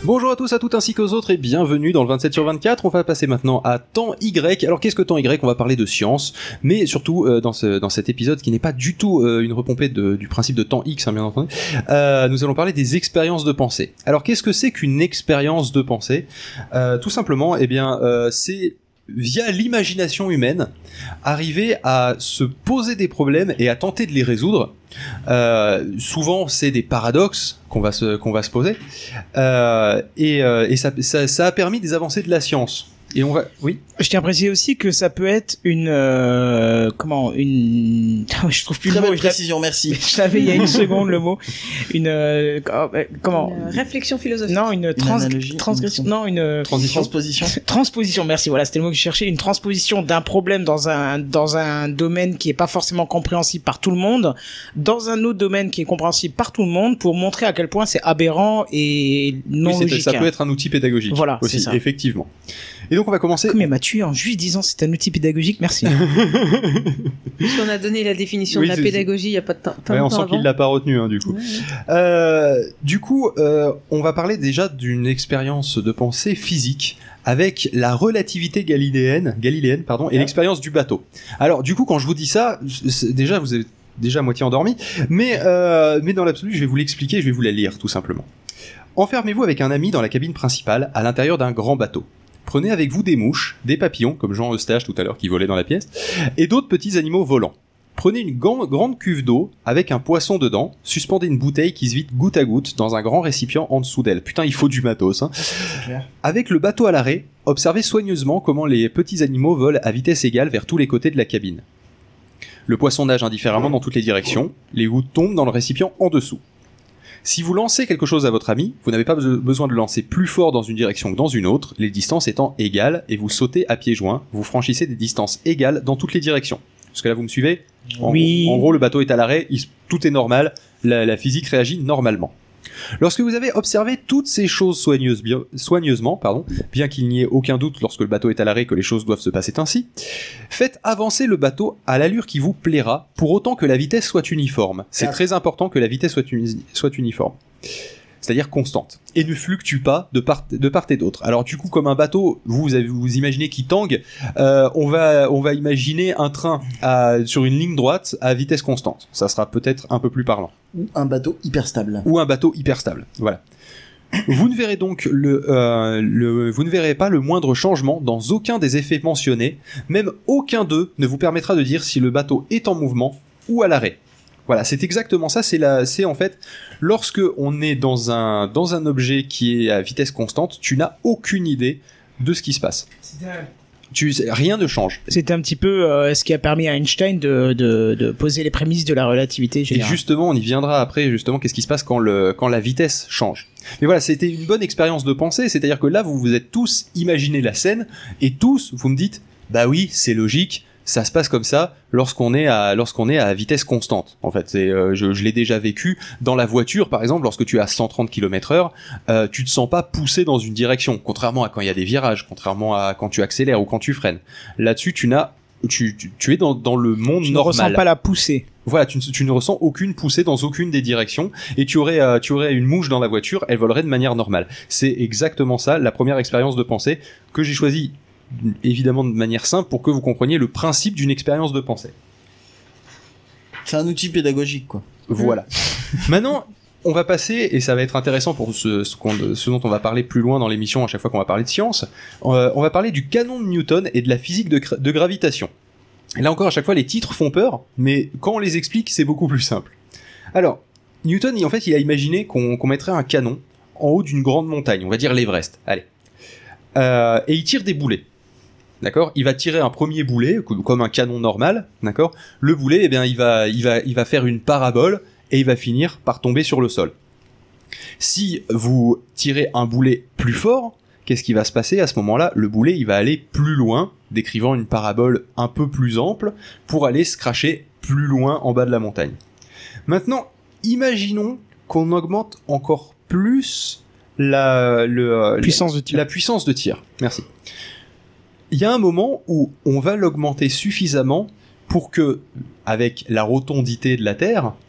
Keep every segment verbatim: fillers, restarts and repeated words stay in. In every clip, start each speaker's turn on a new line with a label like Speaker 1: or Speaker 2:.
Speaker 1: Bonjour à tous, à toutes ainsi qu'aux autres et bienvenue dans le vingt-sept sur vingt-quatre. On va passer maintenant à temps Y. Alors qu'est-ce que temps Y? On va parler de science, mais surtout euh, dans, ce, dans cet épisode qui n'est pas du tout euh, une repompée de, du principe de temps X, hein, bien entendu, euh, nous allons parler des expériences de pensée. Alors qu'est-ce que c'est qu'une expérience de pensée? euh, Tout simplement, eh bien, euh, c'est via l'imagination humaine, arriver à se poser des problèmes et à tenter de les résoudre. Euh, souvent, c'est des paradoxes qu'on va se qu'on va se poser, euh, et, euh, et ça, ça ça a permis des avancées de la science. Et on va, oui.
Speaker 2: Je tiens à préciser aussi que ça peut être une, euh, comment, une, je trouve plus
Speaker 3: Très
Speaker 2: le mot.
Speaker 3: belle précision, merci.
Speaker 2: Je l'avais il y a une seconde le mot. Une, euh, comment?
Speaker 4: Une réflexion philosophique.
Speaker 2: Non, une, trans-
Speaker 3: une analogie,
Speaker 2: transgression.
Speaker 3: une...
Speaker 2: Non, une
Speaker 3: transition. Transposition.
Speaker 2: Transposition. Merci. Voilà, c'était le mot que je cherchais. Une transposition d'un problème dans un dans un domaine qui est pas forcément compréhensible par tout le monde, dans un autre domaine qui est compréhensible par tout le monde, pour montrer à quel point c'est aberrant et non
Speaker 1: oui,
Speaker 2: logique.
Speaker 1: Ça peut être un outil pédagogique.
Speaker 2: Voilà,
Speaker 1: aussi,
Speaker 2: c'est ça.
Speaker 1: Effectivement. Et donc on va commencer.
Speaker 2: Mais m'a tué en juste disant c'est un outil pédagogique. Merci.
Speaker 4: Puisqu'on a donné la définition
Speaker 1: Oui,
Speaker 4: de la
Speaker 1: c'est,
Speaker 4: pédagogie il y a pas de temps.
Speaker 1: Ouais, on sent qu'il l'a pas retenu, hein, du coup.
Speaker 4: Ouais, ouais.
Speaker 1: Euh, du coup, euh, on va parler déjà d'une expérience de pensée physique avec la relativité galiléenne, galiléenne, pardon, et
Speaker 3: Ouais.
Speaker 1: l'expérience du bateau. Alors, du coup, quand je vous dis ça, c'est, déjà vous êtes déjà à moitié endormi, mais euh, mais dans l'absolu, je vais vous l'expliquer, je vais vous la lire tout simplement. Enfermez-vous avec un ami dans la cabine principale, à l'intérieur d'un grand bateau. Prenez avec vous des mouches, des papillons, comme Jean Eustache tout à l'heure qui volait dans la pièce, et d'autres petits animaux volants. Prenez une gan- grande cuve d'eau avec un poisson dedans, suspendez une bouteille qui se vide goutte à goutte dans un grand récipient en dessous d'elle. Putain, il faut du matos, hein.
Speaker 3: C'est clair.
Speaker 1: Avec le bateau à l'arrêt, observez soigneusement comment les petits animaux volent à vitesse égale vers tous les côtés de la cabine. Le poisson nage indifféremment dans toutes les directions, les gouttes tombent dans le récipient en dessous. Si vous lancez quelque chose à votre ami, vous n'avez pas be- besoin de lancer plus fort dans une direction que dans une autre, les distances étant égales, et vous sautez à pieds joints, vous franchissez des distances égales dans toutes les directions. Parce que là, vous me suivez ? En,
Speaker 2: Oui.
Speaker 1: en gros, le bateau est à l'arrêt, il, tout est normal, la, la physique réagit normalement. Lorsque vous avez observé toutes ces choses soigneuse, bien, soigneusement, pardon, bien qu'il n'y ait aucun doute lorsque le bateau est à l'arrêt que les choses doivent se passer ainsi, faites avancer le bateau à l'allure qui vous plaira, pour autant que la vitesse soit uniforme. C'est
Speaker 3: Quatre.
Speaker 1: très important que la vitesse soit, uni- soit uniforme. C'est-à-dire constante, et ne fluctue pas de part, de part et d'autre. Alors du coup, comme un bateau, vous avez, vous imaginez qui tangue, euh, on va on va imaginer un train à, sur une ligne droite à vitesse constante. Ça sera peut-être un peu plus parlant.
Speaker 3: Ou un bateau hyper stable.
Speaker 1: Ou un bateau hyper stable. Voilà. Vous ne verrez donc le, euh, le, vous ne verrez pas le moindre changement dans aucun des effets mentionnés. Même aucun d'eux ne vous permettra de dire si le bateau est en mouvement ou à l'arrêt. Voilà, c'est exactement ça. C'est la, c'est en fait, lorsque on est dans un dans un objet qui est à vitesse constante, tu n'as aucune idée de ce qui se passe. Tu, rien ne change.
Speaker 2: C'était un petit peu euh, ce qui a permis à Einstein de, de, de poser les prémices de la relativité
Speaker 1: Et
Speaker 2: générale.
Speaker 1: justement, on y viendra après, justement, qu'est-ce qui se passe quand le quand la vitesse change. Mais voilà, c'était une bonne expérience de pensée, c'est-à-dire que là, vous vous êtes tous imaginé la scène, et tous, vous me dites, bah oui, c'est logique, ça se passe comme ça lorsqu'on est à lorsqu'on est à vitesse constante. En fait, c'est euh, je, je l'ai déjà vécu dans la voiture, par exemple, lorsque tu es à cent trente kilomètres heure, euh, tu te sens pas poussé dans une direction, contrairement à quand il y a des virages, contrairement à quand tu accélères ou quand tu freines. Là-dessus, tu n'as tu, tu, tu es dans, dans le monde
Speaker 2: Je ne
Speaker 1: normal.
Speaker 2: ressens pas la poussée.
Speaker 1: Voilà, tu, ne- tu ne ressens aucune poussée dans aucune des directions, et tu aurais, euh, tu aurais une mouche dans la voiture, elle volerait de manière normale. C'est exactement ça, la première expérience de pensée que j'ai choisie, évidemment de manière simple, pour que vous compreniez le principe d'une expérience de pensée.
Speaker 3: C'est un outil pédagogique, quoi.
Speaker 1: Voilà. Maintenant, on va passer, et ça va être intéressant pour ce, ce, qu'on- ce dont on va parler plus loin dans l'émission à chaque fois qu'on va parler de science, euh, on va parler du canon de Newton et de la physique de, gra- de gravitation. Et là encore, à chaque fois, les titres font peur, mais quand on les explique, c'est beaucoup plus simple. Alors, Newton, il- en fait, il a imaginé qu'on qu'on mettrait un canon en haut d'une grande montagne, on va dire l'Everest, allez. Euh, et il tire des boulets. D'accord ? Il va tirer un premier boulet, co- comme un canon normal, d'accord ? Le boulet, eh bien, il va, il va, il va faire une parabole et il va finir par tomber sur le sol. Si vous tirez un boulet plus fort, qu'est-ce qui va se passer à ce moment-là ? Le boulet, il va aller plus loin, décrivant une parabole un peu plus ample, pour aller se cracher plus loin en bas de la montagne. Maintenant, imaginons qu'on augmente encore plus la, le,
Speaker 2: Puissance de tir.
Speaker 1: la puissance de tir. Merci. Il y a un moment où on va l'augmenter suffisamment pour que, avec la rotondité de la Terre,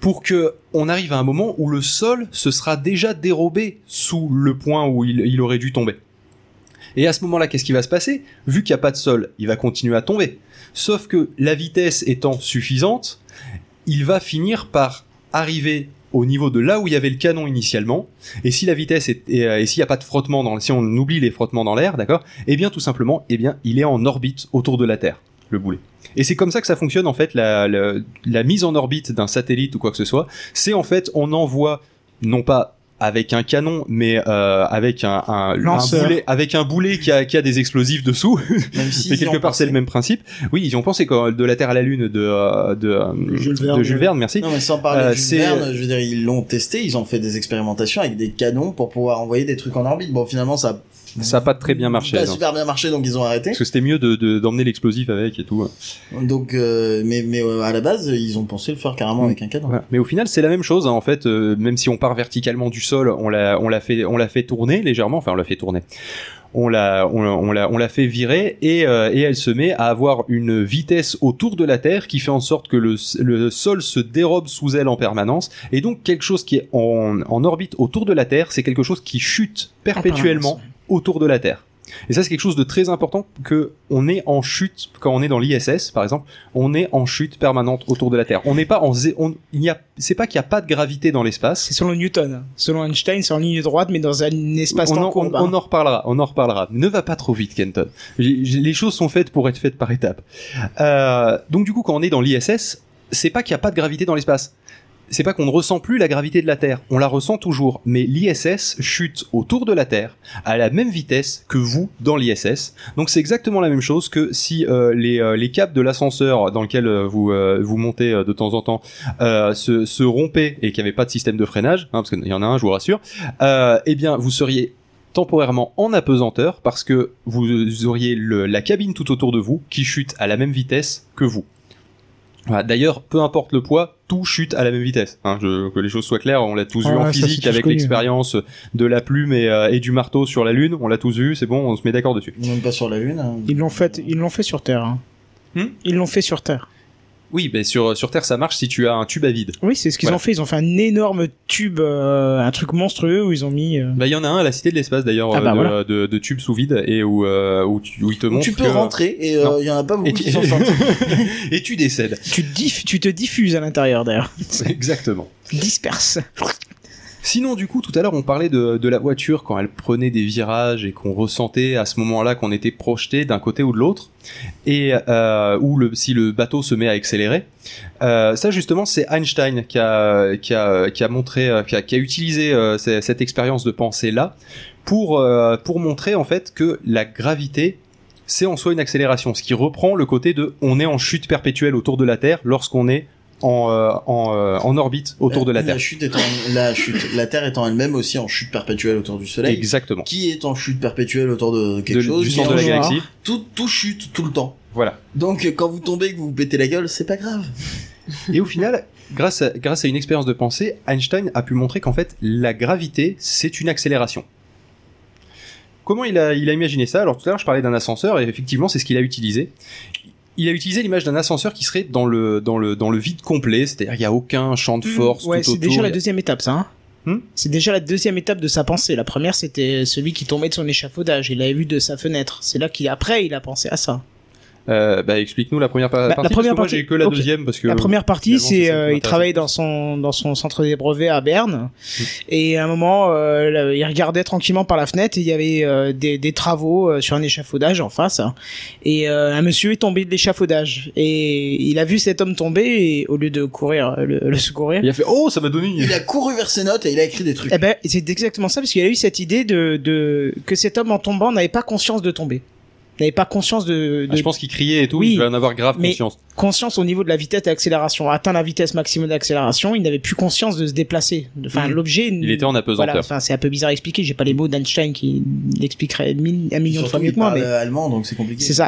Speaker 1: pour que on arrive à un moment où le sol se sera déjà dérobé sous le point où il, il aurait dû tomber. Et à ce moment-là, qu'est-ce qui va se passer? Vu qu'il n'y a pas de sol, il va continuer à tomber. Sauf que la vitesse étant suffisante, il va finir par arriver au niveau de là où il y avait le canon initialement, et si la vitesse est, et, et s'il n'y a pas de frottement dans, si on oublie les frottements dans l'air, d'accord, eh bien tout simplement, eh bien il est en orbite autour de la Terre, le boulet. Et c'est comme ça que ça fonctionne en fait la, la, la mise en orbite d'un satellite ou quoi que ce soit. C'est en fait on envoie non pas avec un canon, mais euh, avec un, un, un boulet, avec un boulet qui a, qui a des explosifs dessous.
Speaker 3: Même si
Speaker 1: mais quelque part c'est le même principe. Oui, ils y ont pensé quand de la Terre à la Lune de de,
Speaker 3: Jules
Speaker 1: de
Speaker 3: Verne,
Speaker 1: Jules Verne, merci.
Speaker 3: Non mais sans parler
Speaker 1: Euh,
Speaker 3: de Jules
Speaker 1: c'est-
Speaker 3: Verne, je veux dire ils l'ont testé, ils ont fait des expérimentations avec des canons pour pouvoir envoyer des trucs en orbite. Bon finalement ça
Speaker 1: Ça a pas très bien marché.
Speaker 3: pas
Speaker 1: non.
Speaker 3: super bien marché donc ils ont arrêté.
Speaker 1: Parce que c'était mieux de de- d'emmener l'explosif avec et tout.
Speaker 3: Donc euh, mais mais euh, à la base ils ont pensé le faire carrément
Speaker 1: Mm.
Speaker 3: avec un canon.
Speaker 1: Voilà. Mais au final, c'est la même chose hein, en fait. euh, même si on part verticalement du sol, on l'a, on l'a fait, on l'a fait tourner légèrement. Enfin, on l'a fait tourner. On l'a, on, on l'a, on l'a fait virer et euh, et elle se met à avoir une vitesse autour de la Terre qui fait en sorte que le le sol se dérobe sous elle en permanence. Et donc quelque chose qui est en en orbite autour de la Terre, c'est quelque chose qui chute perpétuellement autour de la Terre. Et ça, c'est quelque chose de très important que on est en chute quand on est dans l'I S S, par exemple, on est en chute permanente autour de la Terre. On n'est pas en zé- on, il y a, c'est pas qu'il n'y a pas de gravité dans l'espace.
Speaker 2: C'est selon Newton. Selon Einstein, c'est en ligne droite, mais dans un
Speaker 1: On
Speaker 2: espace-temps
Speaker 1: en,
Speaker 2: courbe.
Speaker 1: on, on en reparlera, on en reparlera. Ne va pas trop vite, Kenton. J'ai- j'ai- Les choses sont faites pour être faites par étapes. Euh, donc du coup, quand on est dans l'I S S, c'est pas qu'il n'y a pas de gravité dans l'espace. C'est pas qu'on ne ressent plus la gravité de la Terre, on la ressent toujours, mais l'I S S chute autour de la Terre à la même vitesse que vous dans l'I S S. Donc c'est exactement la même chose que si euh, les, euh, les câbles de l'ascenseur dans lequel euh, vous euh, vous montez euh, de temps en temps euh, se, se rompaient et qu'il n'y avait pas de système de freinage, hein, parce qu'il y en a un, je vous rassure, euh, eh bien vous seriez temporairement en apesanteur parce que vous auriez le, la cabine tout autour de vous qui chute à la même vitesse que vous. Voilà. D'ailleurs, peu importe le poids, tout chute à la même vitesse. Hein, je, que les choses soient claires, on l'a tous
Speaker 2: Ah
Speaker 1: vu en
Speaker 2: ouais, ça,
Speaker 1: physique
Speaker 2: c'est tous
Speaker 1: avec
Speaker 2: connu.
Speaker 1: l'expérience de la plume et, euh, et du marteau sur la Lune. On l'a tous vu, c'est bon, on se met d'accord dessus.
Speaker 3: Même pas sur la lune. hein.
Speaker 2: Ils l'ont fait, ils l'ont fait sur Terre. Hein.
Speaker 1: Hmm
Speaker 2: Ils l'ont fait sur Terre.
Speaker 1: Oui, mais sur sur Terre, ça marche si tu as un tube à vide.
Speaker 2: Oui, c'est ce qu'ils
Speaker 1: Voilà.
Speaker 2: ont fait. Ils ont fait un énorme tube, euh, un truc monstrueux où ils ont mis. euh,
Speaker 1: Bah, il y en a un à la Cité de l'Espace d'ailleurs,
Speaker 2: Ah
Speaker 1: euh,
Speaker 2: bah
Speaker 1: de,
Speaker 2: voilà.
Speaker 1: de, de tubes sous vide et où euh, où, tu, où il te montre
Speaker 3: Tu peux
Speaker 1: que-
Speaker 3: rentrer et
Speaker 1: Non.
Speaker 3: euh, il y en a pas beaucoup
Speaker 1: et tu...
Speaker 3: qui sont sortis.
Speaker 1: et tu décèdes.
Speaker 2: Tu, te diff- tu te diffuses à l'intérieur d'ailleurs.
Speaker 1: Exactement.
Speaker 2: Disperse.
Speaker 1: Sinon, du coup, tout à l'heure, on parlait de, de la voiture quand elle prenait des virages et qu'on ressentait à ce moment-là qu'on était projeté d'un côté ou de l'autre, et euh, ou le, si le bateau se met à accélérer. Euh, ça, justement, c'est Einstein qui a, qui a, qui a montré, euh, qui a, qui a utilisé euh, c- cette expérience de pensée-là pour, euh, pour montrer en fait que la gravité, c'est en soi une accélération, ce qui reprend le côté de on est en chute perpétuelle autour de la Terre lorsqu'on est en, euh, en, euh, en orbite autour de la Terre.
Speaker 3: La chute étant la chute, la Terre étant elle-même aussi en chute perpétuelle autour du Soleil.
Speaker 1: Exactement.
Speaker 3: Qui est en chute perpétuelle autour de quelque
Speaker 1: De-
Speaker 3: chose.
Speaker 1: du
Speaker 3: qui
Speaker 1: centre
Speaker 3: est
Speaker 1: de
Speaker 3: en
Speaker 1: la
Speaker 2: noir.
Speaker 1: galaxie.
Speaker 3: Tout, tout chute tout le temps.
Speaker 1: Voilà.
Speaker 3: Donc quand vous tombez et que vous vous pétez la gueule, c'est pas grave.
Speaker 1: Et au final, grâce à, grâce à une expérience de pensée, Einstein a pu montrer qu'en fait, la gravité, c'est une accélération. Comment il a, il a imaginé ça? Alors tout à l'heure, je parlais d'un ascenseur, et effectivement, c'est ce qu'il a utilisé. Il a utilisé l'image d'un ascenseur qui serait dans le, dans le, dans le vide complet, c'est-à-dire il n'y a aucun champ de force
Speaker 2: Ouais,
Speaker 1: tout
Speaker 2: c'est
Speaker 1: autour.
Speaker 2: déjà la
Speaker 1: Il y a-
Speaker 2: deuxième étape, ça. Hein
Speaker 1: Hmm
Speaker 2: c'est déjà la deuxième étape de sa pensée. La première, c'était celui qui tombait de son échafaudage. Il l'avait vu de sa fenêtre. C'est là qu'il, après, il a pensé à ça.
Speaker 1: Euh, bah, explique-nous la première pa-
Speaker 2: Bah,
Speaker 1: partie,
Speaker 2: la première
Speaker 1: parce que moi
Speaker 2: partie-
Speaker 1: j'ai que la
Speaker 2: ok.
Speaker 1: deuxième, parce que...
Speaker 2: La première partie,
Speaker 1: finalement,
Speaker 2: c'est
Speaker 1: c'est ça qui
Speaker 2: euh, il
Speaker 1: m'intéresse.
Speaker 2: travaillait dans son dans son centre des brevets à Berne, et à un moment, euh, là, il regardait tranquillement par la fenêtre et il y avait euh, des, des travaux euh, sur un échafaudage en face, hein. Et euh, un monsieur est tombé de l'échafaudage et il a vu cet homme tomber et au lieu de courir euh, le, le secourir,
Speaker 1: Il a fait « Oh, ça m'a donné une...
Speaker 3: Il a couru vers ses notes et il a écrit des trucs.
Speaker 2: eh ben c'est exactement ça parce qu'il a eu cette idée de de que cet homme en tombant n'avait pas conscience de tomber, n'avait pas conscience de, de
Speaker 1: Ah, je pense qu'il criait et tout,
Speaker 2: Oui,
Speaker 1: il devait en avoir grave
Speaker 2: mais-
Speaker 1: conscience.
Speaker 2: conscience au niveau de la vitesse d'accélération. Atteint la vitesse maximum d'accélération, il n'avait plus conscience de se déplacer. Enfin,
Speaker 1: Mhm.
Speaker 2: l'objet.
Speaker 1: Il était en apesanteur.
Speaker 2: Voilà, enfin, c'est un peu bizarre à expliquer. J'ai pas les mots d'Einstein qui l'expliquerait mille- un million de fois
Speaker 3: Surtout,
Speaker 2: mieux
Speaker 3: il
Speaker 2: que moi,
Speaker 3: parle
Speaker 2: mais.
Speaker 3: allemand, donc c'est compliqué.
Speaker 2: C'est ça.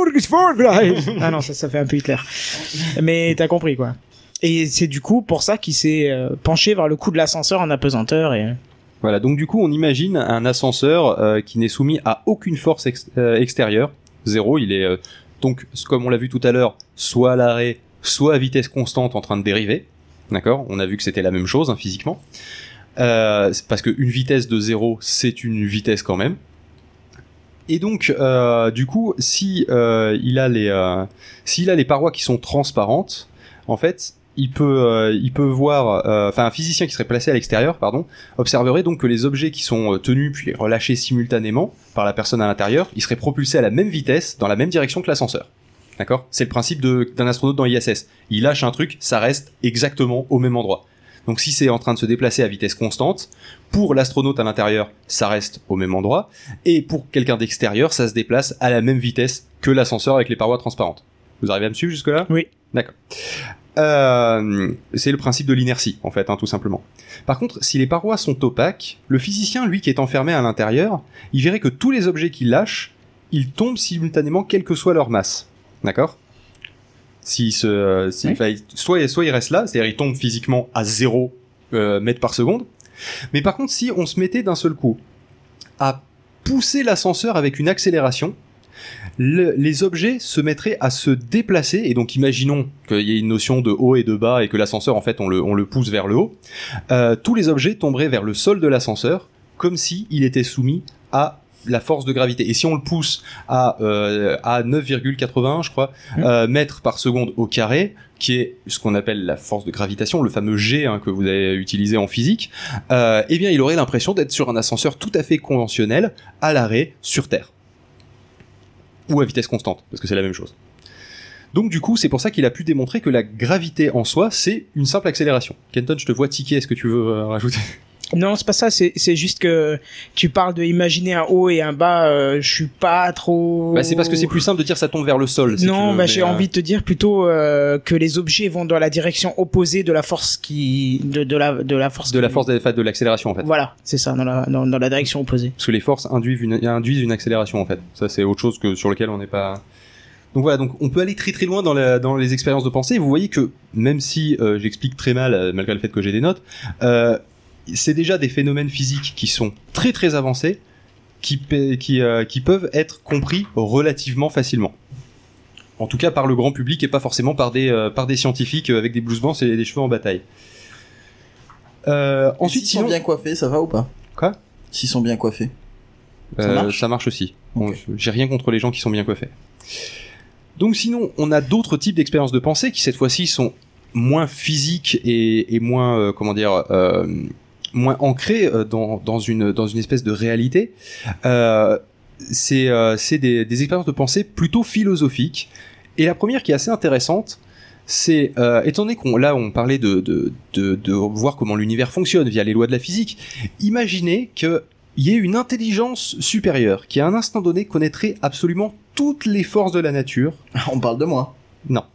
Speaker 2: Ah non, ça, ça fait un peu Hitler. Mais t'as compris, quoi. Et c'est du coup pour ça qu'il s'est euh, penché vers le coup de l'ascenseur en apesanteur et.
Speaker 1: Voilà, donc du coup, on imagine un ascenseur euh, qui n'est soumis à aucune force ex- euh, extérieure, zéro, il est euh, donc, comme on l'a vu tout à l'heure, soit à l'arrêt, soit à vitesse constante en train de dériver. D'accord, on a vu que c'était la même chose hein, physiquement. Euh, c'est parce qu'une vitesse de zéro, c'est une vitesse quand même. Et donc, euh, du coup, si euh, il a les, euh, s'il a les parois qui sont transparentes, en fait, il peut, euh, il peut voir, euh, enfin, un physicien qui serait placé à l'extérieur, pardon, observerait donc que les objets qui sont tenus puis relâchés simultanément par la personne à l'intérieur, ils seraient propulsés à la même vitesse, dans la même direction que l'ascenseur. D'accord ? C'est le principe de, d'un astronaute dans I S S. Il lâche un truc, ça reste exactement au même endroit. Donc si c'est en train de se déplacer à vitesse constante, pour l'astronaute à l'intérieur, ça reste au même endroit, et pour quelqu'un d'extérieur, ça se déplace à la même vitesse que l'ascenseur avec les parois transparentes. Vous arrivez à me suivre jusque-là ?
Speaker 2: Oui.
Speaker 1: D'accord. Euh, c'est le principe de l'inertie, en fait, hein, tout simplement. Par contre, si les parois sont opaques, le physicien, lui, qui est enfermé à l'intérieur, il verrait que tous les objets qu'il lâche, ils tombent simultanément, quelle que soit leur masse. D'accord ? S'il se, euh, s'il,
Speaker 2: oui.
Speaker 1: enfin, soit, soit il reste là, c'est-à-dire il tombe physiquement à zéro euh, mètres par seconde. Mais par contre, si on se mettait d'un seul coup à pousser l'ascenseur avec une accélération, le, les objets se mettraient à se déplacer. Et donc, imaginons qu'il y ait une notion de haut et de bas et que l'ascenseur, en fait, on le, on le pousse vers le haut. Euh, tous les objets tomberaient vers le sol de l'ascenseur, comme si il était soumis à la force de gravité. Et si on le pousse à euh, à neuf virgule quatre-vingt-un, je crois, mmh. euh, mètres par seconde au carré, qui est ce qu'on appelle la force de gravitation, le fameux G hein, que vous avez utilisé en physique, euh, eh bien, il aurait l'impression d'être sur un ascenseur tout à fait conventionnel, à l'arrêt, sur Terre. Ou à vitesse constante, parce que c'est la même chose. Donc du coup, c'est pour ça qu'il a pu démontrer que la gravité en soi, c'est une simple accélération. Kenton, je te vois tiquer, est-ce que tu veux euh, rajouter ?
Speaker 2: Non, c'est pas ça, c'est, c'est juste que tu parles de imaginer un haut et un bas, euh, je suis pas trop...
Speaker 1: Bah, c'est parce que c'est plus simple de dire ça tombe vers le sol. Si
Speaker 2: non,
Speaker 1: tu veux,
Speaker 2: bah,
Speaker 1: mais
Speaker 2: j'ai
Speaker 1: euh...
Speaker 2: envie de te dire plutôt euh, que les objets vont dans la direction opposée de la force qui... de, de la, de la force...
Speaker 1: De
Speaker 2: qui...
Speaker 1: la force de, de l'accélération, en fait.
Speaker 2: Voilà, c'est ça, dans la, dans, dans la direction opposée.
Speaker 1: Parce que les forces induisent une, induisent une accélération, en fait. Ça, c'est autre chose que sur lequel on n'est pas... Donc voilà, donc on peut aller très très loin dans, la, dans les expériences de pensée. Vous voyez que, même si euh, j'explique très mal, euh, malgré le fait que j'ai des notes, euh, c'est déjà des phénomènes physiques qui sont très très avancés, qui, qui, euh, qui peuvent être compris relativement facilement. En tout cas par le grand public et pas forcément par des, euh, par des scientifiques avec des blouses blanches et des cheveux en bataille. Euh, ensuite,
Speaker 3: s'ils
Speaker 1: sinon...
Speaker 3: sont bien coiffés, ça va ou pas ?
Speaker 1: Quoi ?
Speaker 3: S'ils sont bien coiffés. Ça
Speaker 1: euh,
Speaker 3: marche ?
Speaker 1: Ça marche aussi.
Speaker 3: Okay.
Speaker 1: Bon, j'ai rien contre les gens qui sont bien coiffés. Donc sinon, on a d'autres types d'expériences de pensée qui cette fois-ci sont moins physiques et, et moins, euh, comment dire... Euh, moins ancré dans, dans une dans une espèce de réalité. Euh, c'est euh, c'est des, des expériences de pensée plutôt philosophiques. Et la première qui est assez intéressante, c'est euh, étant donné qu'on là on parlait de de de, de voir comment l'univers fonctionne via les lois de la physique. Imaginez que il y ait une intelligence supérieure qui à un instant donné connaîtrait absolument toutes les forces de la nature.
Speaker 3: On parle de moi.
Speaker 1: Non.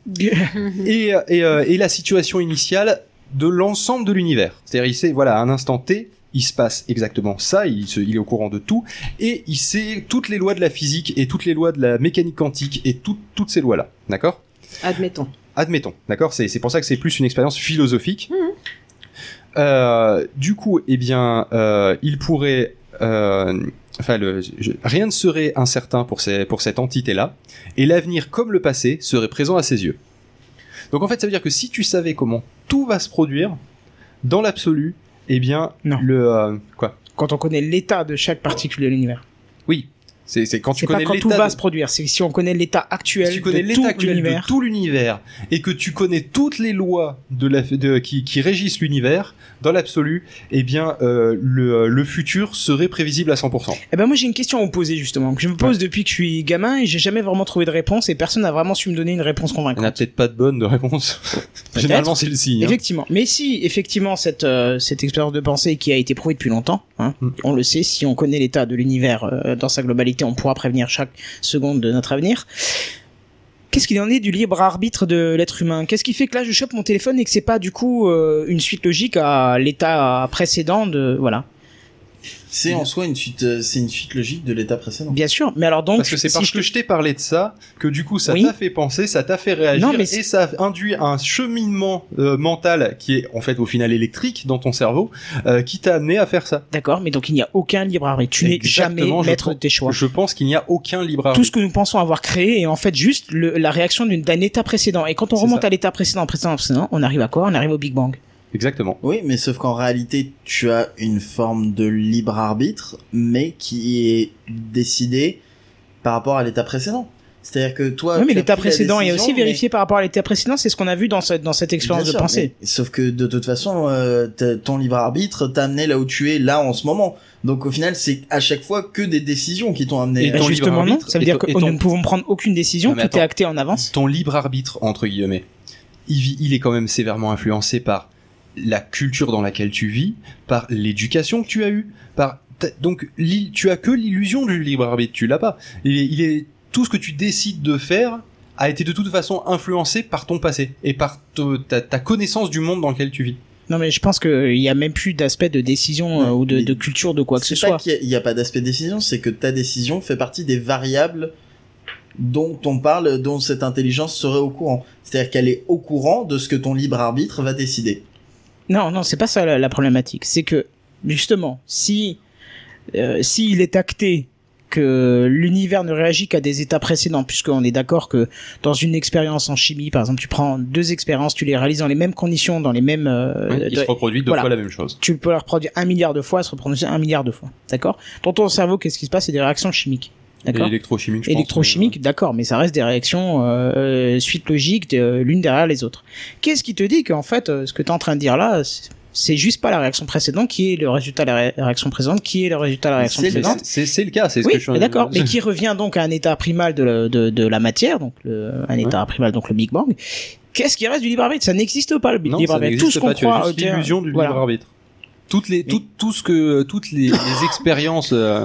Speaker 1: et et, euh, et la situation initiale de l'ensemble de l'univers. C'est-à-dire, il sait, voilà, à un instant T, il se passe exactement ça, il, se, il est au courant de tout, et il sait toutes les lois de la physique et toutes les lois de la mécanique quantique et tout, toutes ces lois-là. D'accord ?
Speaker 4: Admettons.
Speaker 1: Admettons. D'accord ? C'est, c'est pour ça que c'est plus une expérience philosophique.
Speaker 4: Mmh.
Speaker 1: Euh, du coup, eh bien, euh, il pourrait... Euh, enfin, le, je, rien ne serait incertain pour, ces, pour cette entité-là, et l'avenir comme le passé serait présent à ses yeux. Donc en fait, ça veut dire que si tu savais comment tout va se produire, dans l'absolu, eh bien,
Speaker 2: non.
Speaker 1: le... Euh, quoi ?
Speaker 2: Quand on connaît l'état de chaque particule de l'univers.
Speaker 1: Oui. C'est, c'est quand tu
Speaker 2: c'est
Speaker 1: connais
Speaker 2: pas quand
Speaker 1: l'état
Speaker 2: tout va
Speaker 1: de...
Speaker 2: se produire, c'est si on connaît l'état actuel,
Speaker 1: si tu connais
Speaker 2: de,
Speaker 1: l'état
Speaker 2: tout
Speaker 1: actuel
Speaker 2: l'univers.
Speaker 1: de tout l'univers et que tu connais toutes les lois de la, de, qui, qui régissent l'univers, dans l'absolu, eh bien, euh, le, le futur serait prévisible à cent pour cent.
Speaker 2: Eh ben moi j'ai une question à vous poser justement, que je me pose
Speaker 1: ouais.
Speaker 2: depuis que je suis gamin et j'ai jamais vraiment trouvé de réponse et personne n'a vraiment su me donner une réponse convaincante.
Speaker 1: Il n'y en a peut-être pas de bonne de réponse. Généralement c'est le signe. Hein.
Speaker 2: Effectivement. Mais si effectivement cette euh, cette expérience de pensée qui a été prouvée depuis longtemps, hein, mm. on le sait, si on connaît l'état de l'univers euh, dans sa globalité, on pourra prévenir chaque seconde de notre avenir. Qu'est-ce qu'il en est du libre arbitre de l'être humain ? Qu'est-ce qui fait que là je chope mon téléphone et que c'est pas du coup euh, une suite logique à l'état précédent de voilà.
Speaker 3: C'est en soi une suite, euh, c'est une suite logique de l'état précédent.
Speaker 2: Bien sûr, mais alors donc
Speaker 1: parce que c'est
Speaker 2: si
Speaker 1: parce
Speaker 2: je...
Speaker 1: que je t'ai parlé de ça que du coup ça
Speaker 2: oui.
Speaker 1: t'a fait penser, ça t'a fait réagir
Speaker 2: non, mais
Speaker 1: et ça induit un cheminement euh, mental qui est en fait au final électrique dans ton cerveau euh, qui t'a amené à faire ça.
Speaker 2: D'accord, mais donc il n'y a aucun libre arbitre. Tu n'es jamais maître de tes choix.
Speaker 1: Je pense qu'il n'y a aucun libre arbitre.
Speaker 2: Tout ce que nous pensons avoir créé est en fait juste le, la réaction d'une, d'un état précédent. Et quand on
Speaker 1: c'est
Speaker 2: remonte
Speaker 1: ça.
Speaker 2: à l'état précédent, précédent, précédent, on arrive à quoi ? On arrive au Big Bang.
Speaker 1: Exactement.
Speaker 3: Oui, mais sauf qu'en réalité, tu as une forme de libre arbitre, mais qui est décidé par rapport à l'état précédent. C'est-à-dire que toi,
Speaker 2: oui, mais
Speaker 3: tu as
Speaker 2: l'état
Speaker 3: pris la
Speaker 2: précédent est
Speaker 3: décision,
Speaker 2: aussi
Speaker 3: mais-
Speaker 2: vérifié par rapport à l'état précédent. C'est ce qu'on a vu dans cette dans cette expérience
Speaker 3: Bien
Speaker 2: de
Speaker 3: sûr,
Speaker 2: pensée.
Speaker 3: mais- sauf que de toute façon, euh, t'as- ton libre arbitre t'a amené là où tu es là en ce moment. Donc au final, c'est à chaque fois que des décisions qui t'ont amené.
Speaker 1: Et
Speaker 2: Bah,
Speaker 1: ton libre
Speaker 2: justement non.
Speaker 1: arbitre
Speaker 2: Ça veut
Speaker 1: et
Speaker 2: dire
Speaker 1: ton-
Speaker 2: que
Speaker 1: et
Speaker 2: nous
Speaker 1: ton-
Speaker 2: ne pouvons prendre aucune décision.
Speaker 1: Non, mais
Speaker 2: Tout
Speaker 1: attends.
Speaker 2: est acté en avance.
Speaker 1: Ton libre arbitre, entre guillemets, il, vit- il est quand même sévèrement influencé par la culture dans laquelle tu vis, par l'éducation que tu as eue, par t'as- donc l'i- tu as que l'illusion du libre arbitre, tu l'as pas. Il est, il est tout ce que tu décides de faire a été de toute façon influencé par ton passé et par te- ta, ta connaissance du monde dans lequel tu vis.
Speaker 2: Non, mais je pense qu'il y a même plus d'aspect de décision euh,
Speaker 3: Ouais,
Speaker 2: ou de,
Speaker 3: mais
Speaker 2: de culture de quoi que ce
Speaker 3: C'est pas
Speaker 2: soit.
Speaker 3: qu'il y a- il y a pas d'aspect décision, c'est que ta décision fait partie des variables dont on parle, dont cette intelligence serait au courant. C'est-à-dire qu'elle est au courant de ce que ton libre arbitre va décider.
Speaker 2: Non, non, c'est pas ça la, la problématique. C'est que justement, si euh, s'il est acté que l'univers ne réagit qu'à des états précédents, puisqu'on est d'accord que dans une expérience en chimie, par exemple, tu prends deux expériences, tu les réalises dans les mêmes conditions, dans les mêmes, euh,
Speaker 1: Oui, il
Speaker 2: de-
Speaker 1: se reproduit deux
Speaker 2: voilà.
Speaker 1: fois la même chose.
Speaker 2: tu peux la reproduire un milliard de fois, elle se reproduit un milliard de fois, d'accord? Dans ton cerveau, qu'est-ce qui se passe? C'est des réactions chimiques, d'accord?
Speaker 1: Électrochimique, je pense.
Speaker 2: Électrochimiques, d'accord, mais ça reste des réactions euh, euh, suite logique de, l'une derrière les autres. Qu'est-ce qui te dit qu'en fait, euh, ce que tu es en train de dire là, c'est- c'est juste pas la réaction précédente qui est le résultat de la ré- réaction précédente, qui est le résultat de la réaction
Speaker 3: C'est-
Speaker 2: précédente.
Speaker 1: C'est c'est le cas, c'est ce
Speaker 2: Oui,
Speaker 1: que je suis.
Speaker 2: d'accord, mais qui revient donc à un état primal de, la- de, de la matière, donc le, un état primal, donc le Big Bang. Qu'est-ce qui reste du libre arbitre? Ça n'existe pas le
Speaker 1: Non,
Speaker 2: libre
Speaker 1: ça
Speaker 2: arbitre. Tout
Speaker 1: n'existe
Speaker 2: ce qu'on
Speaker 1: pas. Tu as
Speaker 2: croit,
Speaker 1: juste
Speaker 2: euh,
Speaker 1: l'illusion du
Speaker 2: voilà.
Speaker 1: libre arbitre. Toutes les, tout, tout ce que, toutes les, les expériences. euh,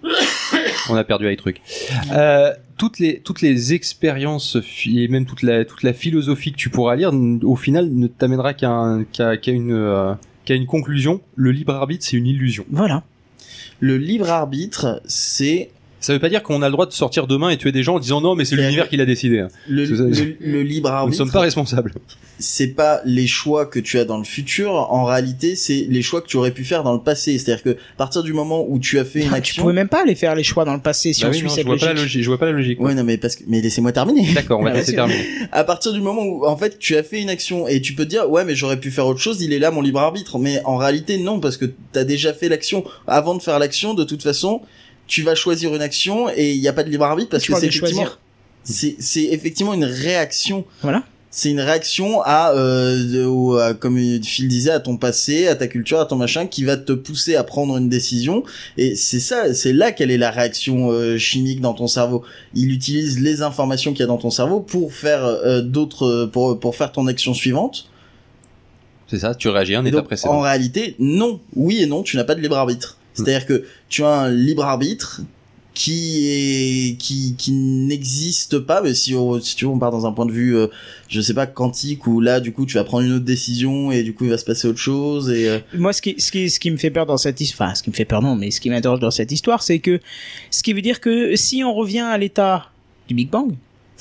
Speaker 1: On a perdu avec truc. Euh, toutes les toutes les expériences fi- et même toute la toute la philosophie que tu pourras lire, n- au final, ne t'amènera qu'à un- qu'à qu'à une euh, qu'à une conclusion. Le libre arbitre, c'est une illusion.
Speaker 2: Voilà.
Speaker 3: Le libre arbitre, c'est
Speaker 1: Ça veut pas dire qu'on a le droit de sortir demain et tuer des gens en disant non, mais c'est
Speaker 3: C'est-
Speaker 1: l'univers qui l'a décidé. hein.
Speaker 3: le,
Speaker 1: C'est ça.
Speaker 3: le, le libre
Speaker 1: Nous ne
Speaker 3: arbitre.
Speaker 1: sommes pas responsables.
Speaker 3: C'est pas les choix que tu as dans le futur. En réalité, c'est les choix que tu aurais pu faire dans le passé. C'est-à-dire que à partir du moment où tu as fait une
Speaker 2: Tu
Speaker 3: action.
Speaker 2: pouvais même pas aller faire les choix dans le passé si
Speaker 1: Bah
Speaker 2: on
Speaker 1: oui,
Speaker 2: suit
Speaker 1: non, je
Speaker 2: cette
Speaker 1: vois pas la
Speaker 2: logique.
Speaker 1: logique. Je vois pas la logique.
Speaker 3: Ouais, non, mais parce que, mais laissez-moi terminer.
Speaker 1: D'accord, on va
Speaker 2: Ah,
Speaker 1: te laisser
Speaker 2: vas-y.
Speaker 1: terminer.
Speaker 3: À partir du moment où, en fait, tu as fait une action et tu peux te dire, ouais, mais j'aurais pu faire autre chose, il est là mon libre arbitre. Mais en réalité, non, parce que t'as déjà fait l'action. Avant de faire l'action, de toute façon, tu vas choisir une action et il n'y a pas de libre arbitre parce
Speaker 2: Tu
Speaker 3: que
Speaker 2: parles
Speaker 3: c'est
Speaker 2: de
Speaker 3: effectivement,
Speaker 2: choisir.
Speaker 3: c'est, c'est effectivement une réaction.
Speaker 2: Voilà.
Speaker 3: C'est une réaction à, euh, de- au- à, comme Phil disait, à ton passé, à ta culture, à ton machin, qui va te pousser à prendre une décision. Et c'est ça, c'est là quelle est la réaction euh, chimique dans ton cerveau. Il utilise les informations qu'il y a dans ton cerveau pour faire euh, d'autres, pour pour faire ton action suivante.
Speaker 1: C'est ça, tu réagis à un
Speaker 3: Et
Speaker 1: état
Speaker 3: donc,
Speaker 1: précédent.
Speaker 3: en réalité, non, oui et non, tu n'as pas de libre arbitre. C'est-à-dire que tu as un libre arbitre qui est qui qui n'existe pas, mais si on, si tu veux on part dans un point de vue euh, je sais pas quantique, où là du coup tu vas prendre une autre décision et du coup il va se passer autre chose et euh,
Speaker 2: Moi, ce qui, ce qui, ce qui me fait peur dans cette histoire, enfin, ce qui me fait peur non, mais ce qui m'interroge dans cette histoire, c'est que, ce qui veut dire que si on revient à l'état du Big Bang,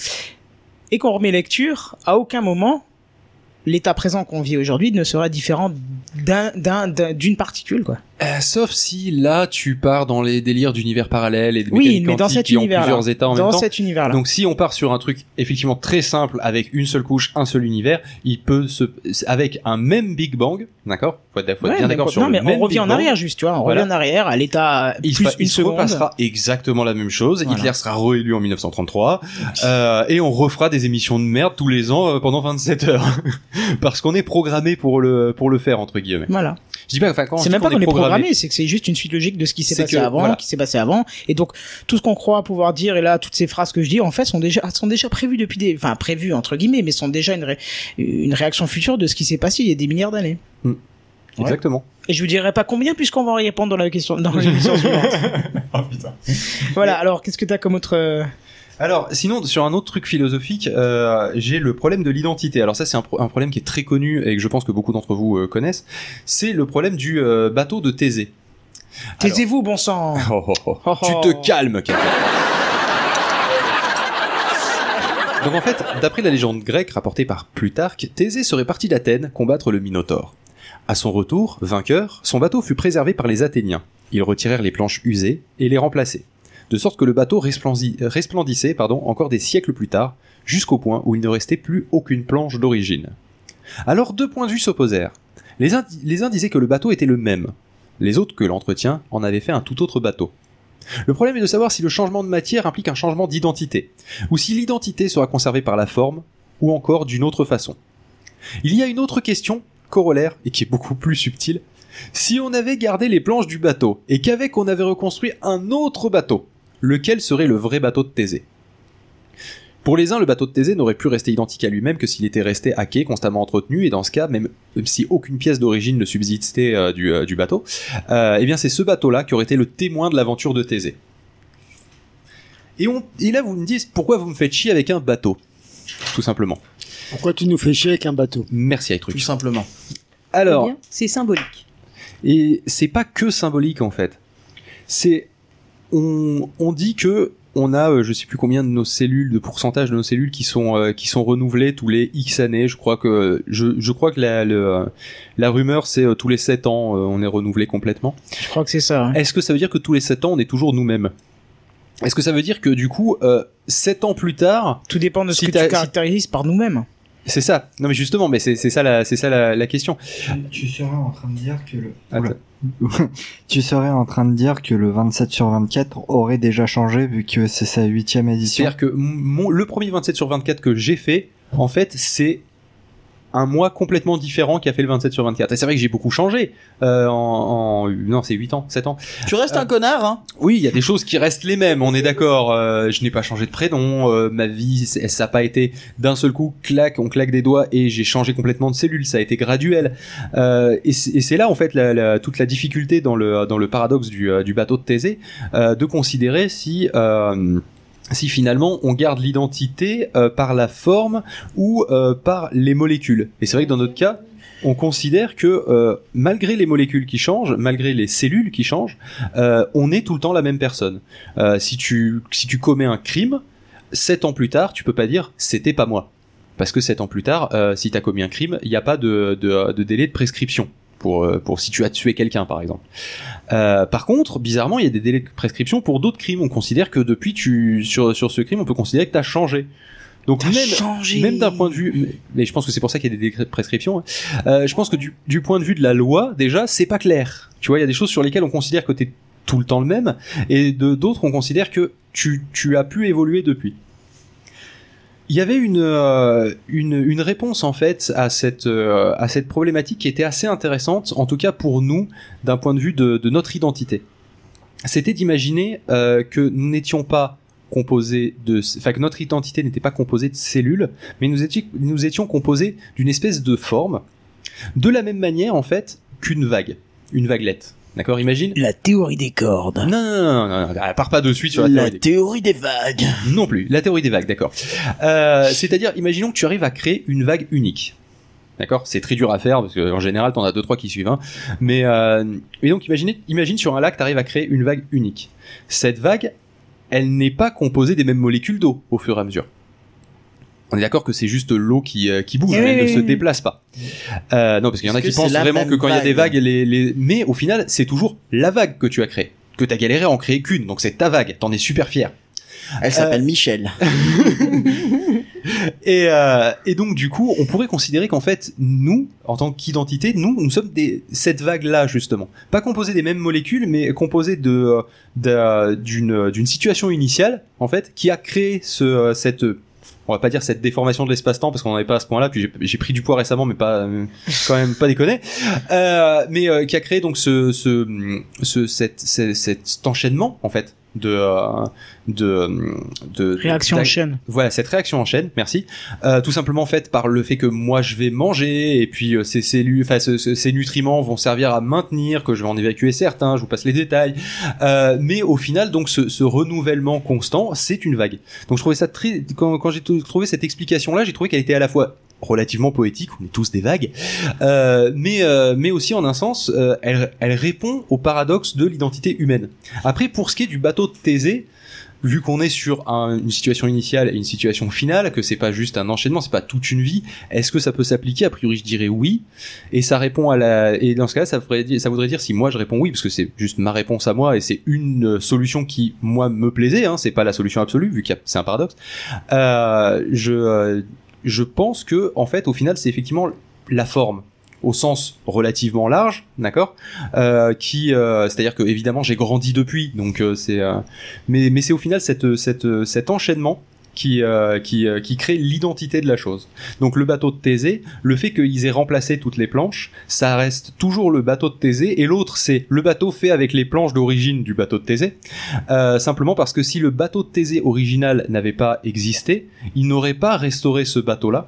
Speaker 2: et qu'on remet lecture, à aucun moment, l'état présent qu'on vit aujourd'hui ne sera différent d'un, d'un, d'un- d'une particule, quoi.
Speaker 1: Euh, sauf si là tu pars dans les délires d'univers parallèles et de
Speaker 2: Oui,
Speaker 1: mécanique
Speaker 2: mais dans
Speaker 1: quantique
Speaker 2: cet
Speaker 1: qui ont
Speaker 2: univers-là.
Speaker 1: plusieurs états en
Speaker 2: Dans
Speaker 1: même temps.
Speaker 2: cet univers-là.
Speaker 1: Donc si on part sur un truc effectivement très simple avec une seule couche, un seul univers, il peut se avec un même Big Bang, d'accord? Faut être, faut être
Speaker 2: Ouais,
Speaker 1: bien
Speaker 2: mais
Speaker 1: d'accord
Speaker 2: quoi-
Speaker 1: sur
Speaker 2: non,
Speaker 1: le
Speaker 2: mais
Speaker 1: même
Speaker 2: on revient
Speaker 1: Big
Speaker 2: en
Speaker 1: Bang.
Speaker 2: arrière, juste, tu vois, on
Speaker 1: Voilà.
Speaker 2: revient en arrière à l'état
Speaker 1: Il,
Speaker 2: plus
Speaker 1: se,
Speaker 2: une
Speaker 1: il se
Speaker 2: seconde.
Speaker 1: repassera exactement la même chose.
Speaker 2: Voilà.
Speaker 1: Hitler sera réélu en mille neuf cent trente-trois euh, et on refera des émissions de merde tous les ans euh, pendant vingt-sept heures parce qu'on est programmé pour le pour le faire entre guillemets.
Speaker 2: Voilà.
Speaker 1: Je dis pas, enfin quand je
Speaker 2: C'est
Speaker 1: dis
Speaker 2: même pas
Speaker 1: qu'on
Speaker 2: qu'on est
Speaker 1: programmé,
Speaker 2: programmé, c'est que c'est juste une suite logique de ce qui s'est
Speaker 1: C'est
Speaker 2: passé
Speaker 1: que,
Speaker 2: avant,
Speaker 1: voilà.
Speaker 2: qui s'est passé avant. Et donc, tout ce qu'on croit pouvoir dire, et là, toutes ces phrases que je dis, en fait, sont déjà, sont déjà prévues depuis des, enfin, prévues, entre guillemets, mais sont déjà une, ré- une réaction future de ce qui s'est passé il y a des milliards d'années.
Speaker 1: Exactement.
Speaker 2: Et je vous dirai pas combien, puisqu'on va y répondre dans la question, dans l'émission suivante.
Speaker 1: Oh putain.
Speaker 2: Voilà. Alors, qu'est-ce que t'as comme autre, euh,
Speaker 1: Alors, sinon, sur un autre truc philosophique, euh, j'ai le problème de l'identité. Alors ça, c'est un, pro- un problème qui est très connu et que je pense que beaucoup d'entre vous euh, connaissent. C'est le problème du euh, bateau de Thésée.
Speaker 2: taisez-vous, bon sang.
Speaker 1: Oh, oh, oh.
Speaker 2: Oh,
Speaker 1: Tu
Speaker 2: oh.
Speaker 1: te calmes, quelqu'un. Donc en fait, d'après la légende grecque rapportée par Plutarque, Thésée serait parti d'Athènes combattre le Minotaure. À son retour, vainqueur, son bateau fut préservé par les Athéniens. Ils retirèrent les planches usées et les remplacèrent, de sorte que le bateau resplendi- resplendissait pardon, encore des siècles plus tard, jusqu'au point où il ne restait plus aucune planche d'origine. Alors deux points de vue s'opposèrent. Les uns, les uns disaient que le bateau était le même, les autres que l'entretien en avait fait un tout autre bateau. Le problème est de savoir si le changement de matière implique un changement d'identité, ou si l'identité sera conservée par la forme, ou encore d'une autre façon. Il y a une autre question, corollaire, et qui est beaucoup plus subtile. Si on avait gardé les planches du bateau, et qu'avec on avait reconstruit un autre bateau, lequel serait le vrai bateau de Thésée ? Pour les uns, le bateau de Thésée n'aurait pu rester identique à lui-même que s'il était resté à quai, constamment entretenu, et dans ce cas, même si aucune pièce d'origine ne subsistait euh, du, euh, du bateau, euh, eh bien c'est ce bateau-là qui aurait été le témoin de l'aventure de Thésée. Et, on, et là, vous me dites, pourquoi vous me faites chier avec un bateau ? Tout simplement.
Speaker 5: Pourquoi tu nous fais chier avec un bateau ?
Speaker 1: Merci, Aitruc.
Speaker 3: Tout simplement.
Speaker 1: Alors,
Speaker 4: Eh bien, c'est symbolique.
Speaker 1: et c'est pas que symbolique, en fait. C'est... On, on dit que on a, euh, je sais plus combien de nos cellules, de pourcentage de nos cellules qui sont euh, qui sont renouvelées tous les X années. Je crois que je je crois que la le, la rumeur c'est euh, tous les sept ans euh, on est renouvelé complètement.
Speaker 2: Je crois que c'est ça. Hein.
Speaker 1: Est-ce que ça veut dire que tous les sept ans on est toujours nous-mêmes ? Est-ce que ça veut dire que du coup euh, sept ans plus tard,
Speaker 2: Tout dépend de ce
Speaker 1: si
Speaker 2: que
Speaker 1: t'as-
Speaker 2: tu
Speaker 1: si-
Speaker 2: caractérises par nous-mêmes.
Speaker 1: c'est ça. Non mais justement, mais c'est c'est ça la c'est ça la, la question.
Speaker 6: Tu, tu serais en train de dire que le...
Speaker 1: Attends.
Speaker 6: Oula. tu serais en train de dire que le vingt-sept sur vingt-quatre aurait déjà changé vu que c'est sa huitième édition.
Speaker 1: C'est-à-dire que mon, le premier vingt-sept sur vingt-quatre que j'ai fait, en fait, c'est un mois complètement différent qui a fait le vingt-sept sur vingt-quatre. Et c'est vrai que j'ai beaucoup changé euh, en, en... Non, c'est huit ans, sept ans.
Speaker 3: Tu restes
Speaker 1: Euh,
Speaker 3: un connard, hein.
Speaker 1: Oui, il y a des choses qui restent les mêmes, on est d'accord. Euh, je n'ai pas changé de prénom, euh, ma vie, c'est- ça n'a pas été d'un seul coup, clac, on claque des doigts et j'ai changé complètement de cellule, ça a été graduel. Euh, et c'est et c'est là, en fait, la, la, toute la difficulté dans le, dans le paradoxe du, euh, du bateau de Thésée, euh, de considérer si... Euh, si finalement on garde l'identité euh, par la forme ou euh, par les molécules. Et c'est vrai que dans notre cas, on considère que euh, malgré les molécules qui changent, malgré les cellules qui changent, euh, on est tout le temps la même personne. Euh, si tu si tu commets un crime, sept ans plus tard, tu peux pas dire c'était pas moi, parce que sept ans plus tard, euh, si t'as commis un crime, il n'y a pas de, de de délai de prescription. Pour, euh, pour si tu as tué quelqu'un par exemple. Euh, par contre, bizarrement, il y a des délais de prescription pour d'autres crimes. On considère que depuis tu sur sur ce crime, on peut considérer que t'as changé. Donc même
Speaker 2: changé.
Speaker 1: même d'un point de vue, mais, mais je pense que c'est pour ça qu'il y a des délais de prescription. Hein. Euh, je pense que du du point de vue de la loi, déjà, c'est pas clair. Tu vois, il y a des choses sur lesquelles on considère que t'es tout le temps le même, et de d'autres on considère que tu tu as pu évoluer depuis. Il y avait une, euh, une une réponse en fait à cette euh, à cette problématique qui était assez intéressante, en tout cas pour nous d'un point de vue de, de notre identité. C'était d'imaginer euh, que nous n'étions pas composés de, enfin que notre identité n'était pas composée de cellules, mais nous étions nous étions composés d'une espèce de forme, de la même manière en fait qu'une vague, une vaguelette. D'accord, imagine.
Speaker 2: La théorie des cordes.
Speaker 1: Non, non, non, non, non, non, pars pas de suite sur la,
Speaker 3: La
Speaker 1: théorie des
Speaker 3: théorie des vagues.
Speaker 1: non plus, la théorie des vagues, d'accord. Euh, c'est-à-dire, imaginons que tu arrives à créer une vague unique. D'accord ? C'est très dur à faire, parce qu'en général, t'en as deux, trois qui suivent. Hein. Mais, euh, et donc, imaginez, imagine sur un lac, t'arrives à créer une vague unique. Cette vague, elle n'est pas composée des mêmes molécules d'eau, au fur et à mesure. On est d'accord que c'est juste l'eau qui, euh, qui bouge,
Speaker 2: Eh
Speaker 1: elle
Speaker 2: oui,
Speaker 1: ne
Speaker 2: oui,
Speaker 1: se
Speaker 2: oui.
Speaker 1: déplace pas. Euh, non, parce qu'il y en a
Speaker 3: Est-ce
Speaker 1: qui
Speaker 3: que c'est
Speaker 1: pensent
Speaker 3: la
Speaker 1: vraiment
Speaker 3: même
Speaker 1: que quand il y a des
Speaker 3: vague
Speaker 1: vagues, les, les... mais au final, c'est toujours la vague que tu as créée. Que t'as galéré à en créer qu'une, donc c'est ta vague, t'en es super fier.
Speaker 3: Elle s'appelle Michel.
Speaker 1: Et, euh, et donc du coup, on pourrait considérer qu'en fait, nous, en tant qu'identité, nous, nous sommes des, cette vague-là justement, pas composée des mêmes molécules, mais composée de, de d'une d'une situation initiale en fait, qui a créé ce cette on va pas dire cette déformation de l'espace-temps parce qu'on n'en est pas à ce point-là. Puis j'ai, j'ai pris du poids récemment, mais pas euh, quand même pas déconner. Euh, mais euh, qui a créé donc ce ce ce cette, cette, cet enchaînement en fait de euh, de de
Speaker 2: Réaction en
Speaker 1: de-
Speaker 2: chaîne.
Speaker 1: Voilà, cette réaction en chaîne, merci. Euh, tout simplement faite par le fait que moi je vais manger et puis euh, ces cellules, enfin ce, ce, ces nutriments vont servir à maintenir, que je vais en évacuer certains. Je vous passe les détails. Euh, mais au final, donc ce, ce renouvellement constant, c'est une vague. Donc je trouvais ça très quand, quand j'ai t- trouvé cette explication-là, j'ai trouvé qu'elle était à la fois relativement poétique, on est tous des vagues, euh, mais euh, mais aussi en un sens, euh, elle elle répond au paradoxe de l'identité humaine. Après, pour ce qui est du bateau de Thésée, vu qu'on est sur un, une situation initiale et une situation finale, que c'est pas juste un enchaînement, c'est pas toute une vie, est-ce que ça peut s'appliquer ? A priori, je dirais oui. Et ça répond à la, et dans ce cas-là, ça voudrait dire, ça voudrait dire si moi je réponds oui, parce que c'est juste ma réponse à moi et c'est une solution qui, moi, me plaisait, hein, c'est pas la solution absolue, vu que c'est un paradoxe. Euh, je, euh, je pense que, en fait, au final, c'est effectivement la forme au sens relativement large, d'accord, euh, qui, euh, c'est-à-dire que évidemment j'ai grandi depuis, donc euh, c'est, euh, mais mais c'est au final cette cette cet enchaînement qui euh, qui euh, qui crée l'identité de la chose. Donc le bateau de Thésée, le fait qu'ils aient remplacé toutes les planches, ça reste toujours le bateau de Thésée, et l'autre c'est le bateau fait avec les planches d'origine du bateau de Thésée, euh, simplement parce que si le bateau de Thésée original n'avait pas existé, ils n'auraient pas restauré ce bateau-là,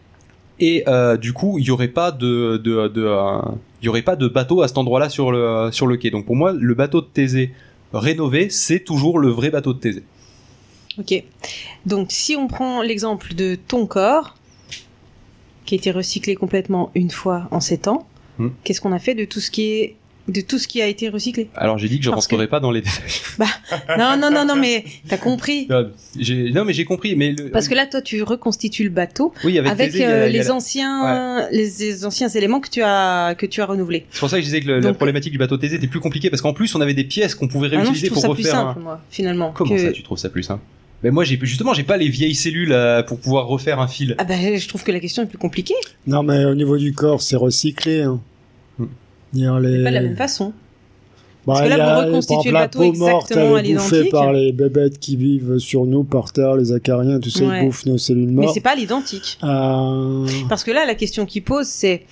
Speaker 1: et euh, du coup il y aurait pas de de de euh, il y aurait pas de bateau à cet endroit-là sur le sur le quai. Donc pour moi le bateau de Thésée rénové, c'est toujours le vrai bateau de Thésée.
Speaker 4: Ok. Donc, si on prend l'exemple de ton corps, qui a été recyclé complètement une fois en sept ans,
Speaker 1: hmm.
Speaker 4: qu'est-ce qu'on a fait de tout ce qui est, de tout ce qui a été recyclé?
Speaker 1: Alors j'ai dit que je
Speaker 4: Parce
Speaker 1: rentrerai
Speaker 4: que-
Speaker 1: pas dans les détails.
Speaker 4: Bah, non, non, non, non, mais t'as compris.
Speaker 1: Non, j'ai... non mais j'ai compris, mais le...
Speaker 4: Parce que là, toi, tu reconstitues le bateau
Speaker 1: oui, avec,
Speaker 4: avec,
Speaker 1: Thésée, il y a-
Speaker 4: euh,
Speaker 1: il y a
Speaker 4: les
Speaker 1: la-
Speaker 4: anciens, les, les anciens éléments que tu as, que tu as renouvelés.
Speaker 1: C'est pour ça que je disais que le- la
Speaker 4: Donc-
Speaker 1: problématique du bateau de Thésée était plus compliquée, parce qu'en plus on avait des pièces qu'on pouvait
Speaker 4: Ah non, je
Speaker 1: réutiliser
Speaker 4: trouve
Speaker 1: pour
Speaker 4: ça plus
Speaker 1: refaire
Speaker 4: simple,
Speaker 1: un...
Speaker 4: moi, finalement.
Speaker 1: Comment
Speaker 4: que...
Speaker 1: ça tu trouves ça plus simple? Mais moi j'ai justement j'ai pas les vieilles cellules euh, pour pouvoir refaire un fil.
Speaker 4: Ah ben, je trouve que la question est plus compliquée.
Speaker 5: Non, mais au niveau du corps, c'est recyclé. Hein.
Speaker 1: Hmm.
Speaker 5: Dire les...
Speaker 4: C'est pas de la même façon.
Speaker 5: Bah,
Speaker 4: Parce que là,
Speaker 5: il y a,
Speaker 4: vous reconstituez
Speaker 5: par exemple,
Speaker 4: le bateau
Speaker 5: la peau morte,
Speaker 4: exactement
Speaker 5: elle est
Speaker 4: à
Speaker 5: bouffée
Speaker 4: l'identique.
Speaker 5: par les bébêtes qui vivent sur nous, par terre, les acariens, tout ça,
Speaker 4: Ouais.
Speaker 5: ils bouffent nos cellules
Speaker 4: Mais
Speaker 5: mortes.
Speaker 4: c'est pas l'identique.
Speaker 5: Euh...
Speaker 4: Parce que là, la question qu'il pose, c'est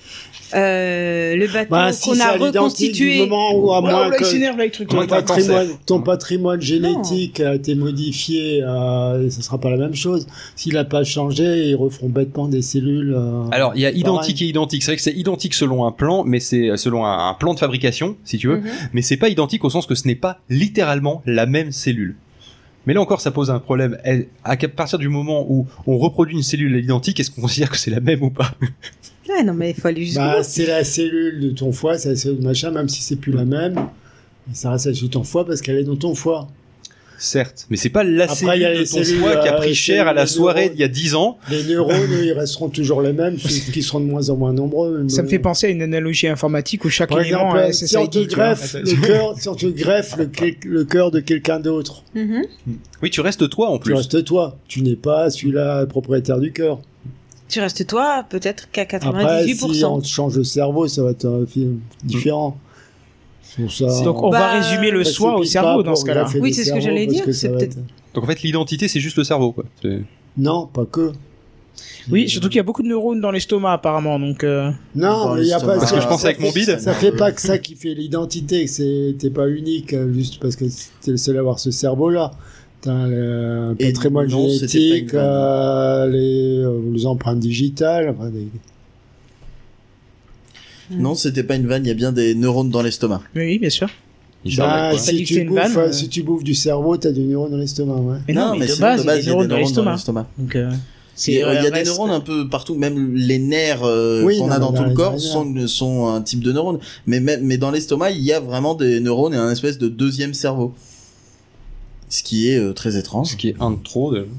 Speaker 4: euh, le bateau
Speaker 5: Bah, si
Speaker 4: qu'on
Speaker 5: c'est
Speaker 4: a
Speaker 5: à l'identique
Speaker 4: reconstitué.
Speaker 5: du moment où, à
Speaker 2: Ouais,
Speaker 5: moins
Speaker 2: là, il
Speaker 5: que
Speaker 2: s'énerve avec le truc.
Speaker 5: ton
Speaker 1: Moins qu'un
Speaker 5: patrimoine,
Speaker 1: cancer.
Speaker 5: ton patrimoine génétique a été modifié, euh, et ce sera pas la même chose. S'il a pas changé, ils referont bêtement des cellules. euh,
Speaker 1: Alors il y a identique
Speaker 5: pareil.
Speaker 1: et identique. C'est vrai que c'est identique selon un plan, mais c'est selon un, un plan de fabrication, si tu veux.
Speaker 4: Mhm.
Speaker 1: Mais c'est pas identique au sens que ce n'est pas littéralement la même cellule. Mais là encore, ça pose un problème. Elle- À partir du moment où on reproduit une cellule à l'identique, est-ce qu'on considère que c'est la même ou pas?
Speaker 4: Ouais, non, mais il faut aller jusqu'au
Speaker 5: Bah,
Speaker 4: bout.
Speaker 5: c'est la cellule de ton foie, c'est la cellule de machin, même si c'est plus la même. Mais ça reste la cellule de ton foie parce qu'elle est dans ton foie.
Speaker 1: Certes, mais c'est pas la
Speaker 5: Après,
Speaker 1: cellule
Speaker 5: il y a
Speaker 1: de
Speaker 5: les
Speaker 1: ton
Speaker 5: cellules,
Speaker 1: foie qui a
Speaker 5: euh,
Speaker 1: pris
Speaker 5: les
Speaker 1: cher à la
Speaker 5: cellules, les
Speaker 1: soirée
Speaker 5: neurones.
Speaker 1: d'il y a dix ans.
Speaker 5: Les neurones, ils resteront toujours les mêmes, sauf qu'ils seront de moins en moins nombreux.
Speaker 2: Ça me fait
Speaker 5: Mais-
Speaker 2: penser à une analogie informatique où chaque
Speaker 5: Par
Speaker 2: élément
Speaker 5: exemple,
Speaker 2: a
Speaker 5: si on te
Speaker 2: S S I D. tu vois.
Speaker 5: greffe le cœur, si on te greffe le, quel- le cœur de quelqu'un d'autre,
Speaker 4: Mhm.
Speaker 1: Oui, tu restes toi en
Speaker 5: tu
Speaker 1: plus.
Speaker 5: restes toi. Tu n'es pas celui-là propriétaire du cœur.
Speaker 4: Tu restes toi, peut-être qu'à
Speaker 5: Après,
Speaker 4: quatre-vingt-dix-huit pour
Speaker 5: si
Speaker 4: cent.
Speaker 5: on te change le cerveau, ça va être euh, différent. C'est pour ça.
Speaker 2: Donc on
Speaker 4: Bah,
Speaker 2: va résumer le
Speaker 5: Ça
Speaker 2: soi au
Speaker 5: s'applique
Speaker 2: cerveau
Speaker 5: pas
Speaker 2: dans
Speaker 5: pour
Speaker 2: ce cas-là.
Speaker 5: greffer
Speaker 4: Oui,
Speaker 5: des
Speaker 4: c'est ce que
Speaker 5: cerveaux,
Speaker 4: j'allais
Speaker 5: parce
Speaker 4: dire,
Speaker 5: que
Speaker 4: c'est
Speaker 5: ça va
Speaker 4: peut-être-
Speaker 5: être-
Speaker 1: Donc en fait, l'identité, c'est juste le cerveau, quoi. C'est-
Speaker 5: Non, pas que.
Speaker 2: Oui, surtout qu'il y a beaucoup de neurones dans l'estomac apparemment, donc. euh,
Speaker 5: Non,
Speaker 3: Dans
Speaker 5: mais il y a
Speaker 3: l'estomac.
Speaker 5: pas.
Speaker 1: Parce que je
Speaker 5: ça-
Speaker 1: pensais
Speaker 5: ça
Speaker 1: avec mon
Speaker 5: fait-
Speaker 1: bide.
Speaker 5: Ça fait pas que ça qui fait l'identité. que C'est t'es pas unique euh, juste parce que t'es le seul à avoir ce cerveau-là. T'as le
Speaker 3: Et
Speaker 5: patrimoine
Speaker 3: non, c'était pas
Speaker 5: génétique,
Speaker 3: une vanne.
Speaker 5: euh, les, euh, les empreintes digitales. Enfin, des-
Speaker 3: Non, c'était pas une vanne, il y a bien des neurones dans l'estomac.
Speaker 2: Oui, bien sûr.
Speaker 1: Il semble,
Speaker 5: Bah,
Speaker 1: quoi.
Speaker 2: T'as dit
Speaker 5: si
Speaker 2: que
Speaker 5: tu
Speaker 2: c'est une
Speaker 5: bouffes,
Speaker 2: vanne,
Speaker 5: euh,
Speaker 2: euh.
Speaker 5: si tu bouffes du cerveau, t'as des neurones dans l'estomac, ouais.
Speaker 2: Mais non, mais de
Speaker 3: sinon,
Speaker 2: base, il y a des neurones dans l'estomac.
Speaker 3: l'estomac.
Speaker 2: Donc, euh,
Speaker 3: Il y a,
Speaker 2: euh,
Speaker 3: il y a des
Speaker 2: reste-
Speaker 3: neurones un peu partout, même les nerfs euh,
Speaker 5: Oui,
Speaker 3: qu'on
Speaker 5: non,
Speaker 3: a dans
Speaker 5: mais
Speaker 3: tout
Speaker 5: dans
Speaker 3: le
Speaker 5: les
Speaker 3: corps
Speaker 5: nerfs.
Speaker 3: sont, sont un type de neurones. Mais, même- mais dans l'estomac, il y a vraiment des neurones et un espèce de deuxième cerveau. Ce qui est euh, très étrange.
Speaker 1: Ce qui est un de trop. De...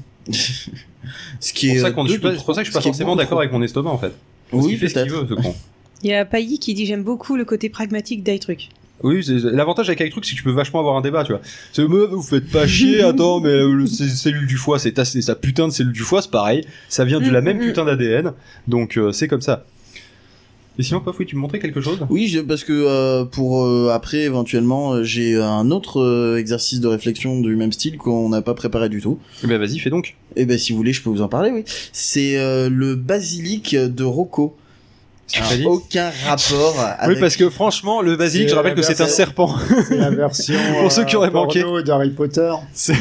Speaker 3: Ce qui
Speaker 1: C'est
Speaker 3: est,
Speaker 1: pour ça, qu'on-
Speaker 3: euh,
Speaker 1: je suis
Speaker 3: deux
Speaker 1: pas-
Speaker 3: de
Speaker 1: c'est pour ça que je suis pas
Speaker 3: ce qui est
Speaker 1: forcément
Speaker 3: beaucoup
Speaker 1: d'accord
Speaker 3: trop.
Speaker 1: avec mon estomac en fait. Parce
Speaker 3: Oui,
Speaker 1: qu'il fait ce qu'il
Speaker 3: peut-être.
Speaker 1: veut, ce con.
Speaker 4: Il y a Pailly qui dit j'aime beaucoup le côté pragmatique d'iTruc.
Speaker 1: Oui, c'est- l'avantage avec iTruc, c'est que tu peux vachement avoir un débat, tu vois. C'est, mais vous faites pas chier, attends, mais euh, le- ces cellules du foie, c'est ta, c'est sa putain de cellule du foie, c'est pareil. Ça vient de la
Speaker 4: Mm,
Speaker 1: même
Speaker 4: mm,
Speaker 1: putain d'A D N, donc euh, c'est comme ça. Et sinon, Paf, oui, tu me montrais quelque chose?
Speaker 3: Oui, je- parce que euh, pour euh, après éventuellement, euh, j'ai un autre euh, exercice de réflexion du même style qu'on n'a pas préparé du tout.
Speaker 1: Eh ben vas-y, fais donc.
Speaker 3: Et ben si vous voulez, je peux vous en parler. Oui, c'est euh, le basilic de Rocco.
Speaker 1: Ce que
Speaker 3: Alors,
Speaker 1: t'as dit.
Speaker 3: aucun rapport avec.
Speaker 1: Oui, parce que franchement, le basilic,
Speaker 5: C'est
Speaker 1: je rappelle
Speaker 5: la
Speaker 1: que c'est un
Speaker 5: version-
Speaker 1: serpent.
Speaker 5: C'est la version
Speaker 1: Pour ceux qui auraient
Speaker 5: euh,
Speaker 1: manqué.
Speaker 5: porno d'Harry Potter.
Speaker 1: C'est-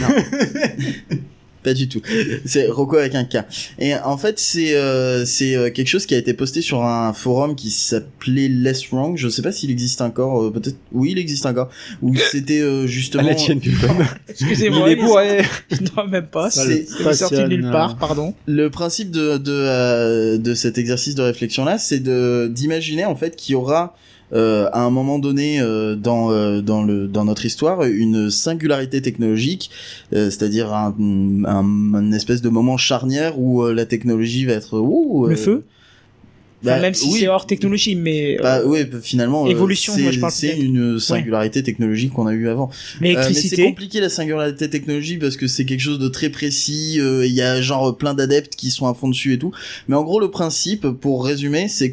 Speaker 3: Pas du tout. C'est Rocco avec un K. Et en fait, c'est euh, c'est euh, quelque chose qui a été posté sur un forum qui s'appelait Less Wrong. Je sais pas s'il existe encore. euh, Peut-être. Oui, il existe encore. Où c'était euh,
Speaker 1: À
Speaker 3: justement.
Speaker 1: la tienne, Newton.
Speaker 2: Excusez-moi.
Speaker 1: Il est bourré.
Speaker 2: Je ne même pas.
Speaker 5: Ça
Speaker 2: C'est
Speaker 5: le
Speaker 2: c'est sorti de
Speaker 5: passionne,
Speaker 2: nulle
Speaker 5: euh.
Speaker 2: part, pardon.
Speaker 3: Le principe de de euh, de cet exercice de réflexion là, c'est de d'imaginer en fait qu'il y aura euh, à un moment donné euh, dans euh, dans le dans notre histoire une singularité technologique, euh, c'est-à-dire un, un un espèce de moment charnière où euh, la technologie va être ouh,
Speaker 2: Le
Speaker 3: euh,
Speaker 2: feu.
Speaker 3: bah,
Speaker 2: Enfin, même si
Speaker 3: oui,
Speaker 2: c'est hors technologie, mais euh,
Speaker 3: bah, oui, finalement, euh,
Speaker 2: évolution,
Speaker 3: c'est,
Speaker 2: moi, je parle
Speaker 3: c'est
Speaker 2: peut-être.
Speaker 3: une singularité technologique qu'on a eu avant. Euh, mais c'est
Speaker 2: l'électricité.
Speaker 3: compliqué la singularité technologique parce que c'est quelque chose de très précis. euh, Il y a genre plein d'adeptes qui sont à fond dessus et tout. Mais en gros, le principe, pour résumer, c'est que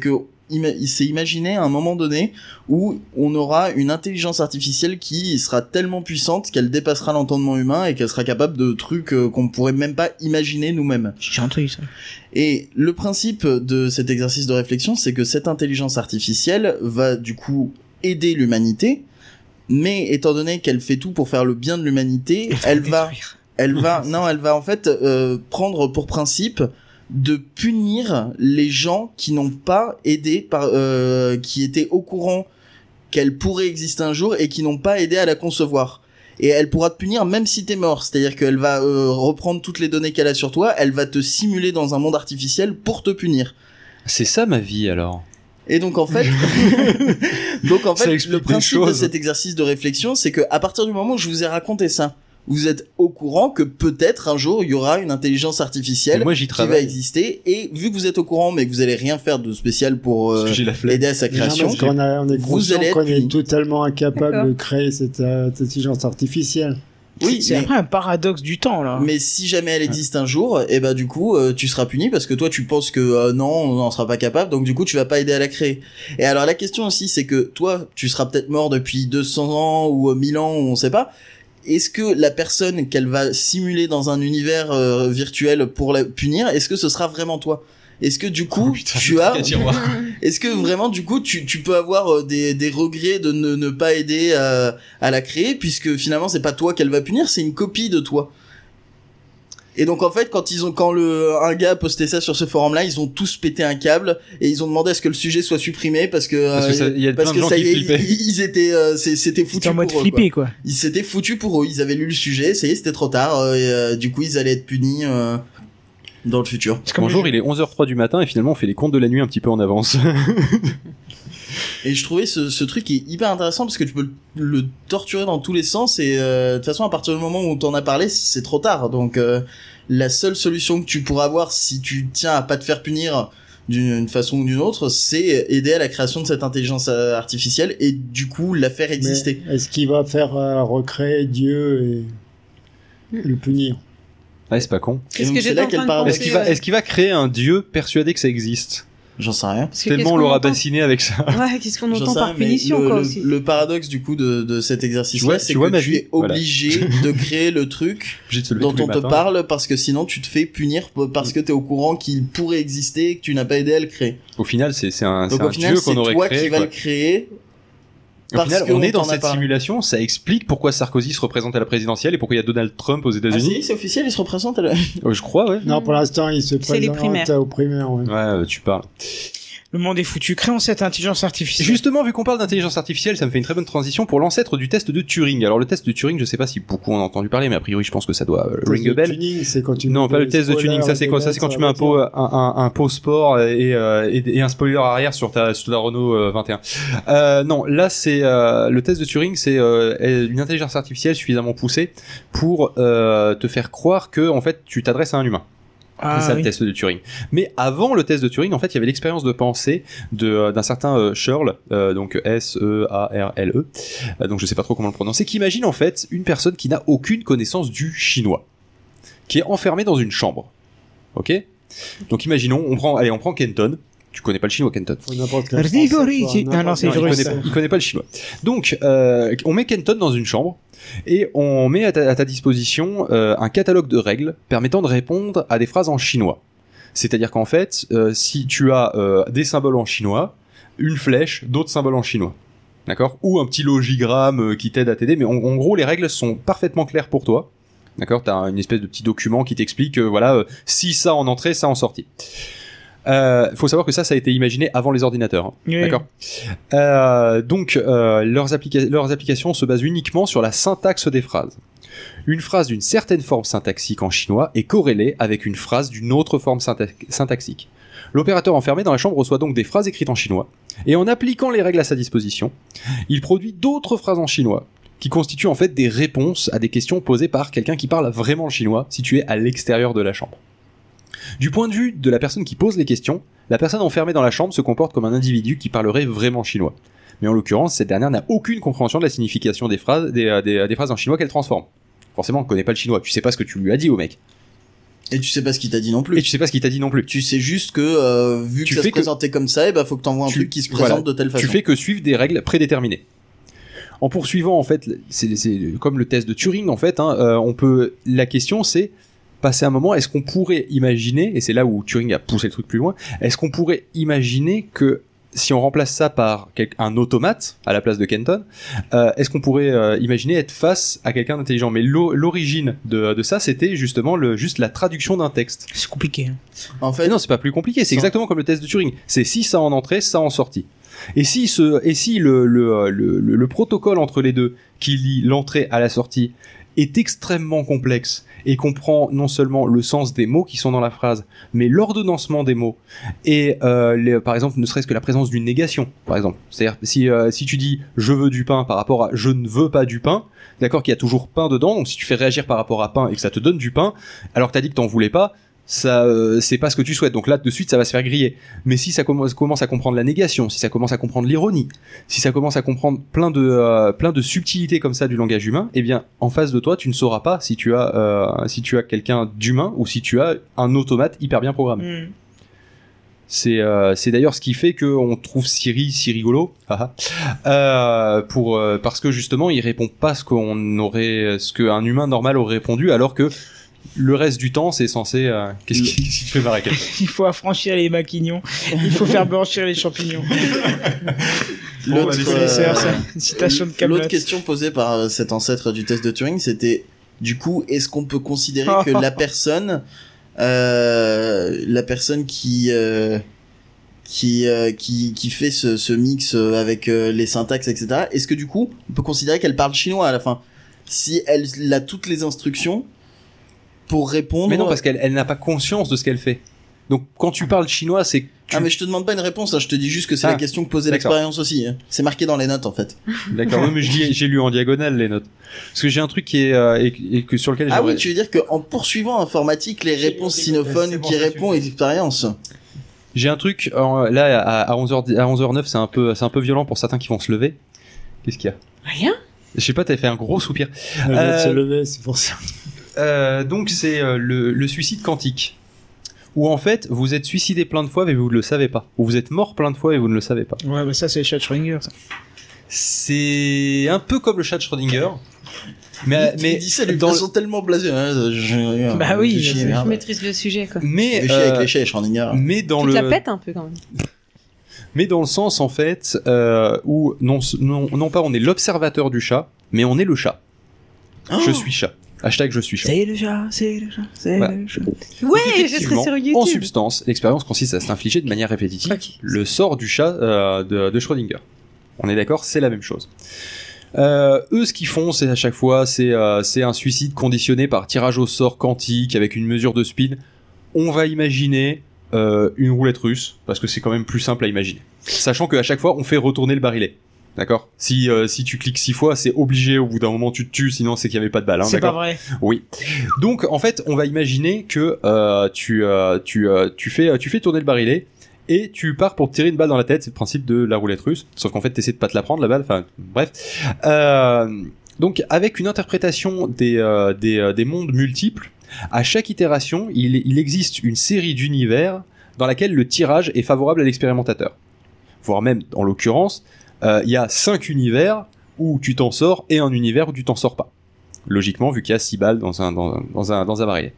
Speaker 3: ima- il s'est imaginé à un moment donné où on aura une intelligence artificielle qui sera tellement puissante qu'elle dépassera l'entendement humain et qu'elle sera capable de trucs euh, qu'on pourrait même pas imaginer nous-mêmes.
Speaker 2: J'ai entendu ça.
Speaker 3: Et le principe de cet exercice de réflexion, c'est que cette intelligence artificielle va du coup aider l'humanité, mais étant donné qu'elle fait tout pour faire le bien de l'humanité, elle va, elle va, non, elle va en fait euh, prendre pour principe de punir les gens qui n'ont pas aidé, par, euh, qui étaient au courant qu'elle pourrait exister un jour et qui n'ont pas aidé à la concevoir. Et elle pourra te punir même si t'es mort, c'est-à-dire qu'elle va euh, reprendre toutes les données qu'elle a sur toi, elle va te simuler dans un monde artificiel pour te punir.
Speaker 1: C'est ça ma vie alors.
Speaker 3: Et donc en fait, donc en
Speaker 1: Ça
Speaker 3: fait,
Speaker 1: explique
Speaker 3: le
Speaker 1: des
Speaker 3: principe de
Speaker 1: choses.
Speaker 3: cet exercice de réflexion, c'est que à partir du moment où je vous ai raconté ça, vous êtes au courant que peut-être un jour il y aura une intelligence artificielle
Speaker 1: Et moi, j'y
Speaker 3: qui va
Speaker 1: travaille.
Speaker 3: exister, et vu que vous êtes au courant mais que vous allez rien faire de spécial pour euh,
Speaker 1: Parce que j'ai la flemme.
Speaker 3: aider à sa
Speaker 5: Mais non,
Speaker 3: création,
Speaker 5: parce qu'on a- on est
Speaker 3: vous
Speaker 5: conscient
Speaker 3: allez être
Speaker 5: qu'on est
Speaker 3: puni.
Speaker 5: totalement incapable
Speaker 4: D'accord.
Speaker 5: de créer cette euh, cette intelligence artificielle.
Speaker 3: oui,
Speaker 2: C'est
Speaker 3: mais,
Speaker 2: après un paradoxe du temps, là.
Speaker 3: mais si jamais elle existe un jour, et ben du coup euh, tu seras puni parce que toi tu penses que euh, non on n'en sera pas capable, donc du coup tu vas pas aider à la créer. Et alors la question aussi c'est que toi tu seras peut-être mort depuis deux cents ans ou euh, mille ans ou on sait pas. Est-ce que la personne qu'elle va simuler dans un univers euh, virtuel pour la punir, est-ce que ce sera vraiment toi? Est-ce que du coup
Speaker 1: Oh, putain,
Speaker 3: tu as,
Speaker 1: truc à tiroir.
Speaker 3: est-ce que vraiment du coup tu, tu peux avoir euh, des, des regrets de ne, ne pas aider à, à la créer, puisque finalement c'est pas toi qu'elle va punir, c'est une copie de toi. Et donc en fait quand ils ont quand le un gars a posté ça sur ce forum là, ils ont tous pété un câble et ils ont demandé à ce que le sujet soit supprimé parce que
Speaker 1: Parce que
Speaker 3: euh,
Speaker 1: ça- il y a
Speaker 3: parce
Speaker 1: plein de
Speaker 3: que
Speaker 1: gens
Speaker 3: ça
Speaker 1: qui
Speaker 3: y est,
Speaker 1: flippaient.
Speaker 3: ils, ils étaient euh, c'est- c'était foutu
Speaker 2: C'était en mode
Speaker 3: pour eux,
Speaker 2: flippé, quoi.
Speaker 3: ils s'étaient foutus pour eux, ils avaient lu le sujet, ça y est, c'était trop tard, euh, et, euh, du coup ils allaient être punis euh, dans le futur.
Speaker 2: C'est comme
Speaker 1: Bonjour,
Speaker 2: les-
Speaker 1: il est onze heures zéro trois du matin et finalement on fait les comptes de la nuit un petit peu en avance.
Speaker 3: Et je trouvais ce, ce truc est hyper intéressant parce que tu peux le, le torturer dans tous les sens, et euh, de toute façon à partir du moment où t'en as parlé, c'est trop tard. Donc euh, la seule solution que tu pourras avoir si tu tiens à pas te faire punir d'une façon ou d'une autre, c'est aider à la création de cette intelligence euh, artificielle et du coup la faire exister.
Speaker 5: Mais est-ce qu'il va faire euh, recréer Dieu et, et le punir?
Speaker 1: Ouais, c'est pas con.
Speaker 3: Et
Speaker 4: Qu'est-ce
Speaker 3: donc,
Speaker 4: que
Speaker 3: c'est
Speaker 4: j'étais
Speaker 3: là
Speaker 4: en
Speaker 3: qu'est le
Speaker 4: train de
Speaker 3: paradoxe.
Speaker 1: Est-ce qu'il va,
Speaker 4: ouais.
Speaker 1: est-ce qu'il va créer un dieu persuadé que ça existe?
Speaker 3: J'en sais rien.
Speaker 4: Parce que
Speaker 1: Tellement
Speaker 4: qu'est-ce
Speaker 1: on
Speaker 4: qu'on
Speaker 1: l'aura
Speaker 4: entend-
Speaker 1: bassiné avec ça.
Speaker 4: Ouais, qu'est-ce qu'on
Speaker 3: J'en
Speaker 4: entend
Speaker 3: sais
Speaker 4: par
Speaker 3: rien, mais
Speaker 4: punition,
Speaker 3: le,
Speaker 4: quoi,
Speaker 3: le-
Speaker 4: aussi.
Speaker 3: le paradoxe du coup de, de cet exercice
Speaker 1: Tu vois-
Speaker 3: là, c'est
Speaker 1: tu
Speaker 3: que
Speaker 1: vois ma
Speaker 3: tu
Speaker 1: vie.
Speaker 3: es
Speaker 1: Voilà.
Speaker 3: obligé de créer le truc
Speaker 1: Obligé de se lever
Speaker 3: dont
Speaker 1: tous les
Speaker 3: on te
Speaker 1: matins.
Speaker 3: parle, parce que sinon tu te fais punir p- parce que t'es au courant qu'il pourrait exister et que tu n'as pas aidé à le créer.
Speaker 1: Au final, c'est c'est un,
Speaker 3: Donc
Speaker 1: c'est un
Speaker 3: au final
Speaker 1: dieu
Speaker 3: c'est
Speaker 1: qu'on aurait
Speaker 3: toi
Speaker 1: créé.
Speaker 3: qui vas
Speaker 1: quoi.
Speaker 3: le créer.
Speaker 1: Au
Speaker 3: parce
Speaker 1: final,
Speaker 3: que
Speaker 1: on
Speaker 3: on
Speaker 1: est dans
Speaker 3: t'en a
Speaker 1: cette
Speaker 3: parlé.
Speaker 1: simulation. Ça explique pourquoi Sarkozy se représente à la présidentielle et pourquoi il y a Donald Trump aux
Speaker 3: Ah
Speaker 1: États-Unis.
Speaker 3: si, c'est officiel, il se représente à la...
Speaker 1: Euh, je crois, ouais.
Speaker 5: Non, pour l'instant, il se
Speaker 4: C'est les
Speaker 5: présente
Speaker 4: primaires.
Speaker 5: aux primaires. Ouais.
Speaker 1: Ouais, euh, tu parles.
Speaker 2: Le monde est foutu. Créons cette intelligence artificielle.
Speaker 1: Justement, vu qu'on parle d'intelligence artificielle, ça me fait une très bonne transition pour l'ancêtre du test de Turing. Alors le test de Turing, je sais pas si beaucoup en ont entendu parler, mais a priori, je pense que ça doit euh, ring a
Speaker 5: Le
Speaker 1: bell.
Speaker 5: tuning, c'est quand tu
Speaker 1: Non,
Speaker 5: mets
Speaker 1: pas le
Speaker 5: des
Speaker 1: test de tuning.
Speaker 5: spoilers
Speaker 1: Ça,
Speaker 5: et
Speaker 1: c'est
Speaker 5: des
Speaker 1: quoi Ça, c'est
Speaker 5: lettres
Speaker 1: quand
Speaker 5: sur
Speaker 1: tu mets
Speaker 5: la
Speaker 1: un pot,
Speaker 5: voiture.
Speaker 1: un, un, un pot sport et, euh, et, et un spoiler arrière sur ta, sur ta Renault euh, vingt et un. Euh, non, là, c'est euh, le test de Turing, c'est euh, une intelligence artificielle suffisamment poussée pour euh, te faire croire que, en fait, tu t'adresses à un humain.
Speaker 2: Ah,
Speaker 1: c'est ça
Speaker 2: oui.
Speaker 1: le test de Turing. Mais avant le test de Turing, en fait, il y avait l'expérience de pensée de euh, d'un certain euh, Searle, euh, donc S E A R L E. Euh, donc je sais pas trop comment le prononcer, qui imagine en fait une personne qui n'a aucune connaissance du chinois, qui est enfermée dans une chambre. OK ? Donc imaginons, on prend allez, on prend Kenton. Tu connais pas le chinois, Kenton.
Speaker 5: Faut n'importe quel
Speaker 2: Rigori,
Speaker 5: français,
Speaker 2: si-
Speaker 5: quoi,
Speaker 2: ah non, c'est
Speaker 1: Non, il,
Speaker 2: russe.
Speaker 1: connaît pas, il connaît pas le chinois. Donc, euh, on met Kenton dans une chambre et on met à ta, à ta disposition euh, un catalogue de règles permettant de répondre à des phrases en chinois. C'est-à-dire qu'en fait, euh, si tu as euh, des symboles en chinois, une flèche, d'autres symboles en chinois, d'accord, ou un petit logigramme euh, qui t'aide à t'aider, mais en, en gros, les règles sont parfaitement claires pour toi. D'accord, t'as une espèce de petit document qui t'explique, euh, voilà, euh, si ça en entrée, ça en sortie. Euh, faut savoir que ça, ça a été imaginé avant les ordinateurs. Hein.
Speaker 2: Oui.
Speaker 1: D'accord. Euh, donc, euh, leurs, applica- leurs applications se basent uniquement sur la syntaxe des phrases. Une phrase d'une certaine forme syntaxique en chinois est corrélée avec une phrase d'une autre forme synta- syntaxique. L'opérateur enfermé dans la chambre reçoit donc des phrases écrites en chinois, et en appliquant les règles à sa disposition, il produit d'autres phrases en chinois, qui constituent en fait des réponses à des questions posées par quelqu'un qui parle vraiment le chinois, situé à l'extérieur de la chambre. Du point de vue de la personne qui pose les questions, la personne enfermée dans la chambre se comporte comme un individu qui parlerait vraiment chinois. Mais en l'occurrence, cette dernière n'a aucune compréhension de la signification des phrases, des, des, des phrases en chinois qu'elle transforme. Forcément, on ne connaît pas le chinois, tu sais pas ce que tu lui as dit au mec.
Speaker 3: Et tu sais pas ce qu'il t'a dit non plus.
Speaker 1: Et tu sais pas ce qu'il t'a dit non plus.
Speaker 3: Tu sais juste que euh, vu
Speaker 1: Tu
Speaker 3: que ça
Speaker 1: fais
Speaker 3: se
Speaker 1: que-
Speaker 3: présentait comme ça, et bah faut que t'envoies un
Speaker 1: Tu-
Speaker 3: truc qui se
Speaker 1: voilà.
Speaker 3: présente de telle façon.
Speaker 1: Tu fais que suivre des règles prédéterminées. En poursuivant, en fait, c'est, c'est comme le test de Turing, en fait, hein, euh, on peut, la question c'est, passer un moment, est-ce qu'on pourrait imaginer, et c'est là où Turing a poussé le truc plus loin, est-ce qu'on pourrait imaginer que si on remplace ça par quel- un automate à la place de Kenton, euh, est-ce qu'on pourrait euh, imaginer être face à quelqu'un d'intelligent? Mais l'o- l'origine de, de ça, c'était justement le, juste la traduction d'un texte.
Speaker 2: C'est compliqué. Hein.
Speaker 3: En fait,
Speaker 1: Mais non, c'est pas plus compliqué, c'est
Speaker 3: Sans-
Speaker 1: exactement comme le test de Turing. C'est si ça en entrée, ça en sortie. Et si, ce, et si le, le, le, le, le protocole entre les deux, qui lie l'entrée à la sortie, est extrêmement complexe et comprend non seulement le sens des mots qui sont dans la phrase, mais l'ordonnancement des mots et euh, les, par exemple ne serait-ce que la présence d'une négation, par exemple. C'est-à-dire si euh, si tu dis je veux du pain par rapport à je ne veux pas du pain, d'accord, qu'il y a toujours pain dedans, donc si tu fais réagir par rapport à pain et que ça te donne du pain, alors que t'as dit que t'en voulais pas, ça euh, c'est pas ce que tu souhaites, donc là de suite ça va se faire griller. Mais si ça commence commence à comprendre la négation, si ça commence à comprendre l'ironie, si ça commence à comprendre plein de euh, plein de subtilités comme ça du langage humain, eh bien en face de toi tu ne sauras pas si tu as euh, si tu as quelqu'un d'humain ou si tu as un automate hyper bien programmé.
Speaker 2: Mm.
Speaker 1: C'est euh, c'est d'ailleurs ce qui fait que on trouve Siri si rigolo, haha, euh, pour euh, parce que justement il répond pas ce qu'on aurait ce qu'un humain normal aurait répondu, alors que le reste du temps c'est censé euh, qu'est-ce qui, qu'est-ce qui te fait marrer Ken?
Speaker 2: Il faut affranchir les maquignons. Il faut faire blanchir les champignons.
Speaker 3: l'autre,
Speaker 1: Bon, bah,
Speaker 3: euh,
Speaker 2: c'est c'est une citation de Kaamelott.
Speaker 3: l'autre question posée par euh, cet ancêtre du test de Turing, c'était du coup, est-ce qu'on peut considérer que la personne, euh, la personne qui euh, qui euh, qui qui fait ce, ce mix euh, avec euh, les syntaxes, et cetera. Est-ce que du coup, on peut considérer qu'elle parle chinois à la fin, si elle a toutes les instructions pour répondre?
Speaker 1: Mais non, parce qu'elle elle n'a pas conscience de ce qu'elle fait. Donc quand tu parles chinois, c'est que tu...
Speaker 3: Ah mais je te demande pas une réponse, hein, je te dis juste que c'est
Speaker 1: Ah,
Speaker 3: la question que posait
Speaker 1: d'accord.
Speaker 3: l'expérience aussi. Hein. C'est marqué dans les notes en fait.
Speaker 1: D'accord, oui, mais je lis- j'ai lu en diagonale les notes. Parce que j'ai un truc qui est euh, et, et que sur lequel
Speaker 3: Ah
Speaker 1: j'aimerais-
Speaker 3: oui, tu veux dire qu'en poursuivant informatique, les réponses
Speaker 5: c'est
Speaker 3: sinophones
Speaker 5: bon,
Speaker 3: qui
Speaker 5: ça
Speaker 3: répondent
Speaker 5: suffit.
Speaker 3: expérience.
Speaker 1: J'ai un truc euh, là à, à onze heures à onze heures neuf, c'est un peu c'est un peu violent pour certains qui vont se lever. Qu'est-ce qu'il y a?
Speaker 4: Rien.
Speaker 1: Je sais pas, t'avais fait un gros soupir.
Speaker 5: Elle vient de
Speaker 1: Euh,
Speaker 5: se lever, c'est pour ça.
Speaker 1: Euh, donc c'est euh, le, le suicide quantique, où en fait vous êtes suicidé plein de fois mais vous ne le savez pas, ou vous êtes mort plein de fois et vous ne le savez pas.
Speaker 2: Ouais, bah ça c'est le chat de Schrödinger. Ça.
Speaker 1: C'est un peu comme le chat de Schrödinger, mais
Speaker 3: Il
Speaker 1: mais
Speaker 3: dit ça d'une
Speaker 1: dans le-
Speaker 3: façon tellement blasée. Hein, je...
Speaker 2: Bah oui,
Speaker 3: je
Speaker 2: je
Speaker 3: chie,
Speaker 2: sais.
Speaker 3: merde.
Speaker 4: Je maîtrise le sujet, quoi.
Speaker 1: mais
Speaker 3: Je chie avec
Speaker 1: euh,
Speaker 3: les chais, Schrödinger.
Speaker 1: mais dans
Speaker 4: Tu
Speaker 1: le
Speaker 4: te la pètes un peu, quand même.
Speaker 1: mais dans le sens en fait euh, où non non non pas on est l'observateur du chat, mais on est le chat. Je suis chat. Hashtag je suis chat.
Speaker 2: C'est le chat, c'est le chat, c'est
Speaker 1: Voilà.
Speaker 2: le chat.
Speaker 4: Ouais,
Speaker 1: Donc,
Speaker 4: je serai
Speaker 1: effectivement,
Speaker 4: sur YouTube.
Speaker 1: En substance, l'expérience consiste à s'infliger de manière répétitive
Speaker 4: Ok.
Speaker 1: le sort du chat euh, de, de Schrödinger. On est d'accord, c'est la même chose. Euh, eux, ce qu'ils font, c'est à chaque fois, c'est euh, c'est un suicide conditionné par tirage au sort quantique avec une mesure de spin. On va imaginer euh, une roulette russe parce que c'est quand même plus simple à imaginer. Sachant qu'à chaque fois, on fait retourner le barillet. D'accord. Si euh, si tu cliques six fois, c'est obligé. Au bout d'un moment, tu te tues. Sinon, c'est qu'il y avait pas de balle. Hein,
Speaker 2: C'est pas
Speaker 1: d'accord.
Speaker 2: vrai.
Speaker 1: Oui. Donc en fait, on va imaginer que euh, tu euh, tu euh, tu fais tu fais tourner le barillet et tu pars pour te tirer une balle dans la tête. C'est le principe de la roulette russe. Sauf qu'en fait, t'essaies de pas te la prendre la balle. Enfin bref. Euh, donc avec une interprétation des euh, des euh, des mondes multiples, à chaque itération, il il existe une série d'univers dans laquelle le tirage est favorable à l'expérimentateur. Voire même, en l'occurrence, euh, il y a cinq univers où tu t'en sors et un univers où tu t'en sors pas. Logiquement, vu qu'il y a six balles dans un, dans, dans un, dans un barillet.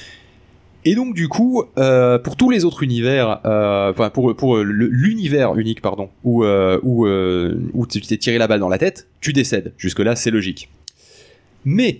Speaker 1: Et donc, du coup, euh, pour tous les autres univers, euh, enfin, pour, pour le- l'univers unique, pardon, où, euh, où, euh, où tu t'es tiré la balle dans la tête, tu décèdes. Jusque-là, c'est logique. Mais,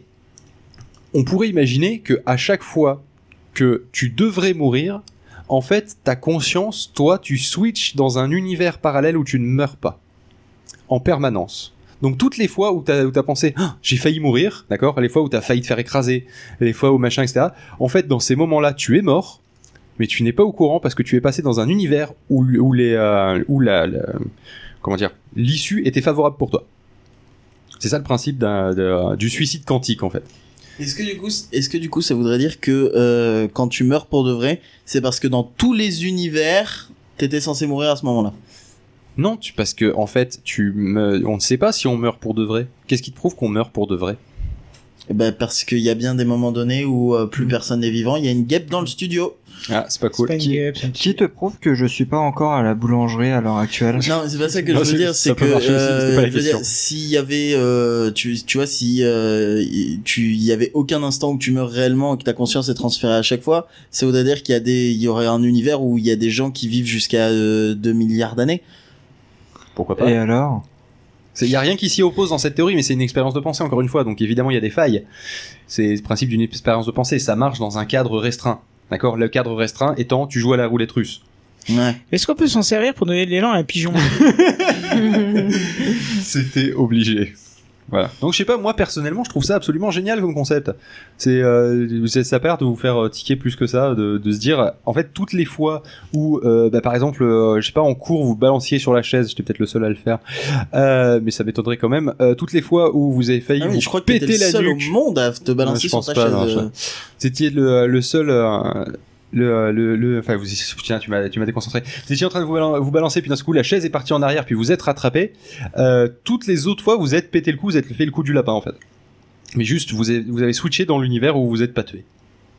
Speaker 1: on pourrait imaginer que à chaque fois que tu devrais mourir, en fait, ta conscience, toi, tu switches dans un univers parallèle où tu ne meurs pas. En permanence. Donc toutes les fois où t'as, où t'as pensé ah, j'ai failli mourir, d'accord, les fois où t'as failli te faire écraser, les fois où machin, et cetera. En fait, dans ces moments-là, tu es mort, mais tu n'es pas au courant parce que tu es passé dans un univers où, où les, euh, où la, la- comment dire, l'issue était favorable pour toi. C'est ça le principe d'un, de- du suicide quantique en fait.
Speaker 3: Est-ce que du coup, est-ce que du coup, ça voudrait dire que euh, quand tu meurs pour de vrai, c'est parce que dans tous les univers, t'étais censé mourir à ce moment-là?
Speaker 1: Non, tu, parce que en fait, tu me, on ne sait pas si on meurt pour de vrai. Qu'est-ce qui te prouve qu'on meurt pour de vrai?
Speaker 3: Eh ben, parce qu'il y a bien des moments donnés où euh, plus personne n'est vivant, il y a une guêpe dans le studio.
Speaker 1: Ah, c'est pas cool.
Speaker 2: C'est pas une
Speaker 6: Qui-
Speaker 2: guêpe, c'est un petit-
Speaker 6: Qui te prouve que je suis pas encore à la boulangerie à l'heure actuelle?
Speaker 3: Non, c'est pas ça que
Speaker 1: Non,
Speaker 3: je veux
Speaker 1: c'est-
Speaker 3: dire,
Speaker 1: ça
Speaker 3: c'est
Speaker 1: peut
Speaker 3: que
Speaker 1: marcher aussi, mais c'était pas la
Speaker 3: euh, je veux dire,
Speaker 1: question.
Speaker 3: s'il y avait, euh, tu, tu vois, si euh, tu, il y avait aucun instant où tu meurs réellement et que ta conscience est transférée à chaque fois, ça voudrait dire qu'il y a des, il y aurait un univers où il y a des gens qui vivent jusqu'à euh, deux milliards d'années.
Speaker 1: Pourquoi pas?
Speaker 6: Et alors?
Speaker 1: Il y a rien qui s'y oppose dans cette théorie, mais c'est une expérience de pensée encore une fois, donc évidemment il y a des failles. C'est le principe d'une expérience de pensée, ça marche dans un cadre restreint. D'accord? Le cadre restreint étant tu joues à la roulette russe.
Speaker 3: Ouais.
Speaker 2: Est-ce qu'on peut s'en servir pour donner de l'élan à un pigeon?
Speaker 1: C'était obligé. Voilà. Donc je sais pas, moi personnellement, je trouve ça absolument génial comme concept. C'est euh, c'est- ça a pas l'air de vous faire euh, tiquer plus que ça, de, de se dire, en fait, toutes les fois où, euh, bah, par exemple, euh, je sais pas, en cours, vous balanciez sur la chaise, j'étais peut-être le seul à le faire, euh, mais ça m'étonnerait quand même. Euh, toutes les fois où vous avez failli
Speaker 3: Ah oui,
Speaker 1: vous
Speaker 3: je crois que t'étais
Speaker 1: péter
Speaker 3: le
Speaker 1: la
Speaker 3: seul
Speaker 1: nuque,
Speaker 3: au monde à te
Speaker 1: Ouais,
Speaker 3: balancer
Speaker 1: je
Speaker 3: sur
Speaker 1: pense
Speaker 3: ta
Speaker 1: pas,
Speaker 3: chaise.
Speaker 1: non,
Speaker 3: euh.
Speaker 1: c'était le, le seul. Euh, le le le enfin vous tiens tu m'as tu m'as déconcentré. Vous étiez en train de vous, balan- vous balancer puis d'un coup la chaise est partie en arrière puis vous êtes rattrapé. Euh, toutes les autres fois vous êtes pété le coup, vous êtes fait le coup du lapin en fait. Mais juste vous avez, vous avez switché dans l'univers où vous êtes pas tué.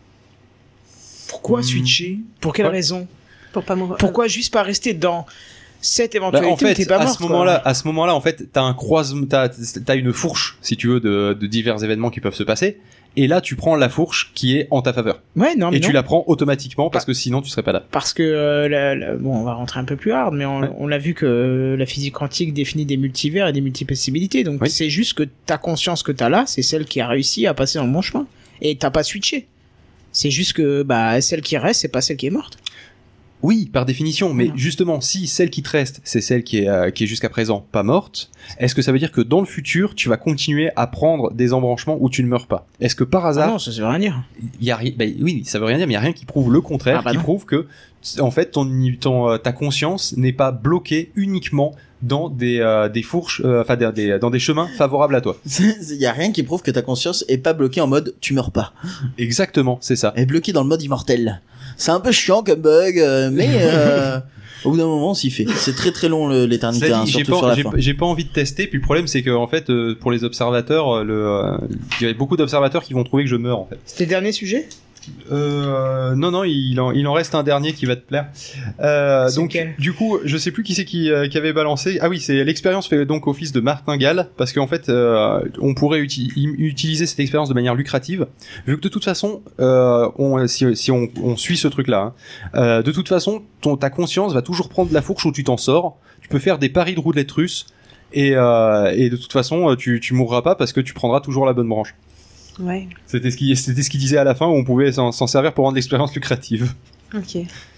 Speaker 2: Pourquoi
Speaker 1: Hmm.
Speaker 2: switcher? Pour quelle
Speaker 1: Ouais.
Speaker 2: raison?
Speaker 4: Pour pas mourir.
Speaker 2: Pourquoi juste pas rester dans cette
Speaker 1: Bah,
Speaker 2: éventualité
Speaker 1: en
Speaker 2: où t'es
Speaker 1: fait,
Speaker 2: pas
Speaker 1: à
Speaker 2: mort,
Speaker 1: ce
Speaker 2: quoi.
Speaker 1: moment-là, à ce moment-là, en fait, t'as un croisement, t'as, t'as une fourche, si tu veux, de, de divers événements qui peuvent se passer. Et là, tu prends la fourche qui est en ta faveur.
Speaker 2: Ouais, non, mais
Speaker 1: Et tu
Speaker 2: non.
Speaker 1: la prends automatiquement parce que sinon, tu serais pas là.
Speaker 2: Parce que euh, la- la- bon, on va rentrer un peu plus hard, mais on,
Speaker 1: Ouais.
Speaker 2: on l'a vu que euh, la physique quantique définit des multivers et des multipossibilités. Donc
Speaker 1: Oui.
Speaker 2: c'est juste que ta conscience que t'as là, c'est celle qui a réussi à passer dans le bon chemin. Et t'as pas switché. C'est juste que bah celle qui reste, c'est pas celle qui est morte.
Speaker 1: Oui, par définition, mais
Speaker 2: Voilà.
Speaker 1: justement, si celle qui te reste, c'est celle qui est, euh, qui est jusqu'à présent pas morte, est-ce que ça veut dire que dans le futur, tu vas continuer à prendre des embranchements où tu ne meurs pas? Est-ce que par
Speaker 2: Ah
Speaker 1: hasard,
Speaker 2: non, ça veut rien dire.
Speaker 1: il y a rien, ben oui, ça veut rien dire, mais il y a rien qui prouve le contraire,
Speaker 2: Ah bah
Speaker 1: qui
Speaker 2: non.
Speaker 1: prouve que, en fait, ton, ton, euh, ta conscience n'est pas bloquée uniquement dans des, euh, des fourches, euh, enfin, des, des- dans des chemins favorables à toi.
Speaker 3: Il y a rien qui prouve que ta conscience est pas bloquée en mode tu meurs pas.
Speaker 1: Exactement, c'est ça.
Speaker 3: Elle est bloquée dans le mode immortel. C'est un peu chiant comme bug, euh, mais euh, au bout d'un moment, on s'y fait. C'est très très long le- l'éternité,
Speaker 1: Cela
Speaker 3: hein,
Speaker 1: dit, j'ai
Speaker 3: surtout sur
Speaker 1: pas,
Speaker 3: la
Speaker 1: j'ai,
Speaker 3: fin.
Speaker 1: j'ai pas envie de tester. Puis le problème, c'est que en fait, euh, pour les observateurs, euh, le, euh, il y a beaucoup d'observateurs qui vont trouver que je meurs en fait.
Speaker 2: C'était le dernier sujet?
Speaker 1: Euh, non, non, il en, il en reste un dernier qui va te plaire. Euh,
Speaker 2: C'est
Speaker 1: donc,
Speaker 2: lequel
Speaker 1: du coup, je sais plus qui c'est qui, euh, qui avait balancé. Ah oui, c'est l'expérience fait donc office de martingale, parce qu'en fait, euh, on pourrait uti- im- utiliser cette expérience de manière lucrative, vu que de toute façon, euh, on, si, si on, on suit ce truc-là, hein, euh, de toute façon, ton, ta conscience va toujours prendre la fourche où tu t'en sors. Tu peux faire des paris de roulette russe, et, euh, et de toute façon, tu, tu mourras pas parce que tu prendras toujours la bonne branche.
Speaker 4: Ouais.
Speaker 1: C'était ce qui, c'était ce qu'il disait à la fin où on pouvait s'en, s'en servir pour rendre l'expérience lucrative.
Speaker 4: Ok.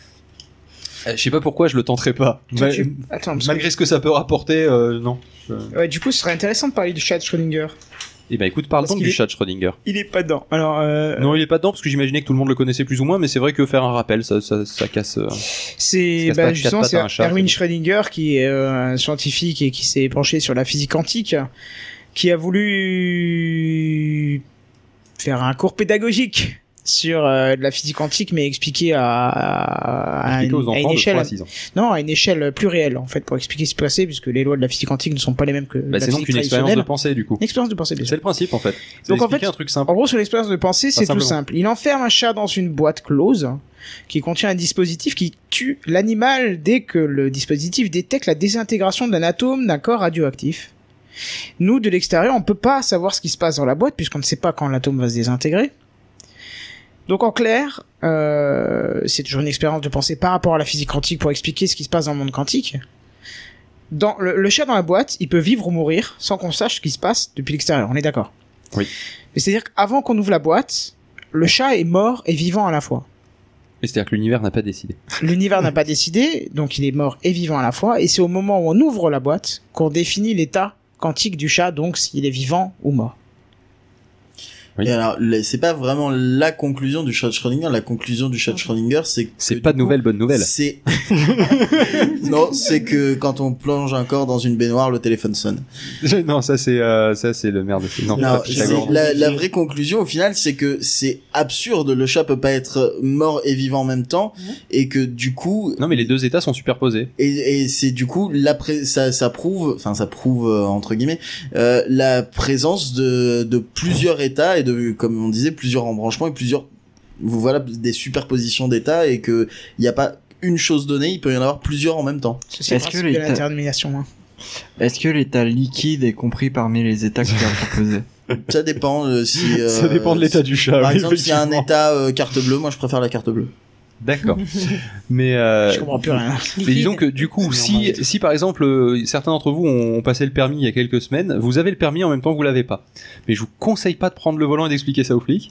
Speaker 1: Euh, je sais pas pourquoi je le tenterai pas.
Speaker 2: Tu-
Speaker 1: Ma-
Speaker 2: tu- Attends, parce
Speaker 1: malgré ce que ça peut rapporter, euh, non. Je-
Speaker 2: que- ouais, du coup, ce serait intéressant de parler du chat de Schrödinger.
Speaker 1: Eh ben écoute, parle
Speaker 2: Parce
Speaker 1: donc
Speaker 2: qu'il
Speaker 1: du
Speaker 2: est-
Speaker 1: chat de Schrödinger.
Speaker 2: Il est pas dedans. Alors, euh,
Speaker 1: Non, il est pas dedans parce que j'imaginais que tout le monde le connaissait plus ou moins, mais c'est vrai que faire un rappel, ça, ça, ça casse. euh,
Speaker 2: c'est
Speaker 1: casse
Speaker 2: bah,
Speaker 1: pas quatre
Speaker 2: justement
Speaker 1: pattes
Speaker 2: c'est
Speaker 1: à un chat,
Speaker 2: Erwin
Speaker 1: c'est
Speaker 2: Schrödinger qui est euh, un scientifique et qui s'est penché sur la physique quantique, qui a voulu faire un cours pédagogique sur euh, de la physique quantique, mais expliqué à, à,
Speaker 1: expliqué
Speaker 2: une,
Speaker 1: aux
Speaker 2: à une
Speaker 1: enfants de
Speaker 2: échelle,
Speaker 1: trois à six ans.
Speaker 2: non, à une échelle plus réelle en fait, pour expliquer ce qui se passait, puisque les lois de la physique quantique ne sont pas les mêmes que
Speaker 1: Bah,
Speaker 2: la
Speaker 1: c'est donc
Speaker 2: physique
Speaker 1: une expérience de
Speaker 2: traditionnelle.
Speaker 1: pensée du coup.
Speaker 2: Une expérience de pensée, bien
Speaker 1: C'est
Speaker 2: sûr.
Speaker 1: le principe en fait. C'est
Speaker 2: Donc, en
Speaker 1: expliquer
Speaker 2: fait,
Speaker 1: un truc simple.
Speaker 2: En gros, sur l'expérience de pensée, c'est tout
Speaker 1: simplement.
Speaker 2: simple. Il enferme un chat dans une boîte close qui contient un dispositif qui tue l'animal dès que le dispositif détecte la désintégration d'un atome d'un corps radioactif. Nous, de l'extérieur, on peut pas savoir ce qui se passe dans la boîte puisqu'on ne sait pas quand l'atome va se désintégrer. Donc en clair, euh, c'est toujours une expérience de pensée par rapport à la physique quantique pour expliquer ce qui se passe dans le monde quantique. Dans le, le chat dans la boîte, il peut vivre ou mourir sans qu'on sache ce qui se passe depuis l'extérieur. On est d'accord?
Speaker 1: Oui.
Speaker 2: Mais c'est-à-dire qu'avant qu'on ouvre la boîte, le chat est mort et vivant à la fois.
Speaker 1: Mais c'est-à-dire que l'univers n'a pas décidé.
Speaker 2: L'univers n'a pas décidé, donc il est mort et vivant à la fois, et c'est au moment où on ouvre la boîte qu'on définit l'état quantique du chat, donc s'il est vivant ou mort.
Speaker 1: Oui.
Speaker 3: Et alors, le- c'est pas vraiment la conclusion du chat de Schrödinger. La conclusion du chat de Schrödinger, c'est que
Speaker 1: C'est
Speaker 3: du
Speaker 1: pas de
Speaker 3: coup,
Speaker 1: nouvelles bonnes nouvelles.
Speaker 3: C'est non, c'est que quand on plonge un corps dans une baignoire, le téléphone sonne.
Speaker 1: Non, ça c'est euh, ça c'est le merde. Non,
Speaker 3: Non,
Speaker 1: pas
Speaker 3: c'est-
Speaker 1: Pythagore.
Speaker 3: la, la vraie conclusion au final, c'est que c'est absurde. Le chat peut pas être mort et vivant en même temps, et que du coup,
Speaker 1: Non, mais les deux états sont superposés.
Speaker 3: et, et c'est du coup la pré- ça, ça prouve, enfin ça prouve euh, entre guillemets euh, la présence de, de plusieurs états et de, comme on disait, plusieurs embranchements et plusieurs, voilà, des superpositions d'états, et que il y a pas une chose donnée, il peut y en avoir plusieurs en même temps.
Speaker 2: C'est le
Speaker 6: Est-ce que
Speaker 2: principe de
Speaker 6: les-
Speaker 2: l'indétermination. Hein.
Speaker 6: Est-ce que l'état liquide est compris parmi les états que tu as proposés?
Speaker 3: Ça dépend euh, si. euh,
Speaker 1: Ça dépend de l'état du chat.
Speaker 3: Par
Speaker 1: oui,
Speaker 3: exemple, s'il y a un
Speaker 1: effectivement.
Speaker 3: état euh, carte bleue, moi je préfère la carte bleue.
Speaker 1: D'accord. Mais euh,
Speaker 2: Je comprends plus rien.
Speaker 1: mais disons que du coup,
Speaker 5: C'est
Speaker 1: si
Speaker 5: normal.
Speaker 1: si par exemple euh, certains d'entre vous ont, ont passé le permis il y a quelques semaines, vous avez le permis en même temps que vous l'avez pas. Mais je vous conseille pas de prendre le volant et d'expliquer ça aux flics.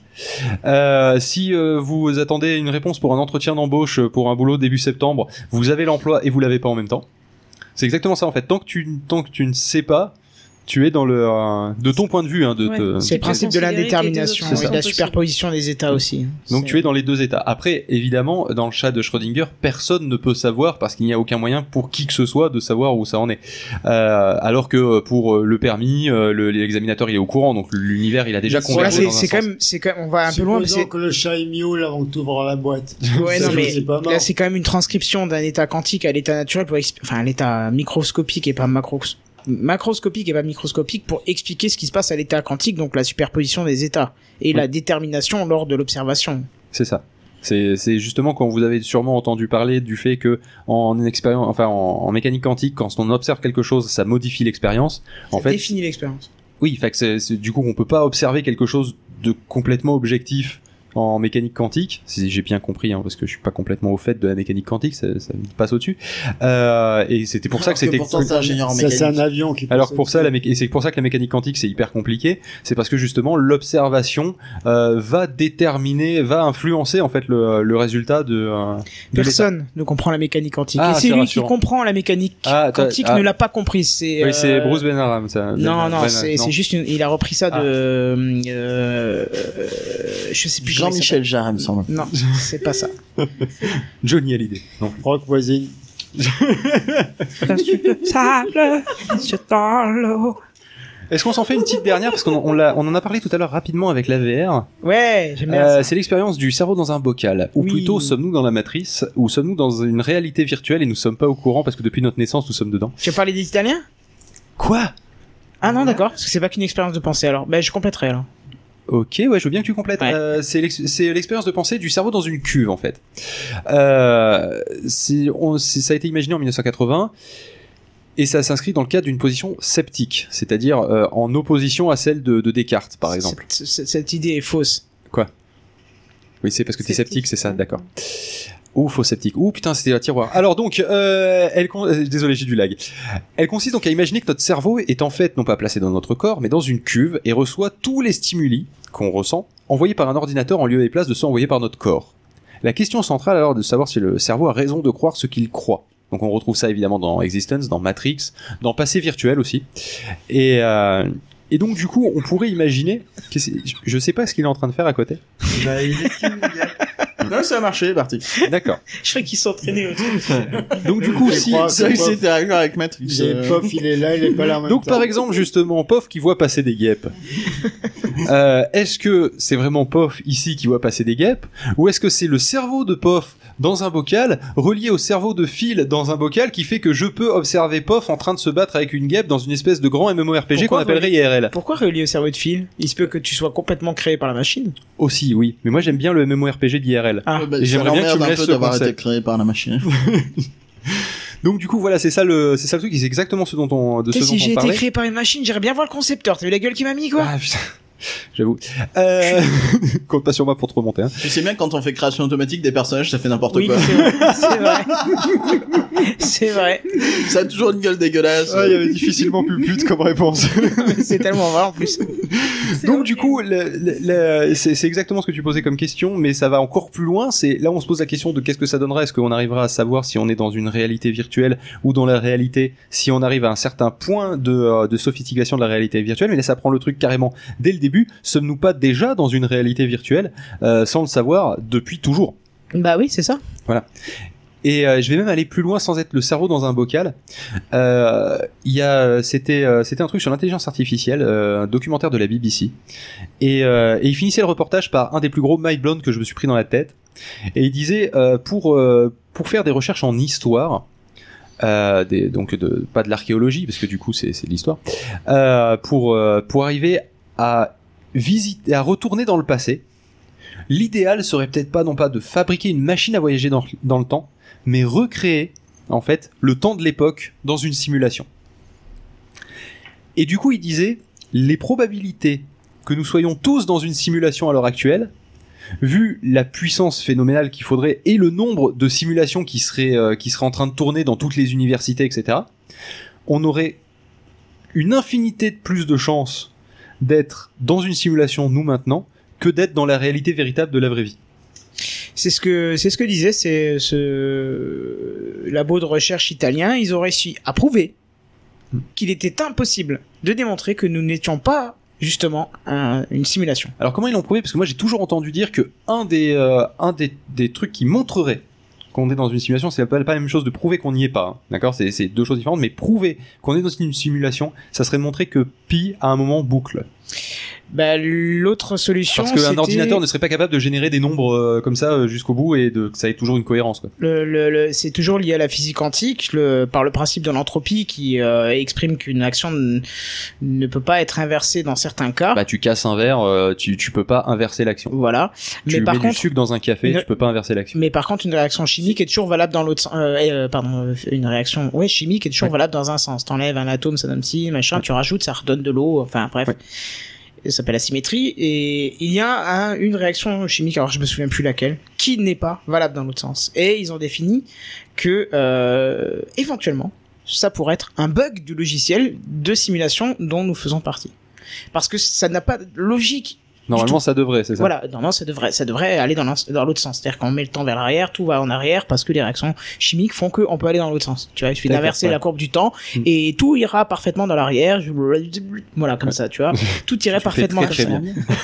Speaker 1: Euh, si euh, vous attendez une réponse pour un entretien d'embauche pour un boulot début septembre, vous avez l'emploi et vous l'avez pas en même temps. C'est exactement ça en fait. Tant que tu tant que tu ne sais pas, tu es dans le euh, de ton point de vue hein, de
Speaker 4: Ouais.
Speaker 1: te-
Speaker 2: C'est le principe de
Speaker 4: considérer
Speaker 2: l'indétermination
Speaker 4: qu'il y a des
Speaker 2: et de la
Speaker 4: options
Speaker 2: superposition des états aussi.
Speaker 1: Donc
Speaker 2: C'est-
Speaker 1: tu es dans les deux états. Après, évidemment, dans le chat de Schrödinger, personne ne peut savoir parce qu'il n'y a aucun moyen pour qui que ce soit de savoir où ça en est. Euh, alors que pour le permis, euh, le- l'examinateur il est au courant, donc l'univers il a déjà
Speaker 5: Mais
Speaker 2: Voilà,
Speaker 1: convergé
Speaker 2: c'est
Speaker 1: dans un
Speaker 2: c'est quand
Speaker 1: sens.
Speaker 2: même, c'est quand même, on va un peu loin, mais
Speaker 5: Supposons
Speaker 2: c'est,
Speaker 5: que le chat il miaule avant que tu ouvres la boîte.
Speaker 2: ouais, non,
Speaker 5: Ça,
Speaker 2: mais
Speaker 5: c'est pas mort.
Speaker 2: là, c'est quand même une transcription d'un état quantique à l'état naturel pour, exp- enfin, à l'état microscopique et pas macro, macroscopique et pas microscopique pour expliquer ce qui se passe à l'état quantique, donc la superposition des états et
Speaker 1: Oui.
Speaker 2: la détermination lors de l'observation.
Speaker 1: C'est ça. C'est c'est justement quand vous avez sûrement entendu parler du fait que en expérience, enfin en, en mécanique quantique, quand on observe quelque chose, ça modifie l'expérience. En
Speaker 2: Ça
Speaker 1: fait,
Speaker 2: définit l'expérience.
Speaker 1: oui, fait que c'est, c'est- du coup on peut pas observer quelque chose de complètement objectif en mécanique quantique, si j'ai bien compris, hein, parce que je suis pas complètement au fait de la mécanique quantique, ça, ça me passe au-dessus. Euh, et c'était pour ça que
Speaker 3: Alors
Speaker 1: c'était.
Speaker 3: pourtant, c'est ingénieur en
Speaker 5: Ça, c'est un
Speaker 3: mécanique.
Speaker 5: avion qui.
Speaker 1: Alors
Speaker 5: passe
Speaker 1: pour ça,
Speaker 5: au-dessus.
Speaker 1: la méca- et c'est pour ça que la mécanique quantique c'est hyper compliqué. C'est parce que justement l'observation euh, va déterminer, va influencer en fait le, le résultat de. euh, de
Speaker 2: Personne ne comprend la mécanique quantique.
Speaker 1: Ah,
Speaker 2: et c'est
Speaker 1: c'est
Speaker 2: lui
Speaker 1: rassurant.
Speaker 2: qui comprend la mécanique
Speaker 1: Ah, t'as-
Speaker 2: quantique
Speaker 1: ah.
Speaker 2: ne l'a pas compris. C'est,
Speaker 1: l'état. Oui, c'est
Speaker 2: euh,
Speaker 1: Bruce Benharam ça.
Speaker 2: Non, non,
Speaker 1: Ben-
Speaker 2: c'est,
Speaker 1: non.
Speaker 2: c'est juste une, il a repris ça
Speaker 1: Ah.
Speaker 2: de, euh, euh, je sais plus comment il
Speaker 3: Jean-Michel Jarre, il me semble.
Speaker 2: s'appelle. Non, c'est pas ça.
Speaker 1: Johnny Hallyday. Non.
Speaker 5: Rock voisine.
Speaker 1: Est-ce qu'on s'en fait une petite dernière parce qu'on on, l'a- on en a parlé tout à l'heure rapidement avec la V R.
Speaker 2: Ouais, j'aime bien
Speaker 1: Euh,
Speaker 2: ça.
Speaker 1: c'est l'expérience du cerveau dans un bocal. Ou
Speaker 2: Oui.
Speaker 1: plutôt, sommes-nous dans la matrice, ou sommes-nous dans une réalité virtuelle et nous sommes pas au courant parce que depuis notre naissance, nous sommes dedans.
Speaker 2: Tu veux parler des Italiens?
Speaker 1: Quoi?
Speaker 2: Ah non, d'accord, parce que c'est pas qu'une expérience de pensée alors. Ben, je compléterai alors.
Speaker 1: Ok, ouais, je veux bien que tu complètes.
Speaker 2: Ouais.
Speaker 1: Euh, c'est l'ex- c'est l'expérience de pensée du cerveau dans une cuve, en fait. Euh, c'est- on- c'est- ça a été imaginé en mille neuf cent quatre-vingts. Et ça s'inscrit dans le cadre d'une position sceptique, c'est-à-dire euh, en opposition à celle de, de Descartes, par exemple.
Speaker 2: Cette, cette- cette idée est fausse.
Speaker 1: Oui, c'est parce que t'es
Speaker 4: Sceptique.
Speaker 1: sceptique, c'est ça, d'accord. Ou faux sceptique. Ouh putain, c'était un tiroir. Alors donc, euh, elle con- euh, désolé, j'ai du lag. Elle consiste donc à imaginer que notre cerveau est en fait non pas placé dans notre corps, mais dans une cuve et reçoit tous les stimuli qu'on ressent envoyés par un ordinateur en lieu et place de ceux envoyés par notre corps. La question centrale alors est de savoir si le cerveau a raison de croire ce qu'il croit. Donc on retrouve ça évidemment dans Existence, dans Matrix, dans Passé virtuel aussi. Et euh, et donc du coup, on pourrait imaginer que c'est- je sais pas ce qu'il est en train de faire à côté.
Speaker 3: Bah, il est Non, ça a marché, parti.
Speaker 1: D'accord.
Speaker 2: Je crois qu'ils s'entraînaient autour.
Speaker 1: Donc du coup,
Speaker 5: Je
Speaker 1: si
Speaker 5: crois
Speaker 3: C'est vrai que c'était d'accord avec Matrix.
Speaker 5: J'ai
Speaker 3: euh,
Speaker 5: Pof, il est là, il est pas là en même
Speaker 1: Donc
Speaker 5: temps.
Speaker 1: par exemple justement Pof qui voit passer des guêpes. Euh, est-ce que c'est vraiment Pof ici qui voit passer des guêpes ou est-ce que c'est le cerveau de Pof dans un bocal relié au cerveau de Phil dans un bocal qui fait que je peux observer Pof en train de se battre avec une guêpe dans une espèce de grand MMORPG qu'on
Speaker 2: Pourquoi
Speaker 1: appellerait I R L.
Speaker 2: Pourquoi relié au cerveau de Phil? Il se peut que tu sois complètement créé par la machine.
Speaker 1: Aussi oui, mais moi j'aime bien le MMORPG d'I R L.
Speaker 2: Ah,
Speaker 3: bah,
Speaker 1: Et
Speaker 3: ça
Speaker 1: j'aimerais bien que tu
Speaker 3: l'emmerde
Speaker 1: me
Speaker 3: un
Speaker 1: laisses
Speaker 3: peu
Speaker 1: ce
Speaker 3: d'avoir été
Speaker 1: concept.
Speaker 3: créé par la machine.
Speaker 1: Donc du coup voilà, c'est ça le c'est ça le truc, et c'est exactement ce dont on de ce
Speaker 2: Qu'est-ce
Speaker 1: dont
Speaker 2: si j'ai
Speaker 1: on
Speaker 2: été
Speaker 1: parlait.
Speaker 2: créé par une machine, j'irais bien voir le concepteur. T'as vu la gueule qu'il m'a mis, quoi?
Speaker 1: Ah putain. J'avoue. Euh... Compte pas sur moi pour te remonter hein.
Speaker 3: Tu sais bien que quand on fait création automatique des personnages, ça fait n'importe
Speaker 2: Oui,
Speaker 3: quoi.
Speaker 2: c'est vrai. C'est vrai. C'est vrai.
Speaker 3: Ça a toujours une gueule dégueulasse.
Speaker 1: Ah, il y avait difficilement plus pute comme réponse.
Speaker 2: C'est tellement vrai en plus.
Speaker 1: Donc du coup, le, le- le- c'est c'est exactement ce que tu posais comme question, mais ça va encore plus loin. C'est là où on se pose la question de qu'est-ce que ça donnerait. Est-ce qu'on arrivera à savoir si on est dans une réalité virtuelle ou dans la réalité, si on arrive à un certain point de, euh, de sophistication de la réalité virtuelle. Mais là, ça prend le truc carrément dès le début, sommes-nous pas déjà dans une réalité virtuelle euh, sans le savoir depuis toujours?
Speaker 2: Bah oui, c'est ça.
Speaker 1: Voilà. Et euh, je vais même aller plus loin sans être le cerveau dans un bocal. Euh, Il y a, c'était, euh, c'était un truc sur l'intelligence artificielle, euh, un documentaire de la B B C. Et, euh, et il finissait le reportage par un des plus gros mind blown que je me suis pris dans la tête. Et il disait euh, pour euh, pour faire des recherches en histoire, euh, des, donc de, pas de l'archéologie parce que du coup c'est, c'est de l'histoire, euh, pour euh, pour arriver à visiter, à retourner dans le passé. L'idéal serait peut-être pas non pas de fabriquer une machine à voyager dans, dans le temps, mais recréer, en fait, le temps de l'époque dans une simulation. Et du coup, il disait, les probabilités que nous soyons tous dans une simulation à l'heure actuelle, vu la puissance phénoménale qu'il faudrait et le nombre de simulations qui seraient, euh, qui seraient en train de tourner dans toutes les universités, et cetera, on aurait une infinité de plus de chances d'être dans une simulation, nous maintenant, que d'être dans la réalité véritable de la vraie vie.
Speaker 2: C'est ce que c'est ce que disait c'est ce labo de recherche italien. Ils ont réussi à prouver qu'il était impossible de démontrer que nous n'étions pas justement un, une simulation.
Speaker 1: Alors comment ils l'ont prouvé? Parce que moi j'ai toujours entendu dire que un des euh, un des, des trucs qui montrerait qu'on est dans une simulation, c'est pas, pas la même chose de prouver qu'on n'y est pas, hein. D'accord, c'est, c'est deux choses différentes, mais prouver qu'on est dans une simulation, ça serait de montrer que pi à un moment boucle.
Speaker 2: Bah, l'autre solution,
Speaker 1: parce qu'un
Speaker 2: c'était...
Speaker 1: ordinateur ne serait pas capable de générer des nombres euh, comme ça euh, jusqu'au bout et de que ça ait toujours une cohérence, quoi.
Speaker 2: Le, le, le, c'est toujours lié à la physique quantique, le, par le principe de l'entropie qui euh, exprime qu'une action n- ne peut pas être inversée dans certains cas.
Speaker 1: Bah tu casses un verre, euh, tu tu peux pas inverser l'action.
Speaker 2: Voilà.
Speaker 1: Tu
Speaker 2: mais par
Speaker 1: mets
Speaker 2: contre,
Speaker 1: du sucre dans un café,
Speaker 2: une...
Speaker 1: tu peux pas inverser l'action.
Speaker 2: Mais par contre, une réaction chimique est toujours valable dans l'autre sens. Euh, euh, pardon, une réaction, ouais, chimique est toujours ouais. valable dans un sens. T'enlèves un atome, ça donne ci, machin, ouais. tu rajoutes, ça redonne de l'eau. Enfin bref. Ouais. Ça s'appelle la symétrie, et il y a un, une réaction chimique, alors je me souviens plus laquelle, qui n'est pas valable dans l'autre sens. Et ils ont défini que, euh, éventuellement, ça pourrait être un bug du logiciel de simulation dont nous faisons partie. Parce que ça n'a pas de logique.
Speaker 1: Normalement, ça devrait, c'est ça.
Speaker 2: Voilà, normalement, ça devrait, ça devrait aller dans, dans l'autre sens. C'est-à-dire qu'on met le temps vers l'arrière, tout va en arrière, parce que les réactions chimiques font qu'on peut aller dans l'autre sens. Tu vois, il suffit d'inverser ouais. la courbe du temps, mmh. et tout ira parfaitement dans l'arrière. Voilà, comme ouais. ça, tu vois. Tout irait parfaitement comme ça.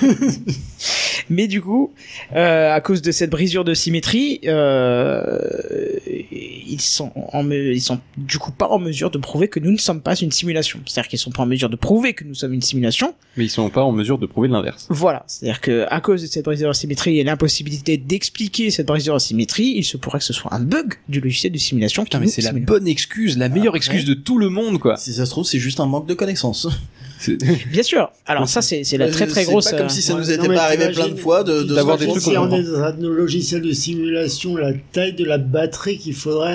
Speaker 2: Mais du coup, euh, à cause de cette brisure de symétrie, euh, ils sont en me, ils sont du coup pas en mesure de prouver que nous ne sommes pas une simulation. C'est-à-dire qu'ils sont pas en mesure de prouver que nous sommes une simulation.
Speaker 1: Mais ils sont pas en mesure de prouver l'inverse.
Speaker 2: Voilà, c'est-à-dire que à cause de cette brisure de symétrie et l'impossibilité d'expliquer cette brisure de symétrie, il se pourrait que ce soit un bug du logiciel de simulation.
Speaker 1: Putain, mais c'est simule. La bonne excuse, la meilleure Après, excuse de tout le monde, quoi.
Speaker 3: Si ça se trouve, c'est juste un manque de connaissances.
Speaker 2: Bien sûr. Alors ça, c'est c'est la très très grosse.
Speaker 3: C'est pas comme si ça nous était pas arrivé plein de fois de, de
Speaker 5: d'avoir des trucs. Si on est dans un logiciel de simulation, la taille de la batterie qu'il faudrait.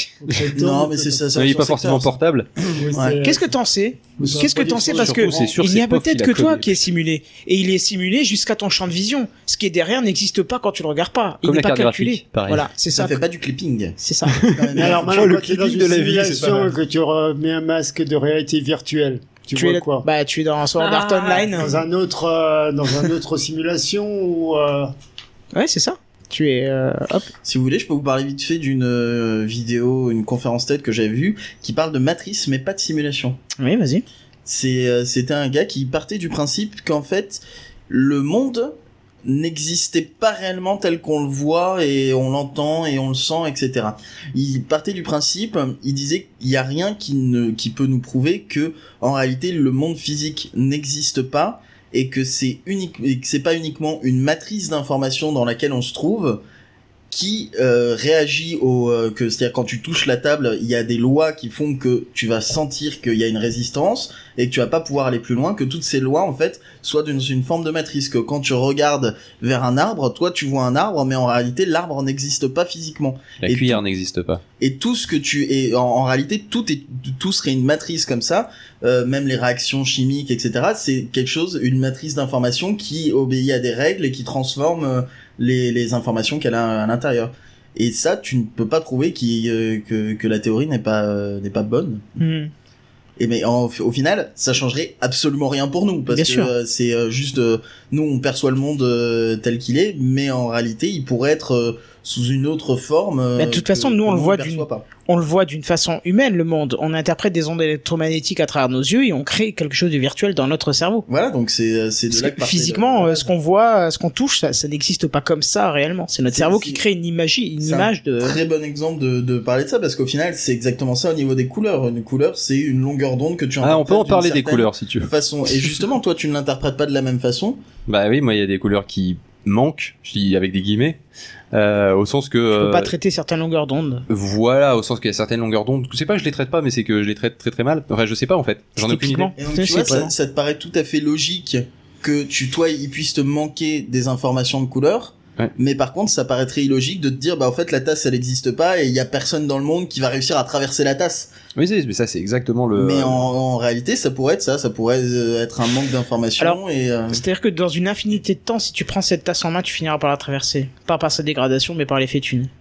Speaker 3: Non, mais c'est ça.
Speaker 1: Ça n'est pas forcément portable.
Speaker 2: Qu'est-ce que t'en sais? Qu'est-ce que t'en sais? Parce que il n'y a peut-être que toi qui est simulé, et il est simulé jusqu'à ton champ de vision. Ce qui est derrière n'existe pas quand tu le regardes pas. Il n'est pas calculé.
Speaker 1: Voilà,
Speaker 2: c'est ça.
Speaker 3: Ça fait pas du clipping.
Speaker 2: C'est ça.
Speaker 5: Alors maintenant, quand tu es dans une simulation, que tu remets un masque de réalité virtuelle. Tu, tu vois
Speaker 2: es
Speaker 5: quoi?
Speaker 2: Bah, tu es dans Sword Art ah, Online.
Speaker 5: Dans un autre, euh, dans un autre simulation ou, euh...
Speaker 2: Ouais, c'est ça. Tu es, euh, hop.
Speaker 3: Si vous voulez, je peux vous parler vite fait d'une euh, vidéo, une conférence TED que j'avais vue, qui parle de matrice, mais pas de simulation.
Speaker 2: Oui, vas-y.
Speaker 3: C'est, euh, c'était un gars qui partait du principe qu'en fait, le monde n'existait pas réellement tel qu'on le voit et on l'entend et on le sent, et cetera. Il partait du principe, il disait qu'il y a rien qui ne, qui peut nous prouver que, en réalité, le monde physique n'existe pas et que c'est unique, et que c'est pas uniquement une matrice d'informations dans laquelle on se trouve qui euh, réagit au euh, que c'est-à-dire quand tu touches la table, il y a des lois qui font que tu vas sentir qu'il y a une résistance et que tu vas pas pouvoir aller plus loin, que toutes ces lois en fait soient d'une une forme de matrice, que quand tu regardes vers un arbre, toi tu vois un arbre mais en réalité l'arbre n'existe pas physiquement.
Speaker 1: La
Speaker 3: et
Speaker 1: cuillère
Speaker 3: tout,
Speaker 1: n'existe pas.
Speaker 3: Et tout ce que tu et en, en réalité tout est tout serait une matrice comme ça, euh, même les réactions chimiques et cetera. C'est quelque chose, une matrice d'information qui obéit à des règles et qui transforme euh, les, les informations qu'elle a à l'intérieur. Et ça, tu ne peux pas prouver qui, euh, que, que la théorie n'est pas, euh, n'est pas bonne.
Speaker 2: Mmh.
Speaker 3: Et mais en, au final, ça changerait absolument rien pour nous, parce Bien que euh, c'est euh, juste, euh, nous on perçoit le monde euh, tel qu'il est, mais en réalité, il pourrait être euh, sous une autre forme. Euh,
Speaker 2: bah, de toute façon, nous on le voit d'une, on le voit d'une façon humaine, le monde. On interprète des ondes électromagnétiques à travers nos yeux et on crée quelque chose de virtuel dans notre cerveau.
Speaker 3: Voilà, donc c'est c'est de
Speaker 2: Parce
Speaker 3: là
Speaker 2: que
Speaker 3: que partait
Speaker 2: physiquement,
Speaker 3: le-
Speaker 2: euh, ce qu'on voit, ce qu'on touche, ça, ça n'existe pas comme ça réellement. C'est notre
Speaker 3: C'est-
Speaker 2: cerveau
Speaker 3: c'est-
Speaker 2: qui crée une image, une
Speaker 3: C'est un
Speaker 2: image de.
Speaker 3: Très bon exemple de, de parler de ça parce qu'au final c'est exactement ça au niveau des couleurs. Une couleur c'est une longueur d'onde que tu
Speaker 1: Ah, on peut en
Speaker 3: interprètes
Speaker 1: parler
Speaker 3: d'une
Speaker 1: des
Speaker 3: certaine
Speaker 1: couleurs si tu veux.
Speaker 3: façon. Et justement toi tu ne l'interprètes pas de la même façon.
Speaker 1: Bah oui, moi il y a des couleurs qui manquent, je dis avec des guillemets, euh, au sens que
Speaker 2: Je peux
Speaker 1: euh,
Speaker 2: pas traiter certaines longueurs d'onde.
Speaker 1: voilà, au sens qu'il y a certaines longueurs d'onde. C'est pas que je les traite pas, mais c'est que je les traite très très mal. Enfin, je sais pas en fait. J'en ai aucune idée.
Speaker 2: Typiquement.
Speaker 3: Et donc
Speaker 2: C'est-
Speaker 3: tu vois
Speaker 2: c'est pas-
Speaker 3: ça, ça te paraît tout à fait logique que tu toi il puisse te manquer des informations de couleurs.
Speaker 1: Ouais.
Speaker 3: Mais par contre, ça paraîtrait illogique de te dire, bah, en fait, la tasse, elle n'existe pas et il y a personne dans le monde qui va réussir à traverser la tasse.
Speaker 1: Oui, c'est- mais ça c'est exactement le.
Speaker 3: Mais en, en réalité, ça pourrait être ça, ça pourrait euh, être un manque d'information
Speaker 2: Alors,
Speaker 3: et, euh,
Speaker 2: C'est-à-dire que dans une infinité de temps, si tu prends cette tasse en main, tu finiras par la traverser. Pas par sa dégradation, mais par l'effet thune.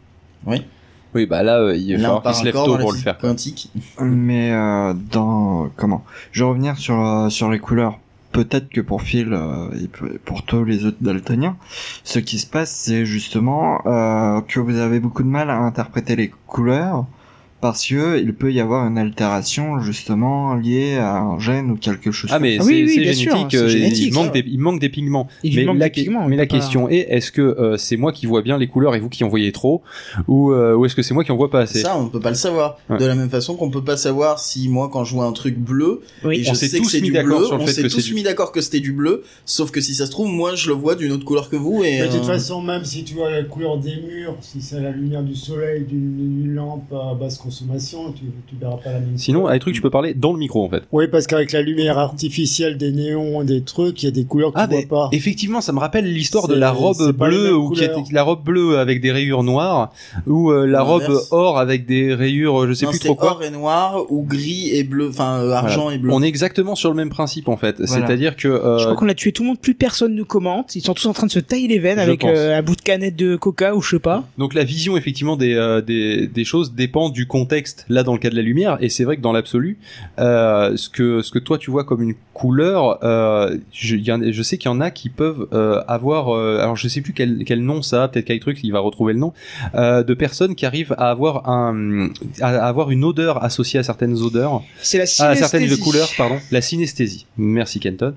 Speaker 1: Oui, bah là, euh, il va
Speaker 3: là, on
Speaker 1: falloir
Speaker 3: part
Speaker 1: qu'il se lève
Speaker 3: encore
Speaker 1: tôt
Speaker 3: dans la
Speaker 1: pour le
Speaker 3: physique
Speaker 1: faire. Quoi.
Speaker 3: quantique.
Speaker 6: Mais euh, dans comment je vais revenir sur euh, sur les couleurs. Peut-être que pour Phil euh, et pour tous les autres daltoniens, ce qui se passe, c'est justement euh, que vous avez beaucoup de mal à interpréter les couleurs parce que il peut y avoir une altération justement liée à un gène ou quelque chose.
Speaker 1: Ah mais
Speaker 2: Ah
Speaker 1: c'est
Speaker 2: oui, oui,
Speaker 1: c'est
Speaker 2: bien sûr,
Speaker 1: génétique,
Speaker 2: c'est
Speaker 1: euh,
Speaker 2: génétique,
Speaker 1: il manque
Speaker 2: ça.
Speaker 1: des il manque des pigments.
Speaker 2: Il
Speaker 1: mais
Speaker 2: manque
Speaker 1: la,
Speaker 2: des pigments,
Speaker 1: mais
Speaker 2: on
Speaker 1: la
Speaker 2: peut pas-
Speaker 1: question est est-ce que euh, c'est moi qui vois bien les couleurs et vous qui en voyez trop ou euh, ou est-ce que c'est moi qui en vois pas assez?
Speaker 3: Ça, on peut pas le savoir.
Speaker 1: Ouais.
Speaker 3: De la même façon qu'on peut pas savoir si moi, quand je vois un truc bleu,
Speaker 2: Oui.
Speaker 3: et je
Speaker 1: On s'est
Speaker 3: sais que
Speaker 1: tous
Speaker 3: c'est
Speaker 1: mis
Speaker 3: du
Speaker 1: d'accord
Speaker 3: bleu,
Speaker 1: sur le
Speaker 3: on
Speaker 1: fait
Speaker 3: s'est
Speaker 1: que c'est
Speaker 3: tous
Speaker 1: du-
Speaker 3: mis d'accord que c'était du bleu, sauf que si ça se trouve, moi, je le vois d'une autre couleur que vous et,
Speaker 5: Mais de toute
Speaker 3: euh,
Speaker 5: façon, même si tu vois la couleur des murs, si c'est la lumière du soleil d'une d'une lampe à basse consommation, tu, tu verras pas la même
Speaker 1: Sinon,
Speaker 5: couleur.
Speaker 1: les trucs tu peux parler dans le micro en fait.
Speaker 5: Oui, parce qu'avec la lumière artificielle des néons, des trucs, il y a des couleurs que
Speaker 1: Ah
Speaker 5: tu
Speaker 1: mais
Speaker 5: vois pas.
Speaker 1: effectivement, ça me rappelle l'histoire de
Speaker 5: C'est-
Speaker 1: la robe
Speaker 5: c'est pas les
Speaker 1: bleue
Speaker 5: mêmes
Speaker 1: ou qui
Speaker 5: couleurs.
Speaker 1: était la robe bleue avec des rayures noires ou euh, la robe
Speaker 3: L'inverse.
Speaker 1: or avec des rayures je sais
Speaker 3: non,
Speaker 1: plus
Speaker 3: c'était
Speaker 1: trop quoi.
Speaker 3: or et noir ou gris et bleu, enfin euh, argent
Speaker 1: Voilà.
Speaker 3: et bleu.
Speaker 1: On est exactement sur le même principe en fait.
Speaker 6: Voilà.
Speaker 1: C'est-à-dire que euh,
Speaker 2: Je crois qu'on a tué tout le monde, plus personne ne commente. Ils sont tous en train de se tailler les veines
Speaker 1: Je
Speaker 2: avec
Speaker 1: pense.
Speaker 2: euh, un bout de canette de coca ou je sais pas.
Speaker 1: donc la vision effectivement des, euh, des des choses dépend du contexte là dans le cas de la lumière et c'est vrai que dans l'absolu euh, ce que ce que toi tu vois comme une couleur euh, je, y en a- je sais qu'il y en a qui peuvent euh, avoir euh, alors je sais plus quel quel nom ça a, peut-être qu'avec truc il va retrouver le nom euh, de personnes qui arrivent à avoir un à avoir une odeur associée à certaines odeurs
Speaker 2: C'est la
Speaker 1: à
Speaker 2: synesthésie.
Speaker 1: certaines couleurs pardon la synesthésie merci Kenton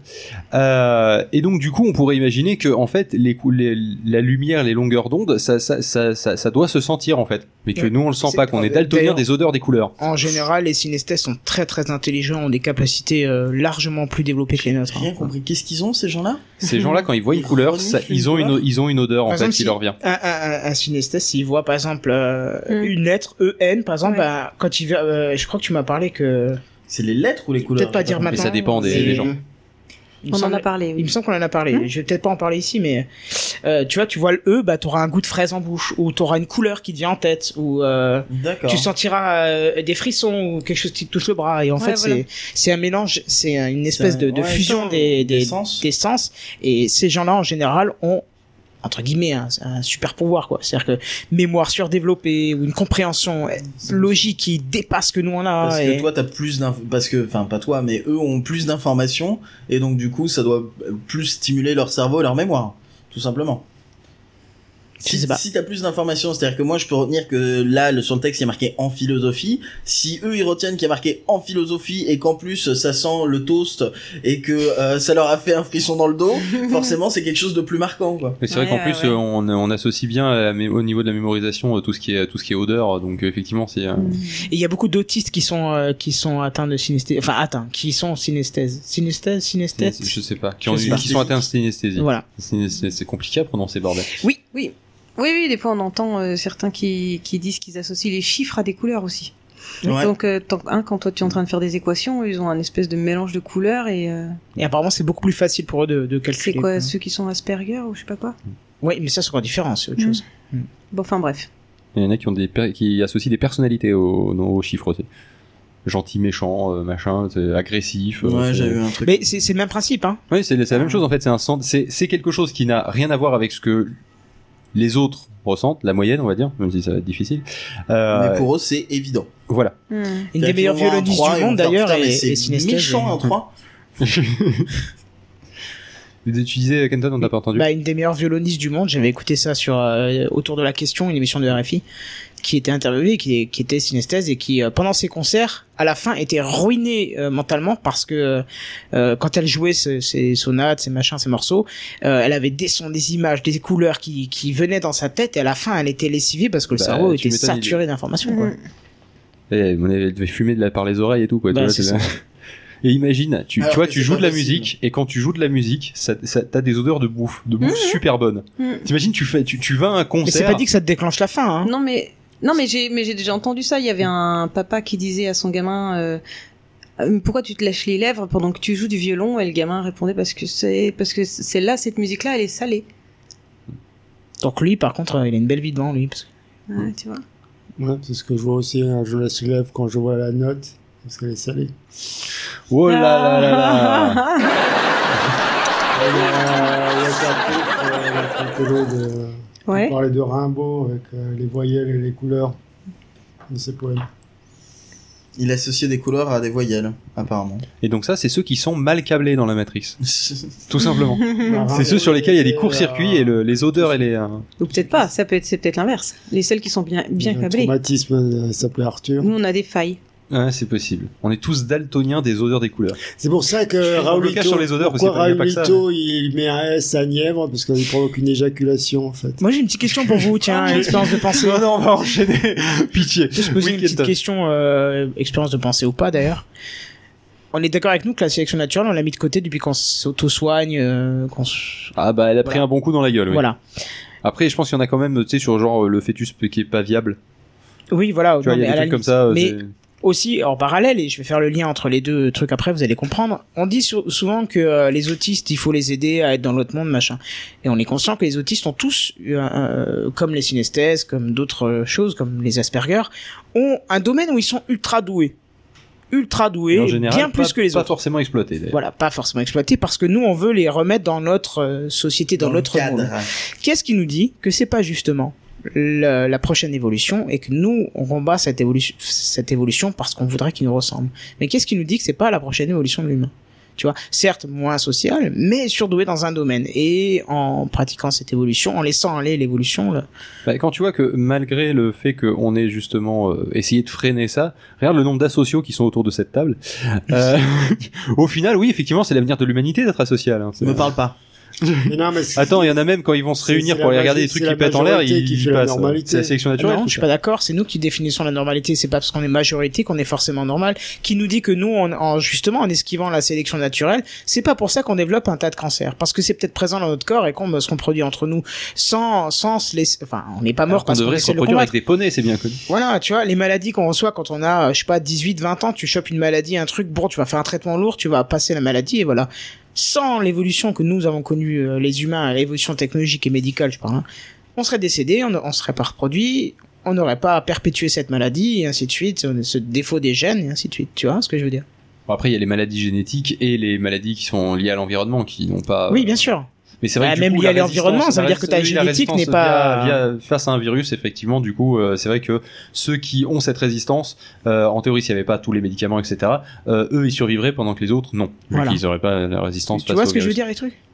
Speaker 1: euh, et donc du coup on pourrait imaginer que en fait les, cou- les la lumière les longueurs d'onde ça ça, ça ça ça doit se sentir en fait mais que
Speaker 2: Ouais.
Speaker 1: nous on le sent
Speaker 2: C'est-
Speaker 1: pas qu'on est
Speaker 2: D'ailleurs-
Speaker 1: daltonien des odeurs des couleurs.
Speaker 2: En général, les synesthèses sont très très intelligents, ont des capacités euh, largement plus développées que les nôtres.
Speaker 3: J'ai rien compris. Qu'est-ce qu'ils ont ces gens-là?
Speaker 1: Ces gens-là quand ils voient une
Speaker 3: Ils
Speaker 1: couleur ça,
Speaker 3: reniflent une
Speaker 1: ils ont une
Speaker 3: couleur
Speaker 1: ils ont une odeur en
Speaker 2: Par
Speaker 1: fait
Speaker 2: exemple,
Speaker 1: qui
Speaker 2: si-
Speaker 1: leur vient.
Speaker 2: Un, un, un, un synesthèse, s'il voit par exemple euh,
Speaker 4: Mm.
Speaker 2: une lettre E N, par exemple,
Speaker 4: Ouais.
Speaker 2: bah, quand il va, euh, je crois que tu m'as parlé que
Speaker 3: C'est les lettres ou les couleurs?
Speaker 2: peut-être pas dire
Speaker 1: Mais
Speaker 2: maintenant.
Speaker 1: ça dépend des,
Speaker 2: c'est-
Speaker 1: des gens.
Speaker 2: il me
Speaker 4: On en
Speaker 2: semble-
Speaker 4: a parlé,
Speaker 2: Il
Speaker 4: oui.
Speaker 2: me semble qu'on en a parlé.
Speaker 4: Hmm.
Speaker 2: Je vais peut-être pas en parler ici, mais euh, tu vois, tu vois le E, bah t'auras un goût de fraise en bouche, ou t'auras une couleur qui te vient en tête, ou euh,
Speaker 3: D'accord.
Speaker 2: tu sentiras euh, des frissons ou quelque chose qui te touche le bras. Et en
Speaker 4: Ouais,
Speaker 2: fait,
Speaker 4: voilà.
Speaker 2: c'est c'est un mélange, c'est une espèce
Speaker 3: un-
Speaker 2: de, de
Speaker 3: ouais,
Speaker 2: fusion
Speaker 3: ça,
Speaker 2: des des,
Speaker 3: des sens.
Speaker 2: des sens. Et ces gens-là, en général, ont entre guillemets un, un super pouvoir, quoi. C'est-à-dire que mémoire surdéveloppée ou une compréhension logique qui dépasse ce que nous on a.
Speaker 3: Parce
Speaker 2: et-
Speaker 3: que toi t'as plus d'inf... parce que enfin pas toi mais eux ont plus d'informations et donc du coup ça doit plus stimuler leur cerveau et leur mémoire tout simplement.
Speaker 2: Je
Speaker 3: Si,
Speaker 2: sais pas.
Speaker 3: si t'as plus d'informations, c'est-à-dire que moi je peux retenir que là le, sur le texte il y a marqué en philosophie, si eux ils retiennent qu'il y a marqué en philosophie et qu'en plus ça sent le toast et que euh, ça leur a fait un frisson dans le dos, forcément c'est quelque chose de plus marquant quoi.
Speaker 1: Mais c'est vrai
Speaker 4: Ouais,
Speaker 1: qu'en
Speaker 4: ouais,
Speaker 1: plus
Speaker 4: ouais.
Speaker 1: euh, on, on associe bien à la mé- au niveau de la mémorisation euh, tout ce qui est tout ce qui est odeur donc euh, effectivement c'est euh,
Speaker 2: Et il y a beaucoup d'autistes qui sont euh, qui sont atteints de synesthésie, enfin atteints, qui sont synesthèse, synesthèse, synesthète.
Speaker 1: je sais pas qui,
Speaker 2: Je
Speaker 1: ont,
Speaker 2: sais pas.
Speaker 1: qui sont atteints de synesthésie.
Speaker 2: Voilà.
Speaker 1: C'est c'est- c'est compliqué à prononcer bordel.
Speaker 4: Oui. Oui, oui, des fois on entend euh, certains qui, qui disent qu'ils associent les chiffres à des couleurs aussi.
Speaker 3: Ouais.
Speaker 4: Donc, euh, tant- hein, quand toi tu es en train de faire des équations, ils ont un espèce de mélange de couleurs et euh,
Speaker 2: Et apparemment, c'est beaucoup plus facile pour eux de, de calculer.
Speaker 4: c'est quoi, ceux qui sont Asperger ou je sais pas quoi.
Speaker 2: Oui, mais ça c'est encore différent, c'est autre
Speaker 4: Mm.
Speaker 2: chose.
Speaker 4: Bon, enfin bref.
Speaker 1: Il y en a qui ont des per- qui associent des personnalités aux, aux chiffres aussi. Gentil, méchant, euh, machin, c'est agressif. euh,
Speaker 3: Ouais,
Speaker 1: c'est-
Speaker 3: j'ai eu un truc.
Speaker 2: Mais c'est c'est le même principe, hein.
Speaker 1: Oui, c'est c'est la même chose en fait. C'est un centre- c'est c'est quelque chose qui n'a rien à voir avec ce que les autres ressentent, la moyenne, on va dire, même si ça va être difficile. Euh,
Speaker 3: Mais pour eux c'est évident.
Speaker 1: Voilà.
Speaker 4: Hmm.
Speaker 2: Une des meilleures violonistes du monde d'ailleurs est, est synesthèse.
Speaker 3: méchant
Speaker 2: et-
Speaker 3: un trois.
Speaker 1: Tu disais, Kenton, on t'a pas entendu.
Speaker 2: Bah, une des meilleures violonistes du monde. J'avais écouté ça sur euh, Autour de la question, une émission de R F I, qui était interviewée, qui, qui était synesthèse et qui, euh, pendant ses concerts, à la fin, était ruinée euh, mentalement parce que euh, quand elle jouait ce, ses sonates, ses machins, ses morceaux, euh, elle avait des sons, des images, des couleurs qui, qui venaient dans sa tête et à la fin, elle était lessivée parce que le
Speaker 1: Bah,
Speaker 2: cerveau
Speaker 1: tu
Speaker 2: était
Speaker 1: m'étonnes,
Speaker 2: saturé d'informations, quoi.
Speaker 4: Mm.
Speaker 1: Et on avait- devait fumer de la, par les oreilles et tout, quoi.
Speaker 2: Bah,
Speaker 1: tu vois,
Speaker 2: c'est
Speaker 1: c'est- Et imagine, tu,
Speaker 3: Alors
Speaker 1: tu vois,
Speaker 3: que
Speaker 1: tu
Speaker 3: c'est
Speaker 1: joues
Speaker 3: pas
Speaker 1: de la
Speaker 3: possible.
Speaker 1: musique, et quand tu joues de la musique, ça, ça, t'as des odeurs de bouffe, de bouffe
Speaker 4: Mhm.
Speaker 1: super bonnes.
Speaker 4: Mhm.
Speaker 1: T'imagines, tu fais, tu, tu vas à un
Speaker 2: Mais
Speaker 1: concert.
Speaker 2: c'est pas dit que ça te déclenche la faim, hein.
Speaker 4: Non mais non mais j'ai mais j'ai déjà entendu ça. Il y avait un papa qui disait à son gamin euh, euh, pourquoi tu te lèches les lèvres pendant que tu joues du violon, et le gamin répondait parce que c'est parce que c'est là cette musique là elle est salée.
Speaker 2: Donc lui, par contre, euh, il a une belle vie devant lui. Parce que...
Speaker 4: Ouais, tu vois.
Speaker 5: Ouais, c'est ce que je vois aussi, hein, je laisse les lèvres quand je vois la note, parce qu'elle est salée.
Speaker 1: Oh là là là là.
Speaker 5: Il y a, il y a Cartouche, euh, notre collègue, euh,
Speaker 4: Ouais.
Speaker 5: qui parlait de Rimbaud avec euh, les voyelles et les couleurs de ses poèmes.
Speaker 3: Il associait des couleurs à des voyelles, apparemment.
Speaker 1: Et donc ça, c'est ceux qui sont mal câblés dans la matrice. Tout simplement.
Speaker 5: Bah,
Speaker 1: C'est ceux sur lesquels il y a des courts-circuits
Speaker 5: euh,
Speaker 1: et le, les odeurs et les... euh,
Speaker 4: Ou peut-être pas. Ça peut être c'est peut-être l'inverse. Les seuls qui sont bien bien
Speaker 5: un
Speaker 4: câblés.
Speaker 5: traumatisme, euh, s'appelait Arthur.
Speaker 4: Nous on a des failles.
Speaker 1: Ouais, c'est possible. On est tous daltoniens des odeurs des couleurs.
Speaker 5: C'est pour ça que
Speaker 1: fais mon
Speaker 5: Raoul
Speaker 1: blocage
Speaker 5: Ito,
Speaker 1: sur les odeurs, parce
Speaker 5: pourquoi
Speaker 1: qu'il y a pas- il y a pas que ça.
Speaker 5: Raoul Ito, il met un S à Nièvre, parce qu'il provoque une éjaculation, en fait.
Speaker 2: Moi, j'ai une petite question pour vous, tiens, expérience de pensée.
Speaker 1: Non, non, on va enchaîner. Pitié.
Speaker 2: Je vais se poser
Speaker 1: Oui,
Speaker 2: une petite
Speaker 1: Kenton.
Speaker 2: question, euh, expérience de pensée ou pas d'ailleurs. On est d'accord avec nous que la sélection naturelle, on l'a mis de côté depuis qu'on s'auto-soigne, euh, qu'on s-
Speaker 1: Ah bah, elle a pris
Speaker 2: Voilà.
Speaker 1: un bon coup dans la gueule, oui.
Speaker 2: Voilà.
Speaker 1: Après, je pense qu'il y en a quand même, tu sais, sur genre le fœtus qui est pas viable.
Speaker 2: Oui, voilà.
Speaker 1: Tu vois,
Speaker 2: non,
Speaker 1: il y
Speaker 2: mais
Speaker 1: a
Speaker 2: à
Speaker 1: des
Speaker 2: la
Speaker 1: trucs comme
Speaker 2: limite.
Speaker 1: ça. euh,
Speaker 2: Mais
Speaker 1: c'est-
Speaker 2: aussi, en parallèle, et je vais faire le lien entre les deux trucs après, vous allez comprendre. On dit sou- souvent que euh, les autistes, il faut les aider à être dans l'autre monde, machin. Et on est conscient que les autistes ont tous, euh, euh, comme les synesthèses, comme d'autres euh, choses, comme les Asperger, ont un domaine où ils sont ultra doués. Ultra doués,
Speaker 1: en général,
Speaker 2: bien plus
Speaker 1: pas,
Speaker 2: que les
Speaker 1: pas
Speaker 2: autres.
Speaker 1: forcément exploité. d'ailleurs.
Speaker 2: Voilà, pas forcément exploités parce que nous on veut les remettre dans notre euh, société, dans,
Speaker 3: le
Speaker 2: notre
Speaker 3: cadre.
Speaker 2: monde. Qu'est-ce qui nous dit que c'est pas justement la, la prochaine évolution et que nous on combat cette évolution, cette évolution parce qu'on voudrait qu'il nous ressemble. Mais qu'est-ce qui nous dit que c'est pas la prochaine évolution de l'humain? Tu vois, certes moins social, mais surdoué dans un domaine. Et en pratiquant cette évolution, en laissant aller l'évolution, là,
Speaker 1: Bah, quand tu vois que malgré le fait qu'on ait justement euh, essayé de freiner ça, regarde le nombre d'associaux qui sont autour de cette table. Euh, au final, oui, effectivement, c'est l'avenir de l'humanité d'être asocial. Hein. C'est-
Speaker 3: Me parle pas.
Speaker 5: Mais non, mais c'est-
Speaker 1: Attends, il y en a même quand ils vont se
Speaker 5: C'est-
Speaker 1: réunir
Speaker 5: c'est
Speaker 1: pour
Speaker 5: la
Speaker 1: aller regarder
Speaker 5: majo-
Speaker 1: des trucs
Speaker 5: c'est
Speaker 1: qui
Speaker 5: la
Speaker 1: pètent en l'air,
Speaker 5: majorité
Speaker 1: ils,
Speaker 5: qui
Speaker 1: ils
Speaker 5: fait la
Speaker 1: passent.
Speaker 5: normalité.
Speaker 1: C'est la sélection naturelle.
Speaker 2: non,
Speaker 1: tout
Speaker 2: je suis
Speaker 1: ça.
Speaker 2: pas d'accord. C'est nous qui définissons la normalité. C'est pas parce qu'on est majorité qu'on est forcément normal. Qui nous dit que nous, en, en- justement, en esquivant la sélection naturelle, c'est pas pour ça qu'on développe un tas de cancers. Parce que c'est peut-être présent dans notre corps et qu'on se reproduit entre nous sans, sans se laisser. Enfin, on n'est pas mort
Speaker 1: Alors qu'on
Speaker 2: parce qu'on
Speaker 1: devrait se
Speaker 2: essaie de le
Speaker 1: reproduire avec
Speaker 2: combattre.
Speaker 1: des poneys, c'est bien connu.
Speaker 2: Voilà, tu vois, les maladies qu'on reçoit quand on a, euh, je sais pas, dix-huit, vingt ans, tu chopes une maladie, un truc, bon, tu vas faire un traitement lourd, tu vas passer la maladie et voilà. Sans l'évolution que nous avons connue, euh, les humains, l'évolution technologique et médicale, je parle, hein, on serait décédé, on, on serait pas reproduit, on n'aurait pas perpétué cette maladie, et ainsi de suite, euh, ce défaut des gènes, et ainsi de suite. Tu vois ce que je veux dire?
Speaker 1: Bon, après, il y a les maladies génétiques et les maladies qui sont liées à l'environnement qui n'ont pas.
Speaker 2: Oui, bien sûr.
Speaker 1: Mais c'est vrai
Speaker 2: Bah,
Speaker 1: que du
Speaker 2: même
Speaker 1: coup,
Speaker 2: lié à
Speaker 1: la
Speaker 2: l'environnement,
Speaker 1: résistance-
Speaker 2: ça veut
Speaker 1: la
Speaker 2: dire que ta
Speaker 1: résistance- oui, la
Speaker 2: génétique
Speaker 1: résistance
Speaker 2: n'est pas-
Speaker 1: via, via- face à un virus, effectivement, du coup, euh, c'est vrai que ceux qui ont cette résistance, euh, en théorie, s'il n'y avait pas tous les médicaments, et cetera, euh, eux, ils survivraient pendant que les autres, non. Vu
Speaker 2: Voilà.
Speaker 1: qu'ils n'auraient pas la résistance
Speaker 2: Tu
Speaker 1: face
Speaker 2: vois
Speaker 1: au
Speaker 2: ce que je veux
Speaker 1: virus.
Speaker 2: dire, les trucs?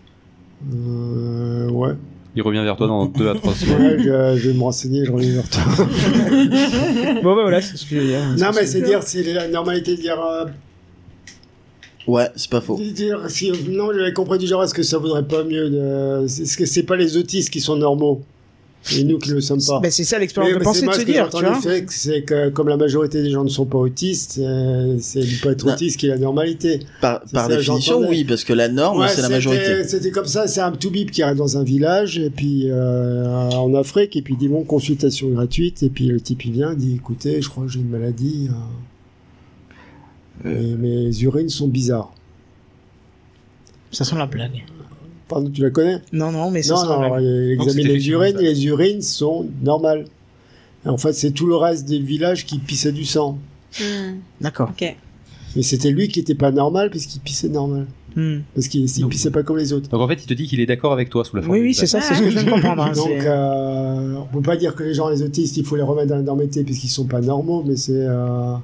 Speaker 5: Euh, ouais.
Speaker 1: Il revient vers toi dans deux à trois secondes.
Speaker 5: Ouais, je, je vais me renseigner, je reviens vers toi.
Speaker 2: Bon, bah voilà, c'est ce que je veux dire.
Speaker 5: Non, mais c'est dire, c'est la normalité de dire, euh,
Speaker 3: Ouais, c'est pas faux.
Speaker 5: de dire, si, non, j'avais compris du genre, est-ce que ça vaudrait pas mieux de, est-ce que c'est pas les autistes qui sont normaux? Et nous qui ne le sommes pas.
Speaker 2: Bah, c'est ça l'expérience
Speaker 5: Oui,
Speaker 2: de
Speaker 5: mais
Speaker 2: pensée
Speaker 5: c'est
Speaker 2: de
Speaker 5: moi
Speaker 2: se
Speaker 5: ce que
Speaker 2: dire, tu
Speaker 5: j'entendais,
Speaker 2: vois.
Speaker 5: c'est que- c'est que comme la majorité des gens ne sont pas autistes, euh, c'est ne pas être
Speaker 3: Non.
Speaker 5: autiste qui est la normalité.
Speaker 3: Par,
Speaker 5: C'est
Speaker 3: par
Speaker 5: ça,
Speaker 3: définition,
Speaker 5: j'entendais.
Speaker 3: oui, parce que la norme,
Speaker 5: Ouais,
Speaker 3: c'est la
Speaker 5: c'était-
Speaker 3: majorité.
Speaker 5: C'était comme ça, c'est un tout-bip qui arrive dans un village, et puis euh, en Afrique, et puis il dit bon, consultation gratuite, et puis le type il vient, il dit écoutez, je crois que j'ai une maladie, euh, et mes urines sont bizarres.
Speaker 2: Ça sent la blague.
Speaker 5: Pardon, tu la connais?
Speaker 2: Non, non, mais ça
Speaker 5: Non,
Speaker 2: sent la
Speaker 5: non,
Speaker 2: blague.
Speaker 5: il
Speaker 1: Donc,
Speaker 5: examine
Speaker 1: c'est
Speaker 5: les
Speaker 1: effectivement
Speaker 5: urines,
Speaker 1: ça.
Speaker 5: et les urines sont normales. Et en fait, c'est tout le reste des villages qui pissaient du sang.
Speaker 4: Hmm.
Speaker 2: D'accord.
Speaker 4: Ok.
Speaker 5: Mais c'était lui qui était pas normal, puisqu'il pissait normal.
Speaker 2: Hmm.
Speaker 5: Parce qu'il il
Speaker 1: Donc-
Speaker 5: pissait pas comme les autres.
Speaker 1: Donc en fait, il te dit qu'il est d'accord avec toi sous la forme
Speaker 2: Oui,
Speaker 1: d'une
Speaker 2: oui, c'est
Speaker 1: blague.
Speaker 2: ça, c'est ce que je viens de comprendre. hein,
Speaker 5: Donc,
Speaker 2: c'est-
Speaker 5: euh, on peut pas dire que les gens, les autistes, il faut les remettre dans la normalité puisqu'ils sont pas normaux, mais c'est, euh,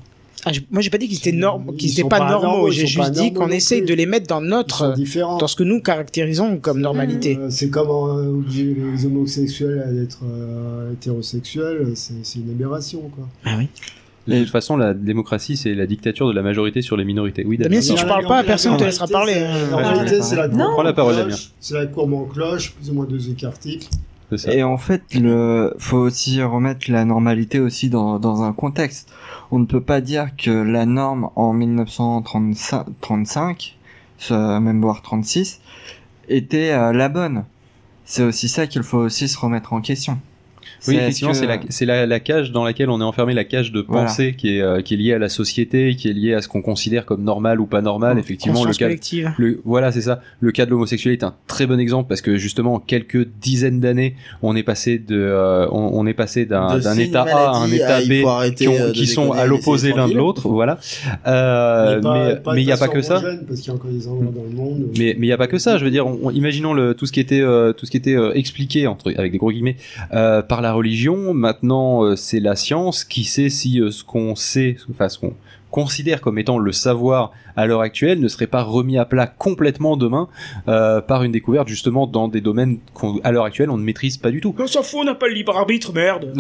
Speaker 2: Ah, je- moi, j'ai pas dit qu'ils étaient normes, qu'ils
Speaker 5: Ils
Speaker 2: étaient
Speaker 5: sont
Speaker 2: pas
Speaker 5: pas
Speaker 2: normaux.
Speaker 5: normaux, ils
Speaker 2: J'ai
Speaker 5: sont pas
Speaker 2: juste dit
Speaker 5: normaux
Speaker 2: qu'on
Speaker 5: non
Speaker 2: essaye
Speaker 5: plus.
Speaker 2: de les mettre dans
Speaker 5: Ils
Speaker 2: notre,
Speaker 5: sont différents.
Speaker 2: dans ce que nous caractérisons comme normalité.
Speaker 5: Euh, c'est comme euh, obliger les homosexuels à être euh, hétérosexuels, c'est, c'est une aberration, quoi.
Speaker 2: Ah oui.
Speaker 1: De toute façon, la démocratie, c'est la dictature de la majorité sur les minorités. Oui,
Speaker 2: Damien, si
Speaker 1: d'accord.
Speaker 2: tu parles pas, personne te laissera parler.
Speaker 5: La
Speaker 1: Ouais,
Speaker 5: normalité,
Speaker 1: ouais.
Speaker 5: c'est la courbe
Speaker 1: Prends la
Speaker 5: en
Speaker 1: parole,
Speaker 5: cloche,
Speaker 1: Damien.
Speaker 5: c'est la courbe en cloche, plus ou moins deux écarticles.
Speaker 1: C'est ça.
Speaker 6: Et en fait, le, faut aussi remettre la normalité aussi dans, dans un contexte. On ne peut pas dire que la norme en mille neuf cent trente-cinq, trente-cinq, ce- même voire trente-six, était euh, la bonne. C'est aussi ça qu'il faut aussi se remettre en question.
Speaker 1: Oui,
Speaker 6: C'est
Speaker 1: effectivement,
Speaker 6: est-ce
Speaker 1: c'est
Speaker 6: que-
Speaker 1: la, c'est la, la cage dans laquelle on est enfermé, la cage de
Speaker 6: Voilà.
Speaker 1: pensée qui est, euh, qui est liée à la société, qui est liée à ce qu'on considère comme normal ou pas normal.
Speaker 6: Mmh.
Speaker 1: Effectivement, le
Speaker 2: Conscience
Speaker 1: cas,
Speaker 2: collective.
Speaker 1: le, voilà, c'est ça. Le cas de l'homosexualité est un très bon exemple parce que justement, en quelques dizaines d'années, on est passé de, euh, on, on est passé d'un,
Speaker 3: De
Speaker 1: d'un
Speaker 3: c'est une
Speaker 1: état A à un
Speaker 3: maladie,
Speaker 1: état
Speaker 3: à, il
Speaker 1: B
Speaker 3: faut arrêter,
Speaker 1: qui, ont-
Speaker 3: euh, de
Speaker 1: qui sont
Speaker 3: déconner,
Speaker 1: à l'opposé
Speaker 3: laisser
Speaker 1: l'un de
Speaker 3: tranquille.
Speaker 1: l'autre, voilà. Euh,
Speaker 5: pas-
Speaker 1: mais
Speaker 5: pas
Speaker 1: mais il
Speaker 5: de
Speaker 1: n'y a pas
Speaker 5: façon
Speaker 1: que ça.
Speaker 5: homogène, parce qu'il y a encore des endroits dans le monde. où-
Speaker 1: Mais mais il y a pas que ça. Je veux dire, on, on- imaginons le tout ce qui était euh, tout ce qui était euh, expliqué entre avec des gros guillemets euh, par la religion. Maintenant, euh, c'est la science qui sait si euh, ce qu'on sait, enfin ce qu'on considère comme étant le savoir à l'heure actuelle ne serait pas remis à plat complètement demain euh, par une découverte justement dans des domaines qu'à l'heure actuelle on ne maîtrise pas du tout.
Speaker 2: On s'en fout, on n'a pas le libre arbitre, merde.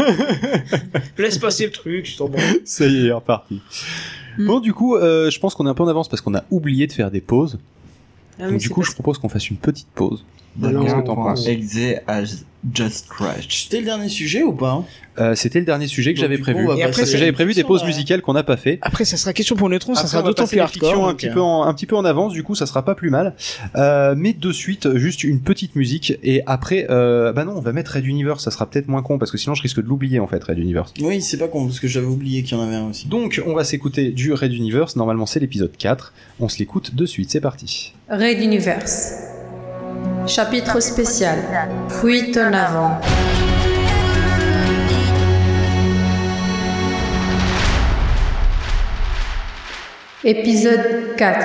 Speaker 2: Laisse passer le truc, je t'en branle.
Speaker 1: Ça y est, reparti.
Speaker 4: Mm.
Speaker 1: Bon, du coup, euh, je pense qu'on est un peu en avance parce qu'on a oublié de faire des pauses.
Speaker 4: Ah, mais
Speaker 1: Donc, du
Speaker 4: c'est
Speaker 1: coup,
Speaker 4: pas-
Speaker 1: je propose qu'on fasse une petite pause.
Speaker 5: Alors,
Speaker 1: Qu'est-ce que t'en
Speaker 5: on-
Speaker 1: penses
Speaker 6: Exe has just crashed.
Speaker 3: C'était le dernier sujet ou pas?
Speaker 1: Euh, C'était le dernier sujet que
Speaker 3: Donc,
Speaker 1: j'avais
Speaker 3: du coup,
Speaker 1: prévu.
Speaker 3: on va
Speaker 2: Et
Speaker 3: passer
Speaker 2: après,
Speaker 1: Parce
Speaker 3: à
Speaker 1: que j'avais
Speaker 3: une
Speaker 1: prévu des
Speaker 3: fiction,
Speaker 1: pauses
Speaker 3: là.
Speaker 1: musicales qu'on n'a pas fait.
Speaker 2: Après, ça sera question pour Neutron, ça
Speaker 1: Après,
Speaker 2: sera
Speaker 1: on va
Speaker 2: d'autant
Speaker 1: passer
Speaker 2: plus
Speaker 1: les
Speaker 2: hardcore.
Speaker 1: fictions un
Speaker 2: donc,
Speaker 1: petit
Speaker 2: euh,
Speaker 1: peu en, un petit peu en avance, du coup ça sera pas plus mal. Euh, mais de suite, juste une petite musique et après, euh, bah non, on va mettre Red Universe, ça sera peut-être moins con parce que sinon je risque de l'oublier en fait, Red Universe.
Speaker 3: Oui, c'est pas con, parce que j'avais oublié qu'il y en avait un aussi.
Speaker 1: Donc on va s'écouter du Red Universe, normalement c'est l'épisode quatre, on se l'écoute de suite, c'est parti.
Speaker 7: Raid Universe. Chapitre spécial. Fuite en avant. Épisode quatre.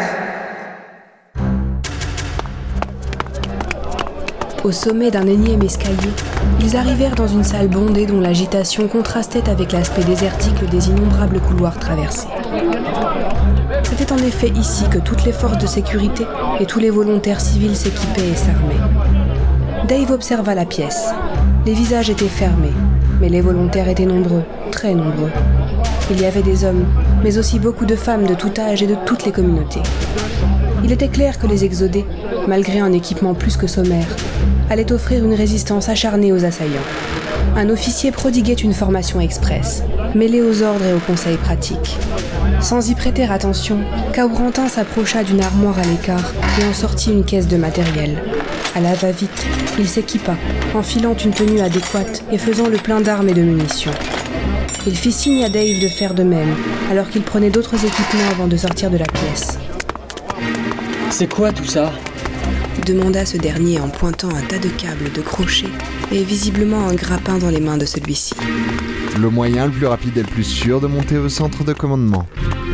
Speaker 8: Au sommet d'un énième escalier, ils arrivèrent dans une salle bondée dont l'agitation contrastait avec l'aspect désertique des innombrables couloirs traversés. C'était en effet ici que toutes les forces de sécurité et tous les volontaires civils s'équipaient et s'armaient. Dave observa la pièce. Les visages étaient fermés, mais les volontaires étaient nombreux, très nombreux. Il y avait des hommes, mais aussi beaucoup de femmes de tout âge et de toutes les communautés. Il était clair que les exodés, malgré un équipement plus que sommaire, allaient offrir une résistance acharnée aux assaillants. Un officier prodiguait une formation express, mêlée aux ordres et aux conseils pratiques. Sans y prêter attention, Kaurentin s'approcha d'une armoire à l'écart et en sortit une caisse de matériel. À la va-vite, il s'équipa, enfilant une tenue adéquate et faisant le plein d'armes et de munitions. Il fit signe à Dave de faire de même, alors qu'il prenait d'autres équipements avant de sortir de la pièce.
Speaker 9: C'est quoi tout ça?
Speaker 8: Demanda ce dernier en pointant un tas de câbles de crochets et visiblement un grappin dans les mains de celui-ci.
Speaker 10: Le moyen le plus rapide et le plus sûr de monter au centre de commandement.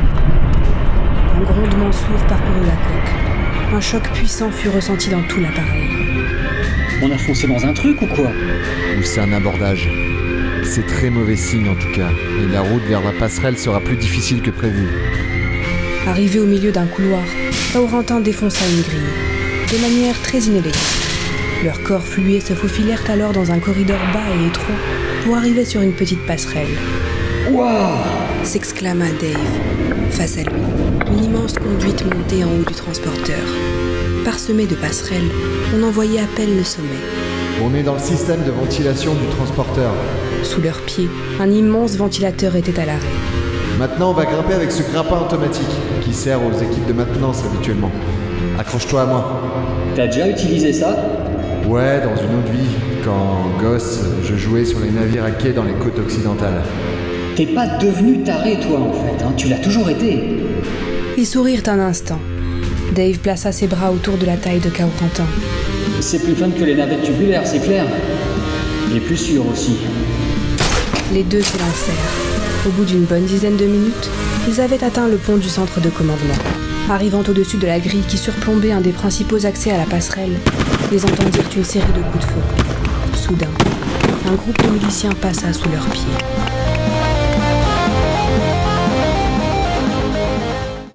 Speaker 8: Un grondement sourd parcourut la coque. Un choc puissant fut ressenti dans tout l'appareil.
Speaker 9: On a foncé dans un truc ou quoi?
Speaker 10: Ou c'est un abordage. C'est très mauvais signe en tout cas, et la route vers la passerelle sera plus difficile que prévu.
Speaker 8: Arrivé au milieu d'un couloir, Kaurentin défonça une grille, de manière très inélégante. Leurs corps flués se faufilèrent alors dans un corridor bas et étroit pour arriver sur une petite passerelle.
Speaker 9: Waouh!
Speaker 8: S'exclama Dave. Face à lui, une immense conduite montée en haut du transporteur. Parsemée de passerelles, on en voyait à peine le sommet.
Speaker 10: On est dans le système de ventilation du transporteur.
Speaker 8: Sous leurs pieds, un immense ventilateur était à l'arrêt.
Speaker 10: Maintenant on va grimper avec ce grappin automatique, qui sert aux équipes de maintenance habituellement. Accroche-toi à moi.
Speaker 9: T'as déjà utilisé ça?
Speaker 10: Ouais, dans une autre vie, quand gosse, je jouais sur les navires à quai dans les côtes occidentales.
Speaker 9: T'es pas devenu taré toi en fait, hein. Tu l'as toujours été.
Speaker 8: Ils sourirent un instant. Dave plaça ses bras autour de la taille de Kaurentin.
Speaker 9: C'est plus fun que les navettes tubulaires, c'est clair. Et plus sûr aussi.
Speaker 8: Les deux s'élancèrent. Au bout d'une bonne dizaine de minutes, ils avaient atteint le pont du centre de commandement. Arrivant au-dessus de la grille qui surplombait un des principaux accès à la passerelle, ils entendirent une série de coups de feu. Soudain, un groupe de miliciens passa sous leurs pieds.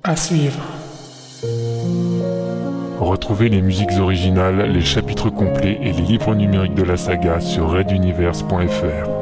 Speaker 11: À suivre. Retrouvez les musiques originales, les chapitres complets et les livres numériques de la saga sur red universe point f r.